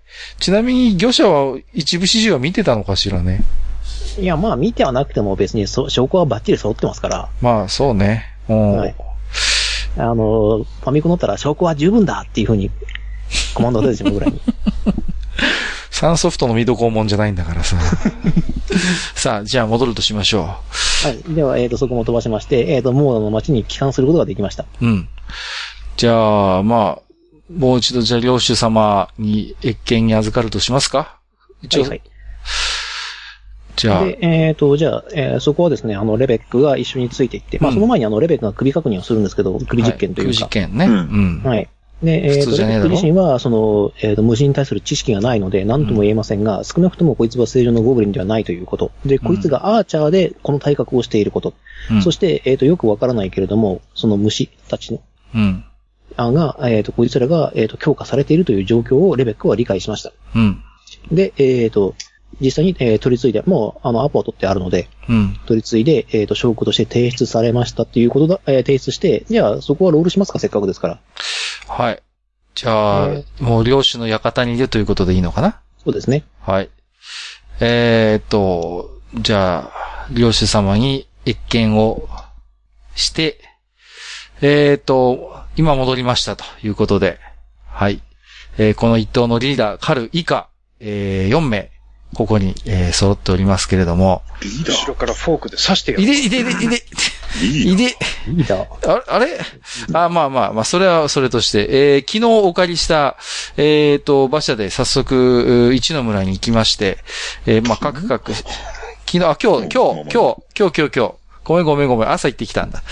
ちなみに漁者は一部始終は見てたのかしらね。 いや、まあ見てはなくても別に証拠はバッチリ揃ってますから。 まあ、そうね。はい。 ファミコン乗ったら証拠は十分だっていう風に、コマンドが出てしまうぐらいに。 サンソフトの水戸黄門じゃないんだからさ。さあ、じゃあ戻るとしましょう。はい。では、そこも飛ばしまして、モーダの町に帰還することができました。 じゃあ、まあ、もう一度じゃあ領主様に謁見に預かるとしますか？一応。 じゃあ。 で、じゃあ、そこはですね、レベックが一緒についていって、まあ、その前にレベックが首確認をするんですけど、首実験というか。 首実験ね。うん。 はい。で、レベック自身は、虫に対する知識がないので、何とも言えませんが、少なくともこいつは正常のゴブリンではないということ。で、こいつがアーチャーでこの体格をしていること。そして、よくわからないけれども、その虫たちの、こいつらが、強化されているという状況をレベックは理解しました。で、実際に、取り継いで、もう、アポは取ってあるので、取り継いで、証拠として提出されましたっていうことだ、提出して、じゃあ、そこはロールしますか、せっかくですから。 はい。じゃあ、もう領主の館にいるということでいいのかな？ そうですね。 はい。じゃあ、領主様に謁見をして、今戻りましたということで、はい。この一党のリーダー、カル以下、4名、ここに、揃っておりますけれども。 後ろからフォークで刺してよ。 いで。あれまあ、それはそれとして、昨日お借りした、馬車で早速、一の村に行きまして、まあ、昨日、今日。ごめん、朝行ってきたんだ。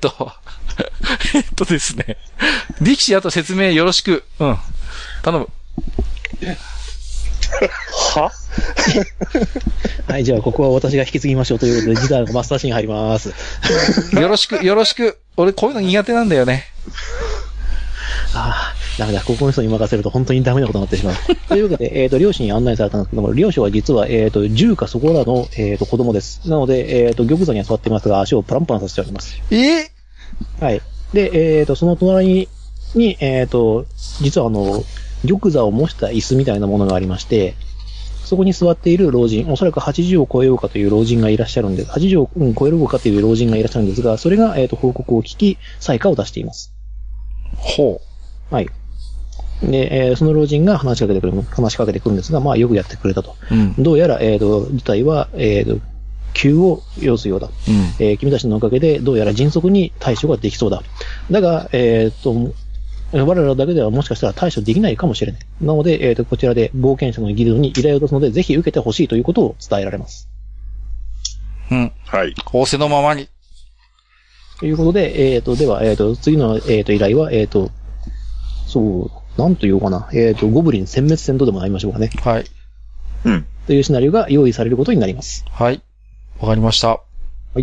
ですね。力士、あと説明よろしく。頼む。 ははい、じゃあここは私が引き継ぎましょうということで、ギターがマスターシーン入ります。 よろしく。俺こういうの苦手なんだよね。 ダメだ。ここの人に任せると本当にダメなことになってしまう。というわけで、領主に案内されたんですけども、領主は実は、10かそこらの、子供です。なので、玉座には座っていますが、足をパランパランさせております。はい。で、その隣に、実は玉座を模した椅子みたいなものがありまして、そこに座っている老人、おそらく80を超えようかという老人がいらっしゃるんです。80を超えようかという老人がいらっしゃるんですが、それが、報告を聞き、裁可を出しています。 ほう。はい。で、その老人が話しかけてくるんですが、まあよくやってくれたと。どうやら、事態は、急を要するようだ。君たちのおかげで、どうやら迅速に対処ができそうだ。だが、我々だけではもしかしたら対処できないかもしれない。なので、こちらで冒険者のギルドに依頼を出すので、ぜひ受けてほしいということを伝えられます。 はい。 仰せのままに。 ということで、では、次の、依頼は、なんと言おうかな。ゴブリン殲滅戦とでもなりましょうかね。 はい。 というシナリオが用意されることになります。 はい。わかりました。 はい。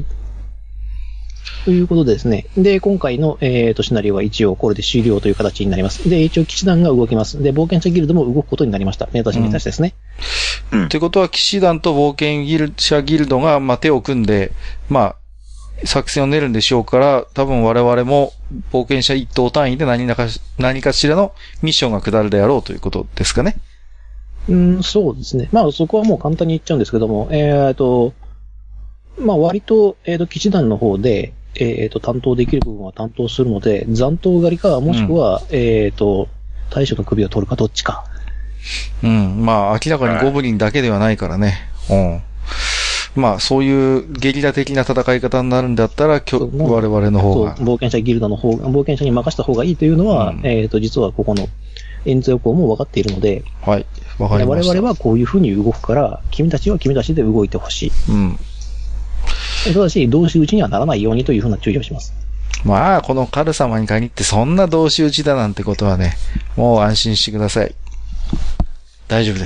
ということでですね。で、今回の、シナリオは一応これで終了という形になります。で、一応騎士団が動きます。で、冒険者ギルドも動くことになりました。目指しですね。 ということは、騎士団と冒険者ギルドが、まあ、手を組んで、まあ、作戦を練るんでしょうから、多分我々も冒険者一党単位で何かしらのミッションが下るであろうということですかね。 そうですね。まあ、そこはもう簡単に言っちゃうんですけども、まあ、割と、騎士団の方で、担当できる部分は担当するので、残党狩りか、もしくは、大将の首を取るかどっちか。 まあ、明らかにゴブリンだけではないからね。まあ、そういうゲリラ的な戦い方になるんだったら、我々の方が。 冒険者ギルドの方が、冒険者に任せた方がいいというのは、実はここの、エンゼオ公も分かっているので、 はい。わかりました。 我々はこういう風に動くから、君たちは君たちで動いてほしい。ただし、同士討ちにはならないようにというふうな注意をします。 まあ、このカル様に限ってそんな同士討ちだなんてことはね、もう安心してください。大丈夫です。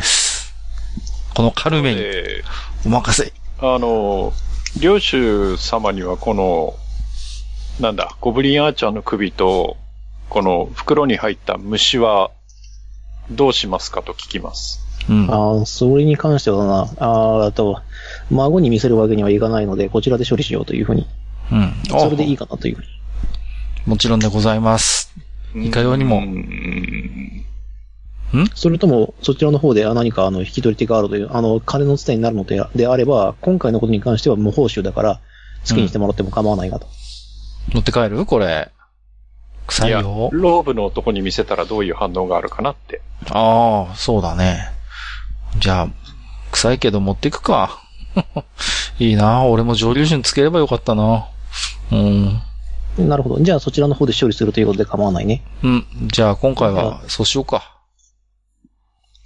このカルメにお任せ。 領主様にはこの、ゴブリンアーチャーの首と、この袋に入った虫はどうしますかと聞きます。 それに関してはな、孫に見せるわけにはいかないので、こちらで処理しようというふうに。それでいいかなというふうに。 もちろんでございます。いかようにも。 それとも、そちらの方で何か引き取り手があるという、金の伝いになるのであれば、今回のことに関しては無報酬だから、好きにしてもらっても構わないかと。 持って帰るこれ。臭いよ。いや、 ローブの男に見せたらどういう反応があるかなって。 そうだね。じゃあ、臭いけど持っていくか。いいな。俺も蒸留酒につければよかったな。 なるほど。じゃあそちらの方で処理するということで構わないね。 じゃあ今回はそうしようか。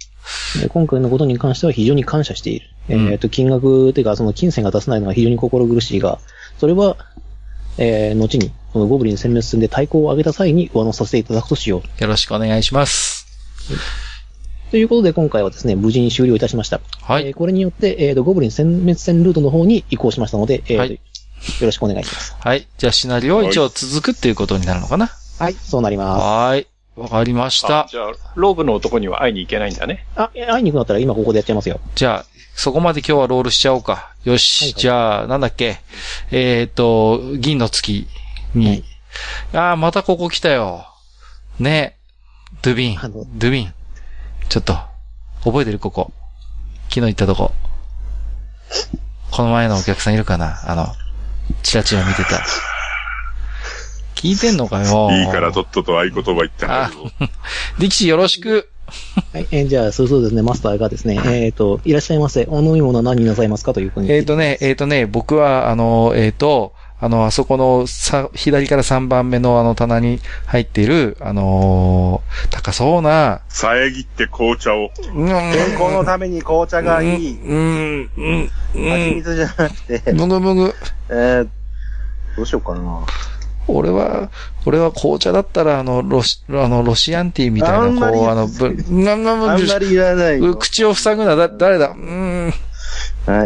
今回のことに関しては非常に感謝している。金額というか、その金銭が出せないのは非常に心苦しいが、それは、後に、このゴブリン殲滅戦で対抗を上げた際に上乗せさせていただくとしよう。 よろしくお願いします。 ということで今回はですね、無事に終了いたしました。 はい。 これによって、ゴブリン殲滅戦ルートの方に移行しましたので、 はい、 よろしくお願いします。 はい。じゃあシナリオは一応続くっていうことになるのかな。 はい、そうなります。 はい。わかりました。 じゃあ、ローブの男には会いに行けないんだね。 会いに行くんだったら今ここでやっちゃいますよ。 じゃあ、そこまで今日はロールしちゃおうか。よし。はいはい、じゃあ、なんだっけ。銀の月に。はい、またここ来たよ。ね。ドゥビン。ちょっと、覚えてるここ。昨日行ったとこ。この前のお客さんいるかなチラチラ見てた。聞いてんのかよ。 いいからとっとと合言葉言ってないぞ。 ディキシーよろしく。 はい、じゃあ、そうですね、マスターがですね、いらっしゃいませ。お飲み物は何になさいますかというふうに。 僕は、あそこの左から3番目の棚に入っている、高そうな。 遮って紅茶を。 健康のために紅茶がいい。蜂蜜じゃなくて。 むぐ。 どうしようかな。 俺は紅茶だったら、ロシアンティーみたいな、 あんまりいらない。 口を塞ぐのは誰だはい。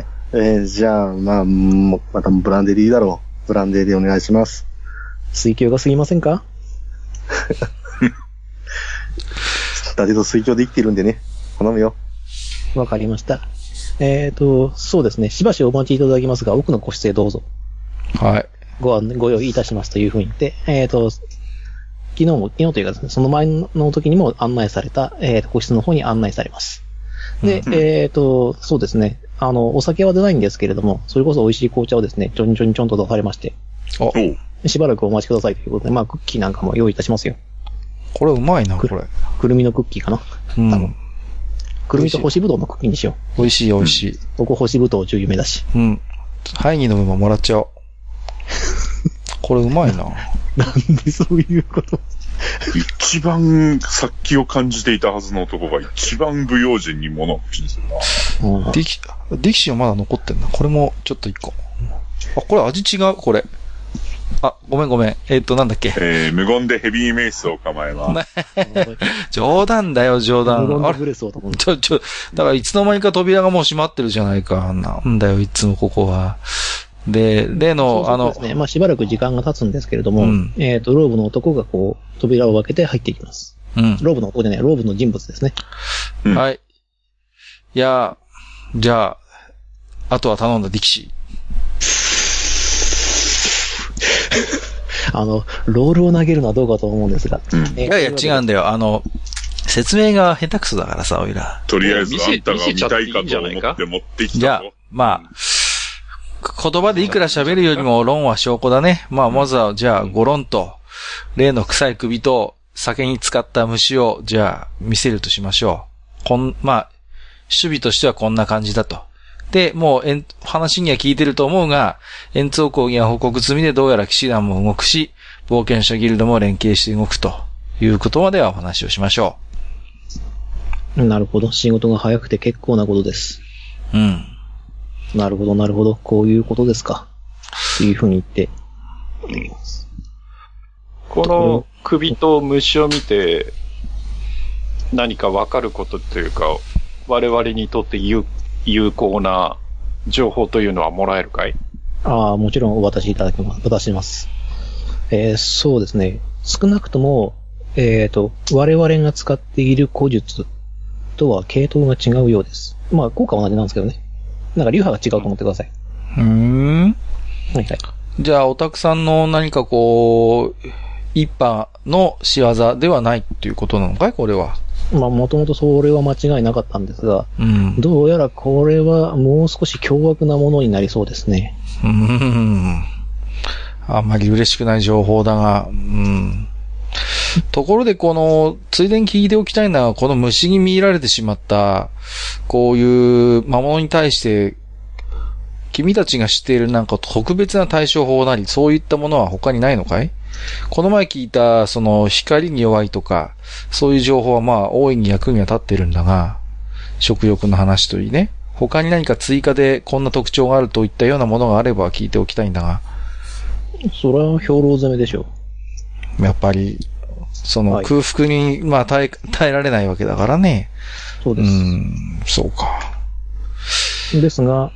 じゃあ、またブランデリーだろう。ブランデリーお願いします。 水郷が過ぎませんかだけど水郷で生きてるんでね。頼むよ。 わかりました。そうですね。しばしお待ちいただきますが、奥の個室へどうぞ。 はい。 ご用意いたしますというふうに言って、昨日というかですね、その前の時にも案内された、個室の方に案内されます。で、そうですね、お酒は出ないんですけれども、それこそ美味しい紅茶をですね、ちょんと出されまして、しばらくお待ちくださいということで、クッキーなんかも用意いたしますよ。 これうまいな、これ。 くるみのクッキーかな。くるみと干しぶどうのクッキーにしよう。美味しい。 ここ干しぶどう中有名だし。 ハイニーの分ももらっちゃおう。これうまいな。 なんでそういうこと一番殺気を感じていたはずの男が一番不用心に物を口にするな。 ディキシーはまだ残ってんな。これもちょっと一個。これ味違うこれ。ごめん。なんだっけ。 無言でヘビーメイスを構えます。 冗談だよ、冗談。 無言でブレスをと思う。 だからいつの間にか扉がもう閉まってるじゃないか。なんだよ、いつもここは。で、例の、 そうですね。しばらく時間が経つんですけれども、ローブの男がこう、扉を開けて入っていきます。ローブの男じゃない、ローブの人物ですね。 はい。いや、じゃあとは頼んだディキシー。ロールを投げるのはどうかと思うんですが。 いや違うんだよ。説明が下手くそだからさ、おいら。 とりあえず、あんたが見たいかと思って持ってきたと。 じゃあ、言葉でいくら喋るよりも論は証拠だね。まずは、じゃあ、ゴロンと、例の臭い首と、酒に使った虫を、じゃあ、見せるとしましょう。守備としてはこんな感じだと。で、もう、話には聞いてると思うが、円通講義は報告済みでどうやら騎士団も動くし、冒険者ギルドも連携して動くということまではお話をしましょう。なるほど。仕事が早くて結構なことです。なるほど。こういうことですか。というふうに言って。 この首と虫を見て、何かわかることというか、我々にとって有効な情報というのはもらえるかい？ もちろんお渡しします。そうですね。少なくとも、我々が使っている古術とは系統が違うようです。効果は同じなんですけどね。なんか流派が違うと思ってください。はい。 じゃあ、オタクさんの何か一派の仕業ではないっていうことなのかいこれは。 もともとそれは間違いなかったんですが、どうやらこれはもう少し凶悪なものになりそうですね。 あんまり嬉しくない情報だが、ところでついでに聞いておきたいのは、この虫に見入られてしまった、こういう魔物に対して、君たちが知っているなんか特別な対処法なり、そういったものは他にないのかい？この前聞いた、光に弱いとか、そういう情報は大いに役には立ってるんだが、 食欲の話といいね。他に何か追加でこんな特徴があるといったようなものがあれば聞いておきたいんだが。 それは兵糧攻めでしょやっぱり、その空腹に、まあ耐えられないわけだからね。 そうです。 そうか。 ですが、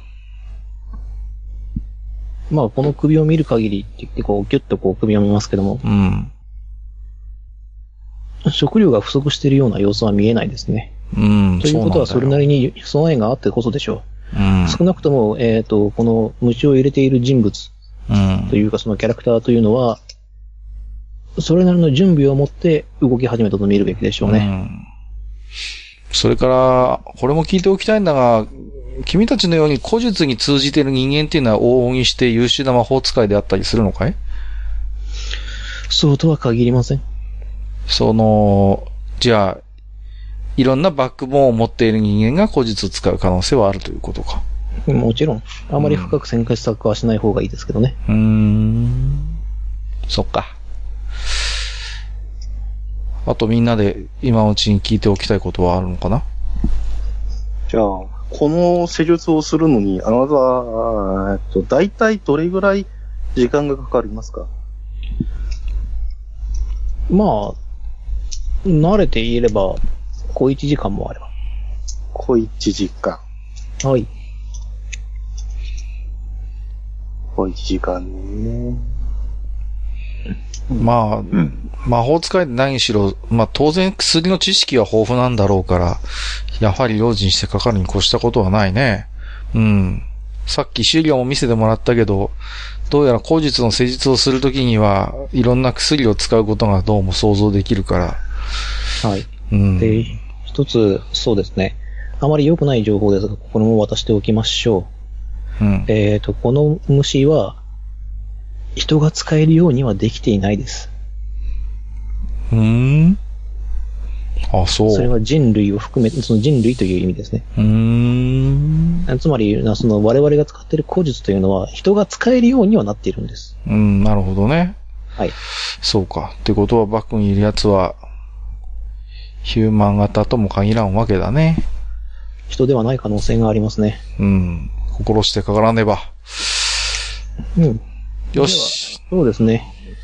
まあこの首を見る限りって言ってこうギュッとこう首を見ますけども、食料が不足しているような様子は見えないですね。ということはそれなりに備えがあってこそでしょう。少なくとも、この虫を入れている人物というかそのキャラクターというのは、それなりの準備を持って動き始めたと見るべきでしょうね。 それから、これも聞いておきたいんだが、君たちのように古術に通じている人間っていうのは往々にして優秀な魔法使いであったりするのかい？ そうとは限りません。 じゃあ、いろんなバックボーンを持っている人間が古術を使う可能性はあるということか。 もちろん。あまり深く戦術策はしない方がいいですけどね。 そっか。あとみんなで今のうちに聞いておきたいことはあるのかな？ じゃあ、この施術をするのに、あなたは、だいたいどれぐらい時間がかかりますか？ まあ、慣れていれば、小1時間もあれば。 小1時間。 はい。 小1時間ね。 まあ、魔法使いで何しろ、まあ当然薬の知識は豊富なんだろうから、やはり用心してかかるに越したことはないね。さっき資料も見せてもらったけど、どうやら古術の施術をするときには、いろんな薬を使うことがどうも想像できるから。 はい。で、一つ、そうですね。あまり良くない情報ですが、これも渡しておきましょう。この虫は、人が使えるようにはできていないです。 あ、そう。 それは人類を含めて、その人類という意味ですね。つまり、その我々が使っている古術というのは、人が使えるようにはなっているんです。 なるほどね。 はい。 そうか。ってことは、バックにいるやつは、ヒューマン型とも限らんわけだね。 人ではない可能性がありますね。 心してかからねば。よし。 そうですね。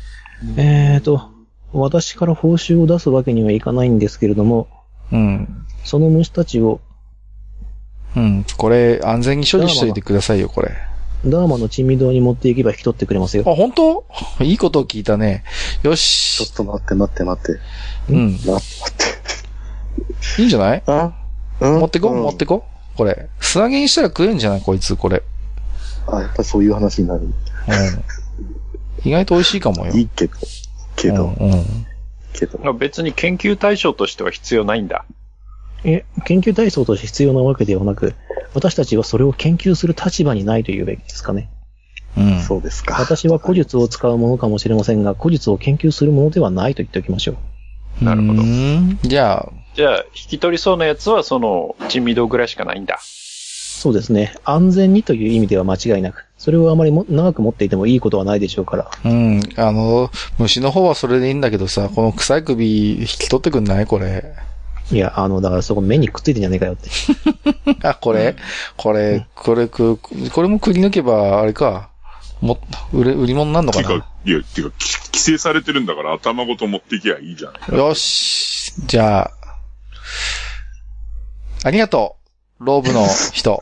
私から報酬を出すわけにはいかないんですけれども、その虫たちを、 これ、安全に処理しといてくださいよ、これ。 ダーマの珍味堂に持っていけば引き取ってくれますよ。 あ、本当？いいことを聞いたね。よし。 ちょっと待って。待って。待って。 いいんじゃない？持ってこ。これ。素揚げにしたら食えんじゃないこいつ、これ。 あ、やっぱりそういう話になる。 意外と美味しいかもよ。 いいけど。 別に研究対象としては必要ないんだ。 研究対象として必要なわけではなく、私たちはそれを研究する立場にないというべきですかね。 そうですか。 私は古術を使うものかもしれませんが、古術を研究するものではないと言っておきましょう。なるほど。 じゃあ、 引き取りそうなやつはその珍味堂ぐらいしかないんだ。 そうですね。安全にという意味では間違いなく、それをあまり長く持っていてもいいことはないでしょうから。 虫の方はそれでいいんだけどさ、この臭い首引き取ってくんないこれ。 いや、だからそこ目にくっついてんじゃねえかよって。 これもくり抜けば、あれか。売り物なんのかな？ てか、規制されてるんだから頭ごと持っていきゃいいじゃん。 よし。じゃあ、ありがとう。ローブの人。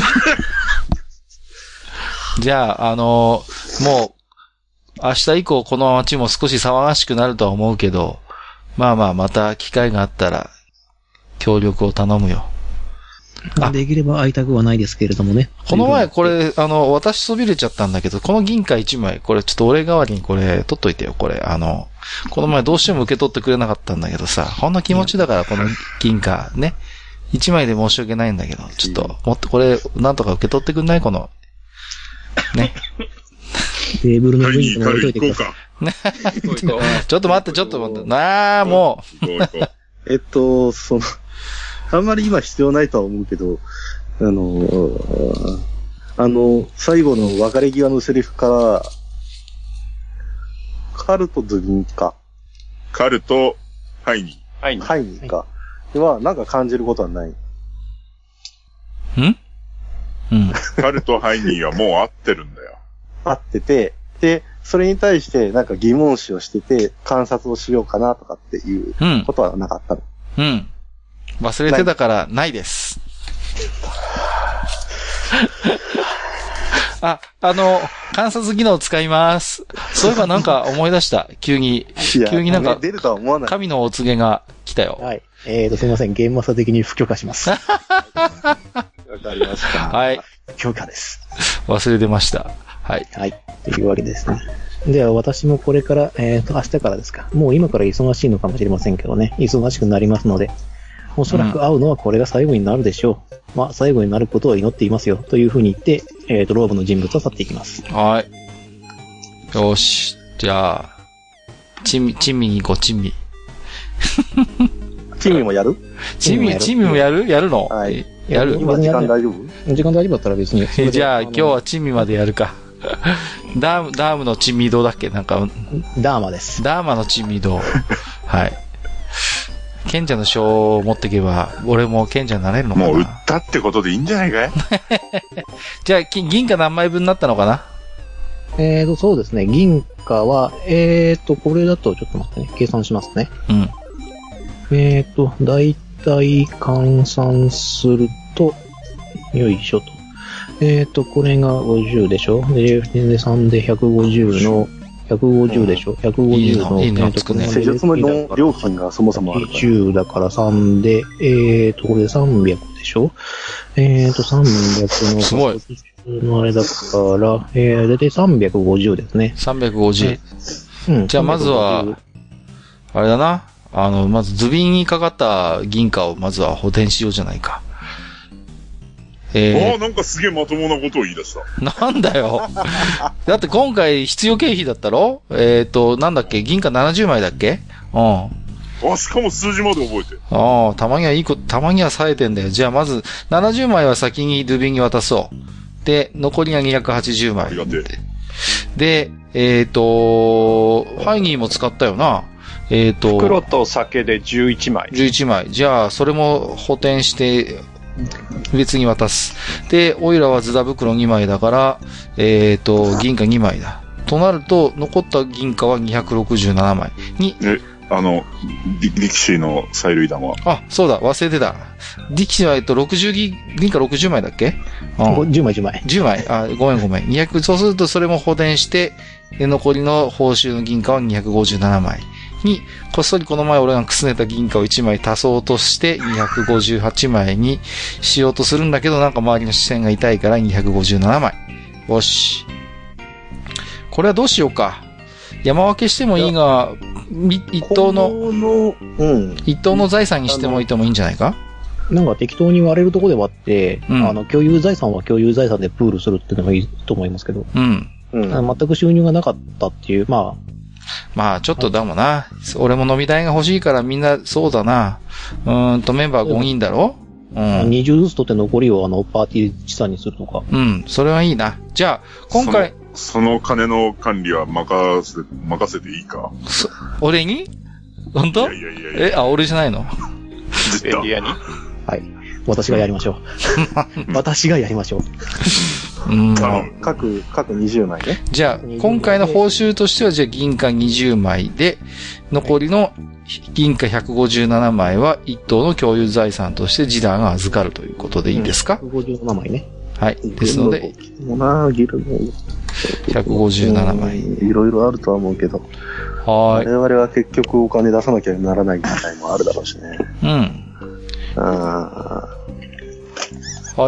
じゃあ、もう、明日以降この街も少し騒がしくなるとは思うけど、また機会があったら、協力を頼むよ。 できれば会いたくはないですけれどもね。 この前これ、私そびれちゃったんだけど、この銀貨1枚、これちょっと俺代わりにこれ取っといてよ、これ。この前どうしても受け取ってくれなかったんだけどさ、ほんの気持ちだからこの銀貨ね。1枚で申し訳ないんだけど、ちょっと、もっとこれ、なんとか受け取ってくんないこの、ね。 テーブルの上に置いといてください。 ちょっと待って。なあ、もう。あんまり今必要ないとは思うけど、最後の別れ際のセリフから、カルト・ドゥリンカ。 カルト・ハイニー。 ハイニーか。では、なんか感じることはない。 うん。 彼とハイニーはもう会ってるんだよ。 会ってて、で、それに対してなんか疑問視をしてて、観察をしようかなとかっていうことはなかったの。 うん。忘れてたからないです。観察技能を使います。そういえばなんか思い出した。急になんか、 出るとは思わない。 神のお告げが来たよ。 はい。すいません。ゲームマスター的に不許可します。わかりました。 はい。 許可です。 忘れてました。はい。 はい。というわけですね。では、私もこれから、明日からですか。もう今から忙しいのかもしれませんけどね。忙しくなりますので、おそらく会うのはこれが最後になるでしょう。まあ、最後になることを祈っていますよ。というふうに言って、ローブの人物を去っていきます。 はい。よし。じゃあ、珍味に行こう、珍味。 珍味もやる？ 珍味もやるの？ はい。 やる？ 今時間大丈夫？ 時間大丈夫だったら別に。 じゃあ、今日は珍味までやるか。ダームの珍味堂だっけ？なんか。 ダーマです。 ダーマの珍味堂。はい。賢者の書を持っていけば、俺も賢者になれるのかな？ もう売ったってことでいいんじゃないかい？ じゃあ、銀貨何枚分になったのかな？ そうですね。銀貨は、これだと、ちょっと待ってね。計算しますね。 うん。 だいたい換算すると、よいしょと。これが50でしょ？で、3で150の、150でしょ？ 150 の、 いいのつくね。 施術の料金がそもそもあるから。 10だから3で、これ300でしょ？300の、 すごい。 あれだから、だいたい350ですね。 350。 うん。 じゃあまずは、あれだな。まず、ズビンにかかった銀貨をまずは補填しようじゃないか。 なんかすげえまともなことを言い出した。なんだよ。だって今回必要経費だったろ？なんだっけ？銀貨70枚だっけ？うん。 しかも数字まで覚えて。 たまにはいいこと、たまには冴えてんだよ。じゃあまず、70枚は先にドゥビンに渡そう。で、残りが280枚。 ありがてえ。 で、ハイニーも使ったよな。 袋と酒で11枚。 11枚。じゃあ、それも補填して、別に渡す。で、オイラはズダ袋2枚だから、銀貨2枚だ。となると、残った銀貨は267枚に。 力士の催涙弾は。 あ、そうだ、忘れてた。力士は銀貨60枚だっけ？ うん。10枚。 10枚。ごめん。200、そうするとそれも補填して、残りの報酬の銀貨は257枚。に、こっそりこの前俺がくすねた銀貨を1枚足そうとして258枚にしようとするんだけど、なんか周りの視線が痛いから257枚。よし。これはどうしようか。山分けしてもいいが、一等の財産にしてもいいんじゃないか？ なんか適当に割れるところで割って、 うん、 共有財産は共有財産でプールするっていうのがいいと思いますけど。 うん。 全く収入がなかったっていう、まあちょっとだもんな。俺も飲み代が欲しいからみんなそうだな。メンバー5人だろ？うん。 20ずつ取って残りをパーティー資産にするとか。 うん。それはいいな。じゃあ、今回。 その金の管理は任せていいか？ 俺に？本当？ いや。 俺じゃないの？ エリアに？ はい。私がやりましょう。私がやりましょう。 各20枚ね。 じゃあ、今回の報酬としては、じゃあ銀貨20枚で、残りの銀貨157枚は一等の共有財産としてジダーが預かるということでいいですか？ 157枚ね。 はい。ですので、157枚。 いろいろあるとは思うけど。 はい。 我々は結局お金出さなきゃならないみたいもあるだろうしね。 うん。はい。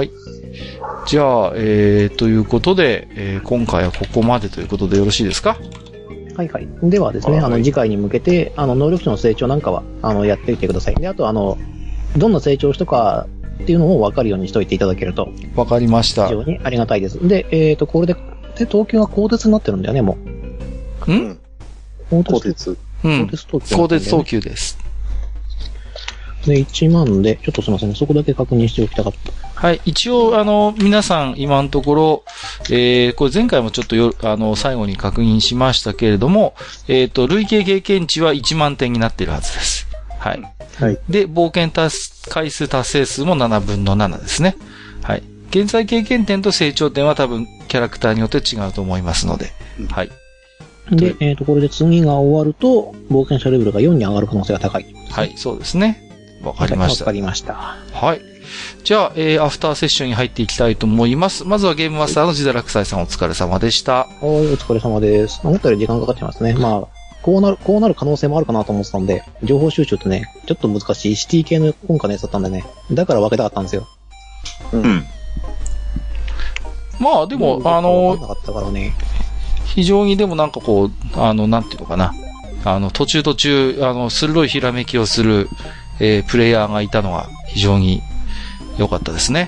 じゃあ、ということで、今回はここまでということでよろしいですか？ はい。ではですね、次回に向けて、能力値の成長なんかは、やっていてください。で、あと、どんな成長しとかっていうのを分かるようにしといていただけると。 わかりました。 非常にありがたいです。で、これで、東京は鋼鉄になってるんだよね、もう。鋼鉄。鋼鉄東急です。 で、1万で、ちょっとすみません、そこだけ確認しておきたかった。 はい。一応、皆さん、今のところ、これ前回もちょっと最後に確認しましたけれども、累計経験値は1万点になっているはずです。はい。 はい。 で、冒険回数達成数も7分の7ですね。 はい。現在経験点と成長点は多分キャラクターによって違うと思いますので。はい。 で、これで次が終わると、冒険者レベルが4に上がる可能性が高い。 はい、そうですね。わかりました。 わかりました。 はい。じゃあ、アフターセッションに入っていきたいと思います。まずはゲームマスターの自堕落斎さんお疲れ様でした。 はい、お疲れ様です。思ったより時間かかってますね。まあ、こうなる可能性もあるかなと思ってたんで、情報収集ってね、ちょっと難しいシティ系の今回のやつだったんでね、だから分けたかったんですよ。 うん。 まあ、でも、 分かったからね。 非常にでもなんかこう、なんていうのかな。途中、鋭いひらめきをする、プレイヤーがいたのが非常に良かったですね。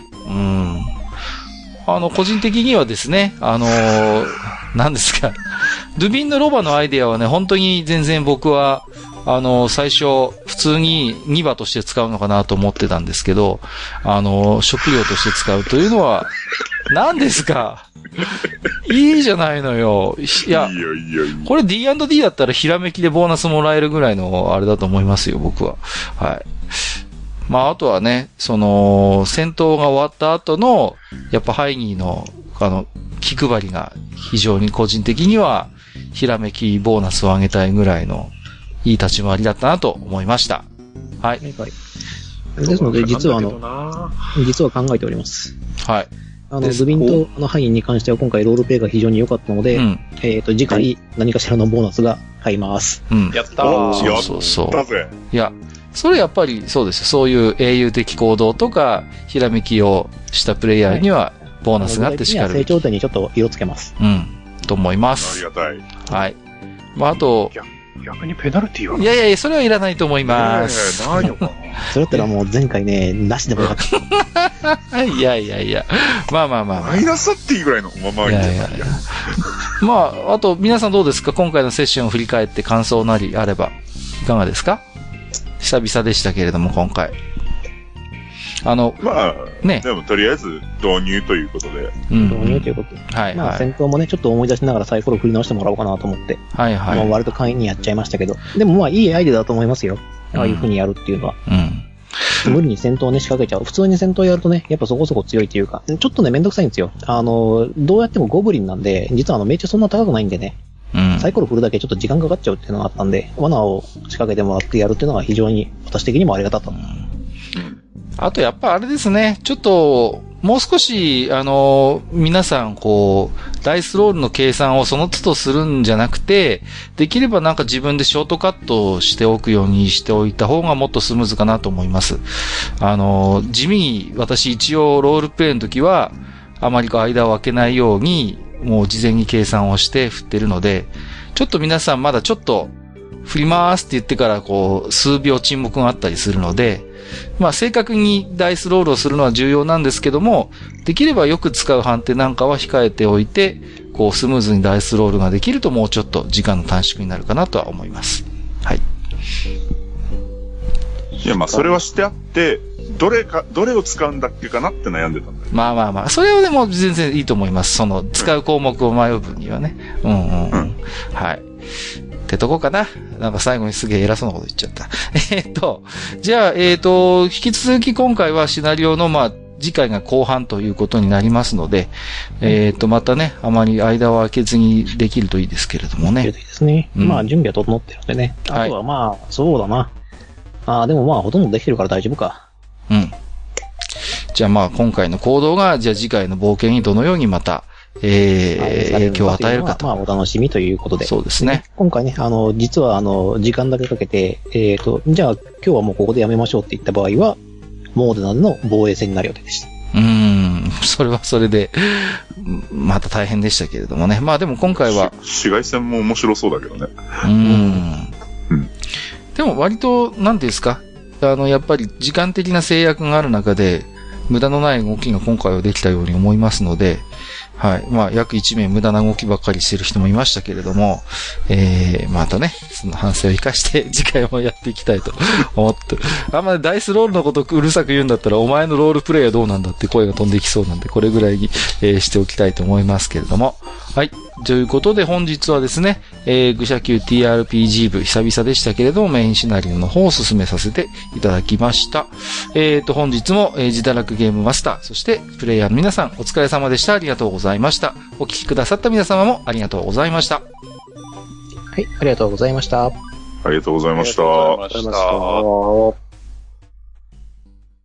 個人的にはですね、何ですか。ドゥビンのロバのアイデアはね、本当に全然僕は、最初、普通に2羽として使うのかなと思ってたんですけど、食料として使うというのは、何ですかいいじゃないのよ。いや、これ D&D だったらひらめきでボーナスもらえるぐらいのあれだと思いますよ、僕は。はい。まあ、あとはね、戦闘が終わった後の、やっぱハイニーの、気配りが非常に個人的には、ひらめきボーナスを上げたいぐらいの、いい立ち回りだったなと思いました。はい。 ですので、実は考えております。 はい。 ズビンとハインに関しては今回ロールプレイが非常に良かったので、次回何かしらのボーナスが入ります。 やったー。 そう。いや、それやっぱりそうですよ。そういう英雄的行動とか、ひらめきをしたプレイヤーには、ボーナスがあってしかるべき。 成長点にちょっと色つけます。 と思います。 ありがたい。 はい。まあ、あと、 逆にペナルティーは？ いや、それはいらないと思います。 ないのかな。それだったらもう前回ね、なしでもよかった。いや。まあ。 マイナスっていいぐらいの。まあ、いや。 まあ、あと、皆さんどうですか？今回のセッションを振り返って感想なりあれば、いかがですか？久々でしたけれども、今回。 まあ、ね。でもとりあえず導入ということで。 導入ということで。 はい。 まあ、戦闘もね、ちょっと思い出しながらサイコロ振り直してもらおうかなと思って。 はい。 まあ、割と簡易にやっちゃいましたけど。でもまあ、いいアイデアだと思いますよ。ああいう風にやるっていうのは。無理に戦闘をね、仕掛けちゃう。普通に戦闘やるとね、やっぱそこそこ強いっていうか、ちょっとね、めんどくさいんですよ。どうやってもゴブリンなんで、実は命中そんな高くないんでね。サイコロ振るだけちょっと時間かかっちゃうっていうのがあったんで、罠を仕掛けてもらってやるっていうのが非常に私的にもありがたかった。 あとやっぱあれですね、ちょっと、もう少し、皆さんダイスロールの計算をその都度するんじゃなくて、できればなんか自分でショートカットしておくようにしておいた方がもっとスムーズかなと思います。地味に私一応ロールプレイの時は、あまり間を空けないように、もう事前に計算をして振ってるので、ちょっと皆さんまだちょっと振りますって言ってから数秒沈黙があったりするので、まあ正確にダイスロールをするのは重要なんですけども、できればよく使う判定なんかは控えておいて、スムーズにダイスロールができるともうちょっと時間の短縮になるかなとは思います。はい。 いや、まあそれはしてあって、どれを使うんだっけかなって悩んでたんだよ。 まあ。それはでも全然いいと思います。使う項目を迷う分にはね。はい。ってとこかな。なんか最後にすげえ偉そうなこと言っちゃった。じゃあ、引き続き今回はシナリオの、次回が後半ということになりますので、またね、あまり間を空けずにできるといいですけれどもね。 いいですね。まあ、準備は整ってるんでね。あとはそうだな。でもほとんどできてるから大丈夫か。 じゃあ今回の行動が、じゃあ次回の冒険にどのようにまた、影響を与えるかと。 お楽しみということで。 そうですね。 今回ね、実は時間だけかけて、じゃあ今日はもうここでやめましょうって言った場合は、モーデナでの防衛戦になる予定でした。 それはそれで、また大変でしたけれどもね。まあでも今回は。 市街戦も面白そうだけどね。 でも割と、なんていうんですか、やっぱり時間的な制約がある中で、無駄のない動きが今回はできたように思いますので、はい。約1名無駄な動きばっかりしてる人もいましたけれども、またね、その反省を生かして次回もやっていきたいと思って、あんまりダイスロールのことうるさく言うんだったら、お前のロールプレイはどうなんだって声が飛んできそうなんで、これぐらいに、しておきたいと思いますけれども。はい。ということで本日はですね、 愚者級 TRPG 部久々でしたけれども、メインシナリオの方を進めさせていただきました。本日も、自堕落ゲームマスター、そしてプレイヤーの皆さん、お疲れ様でした。ありがとうございました。お聞きくださった皆様もありがとうございました。 はい、ありがとうございました。 ありがとうございました。 ありがとうございました。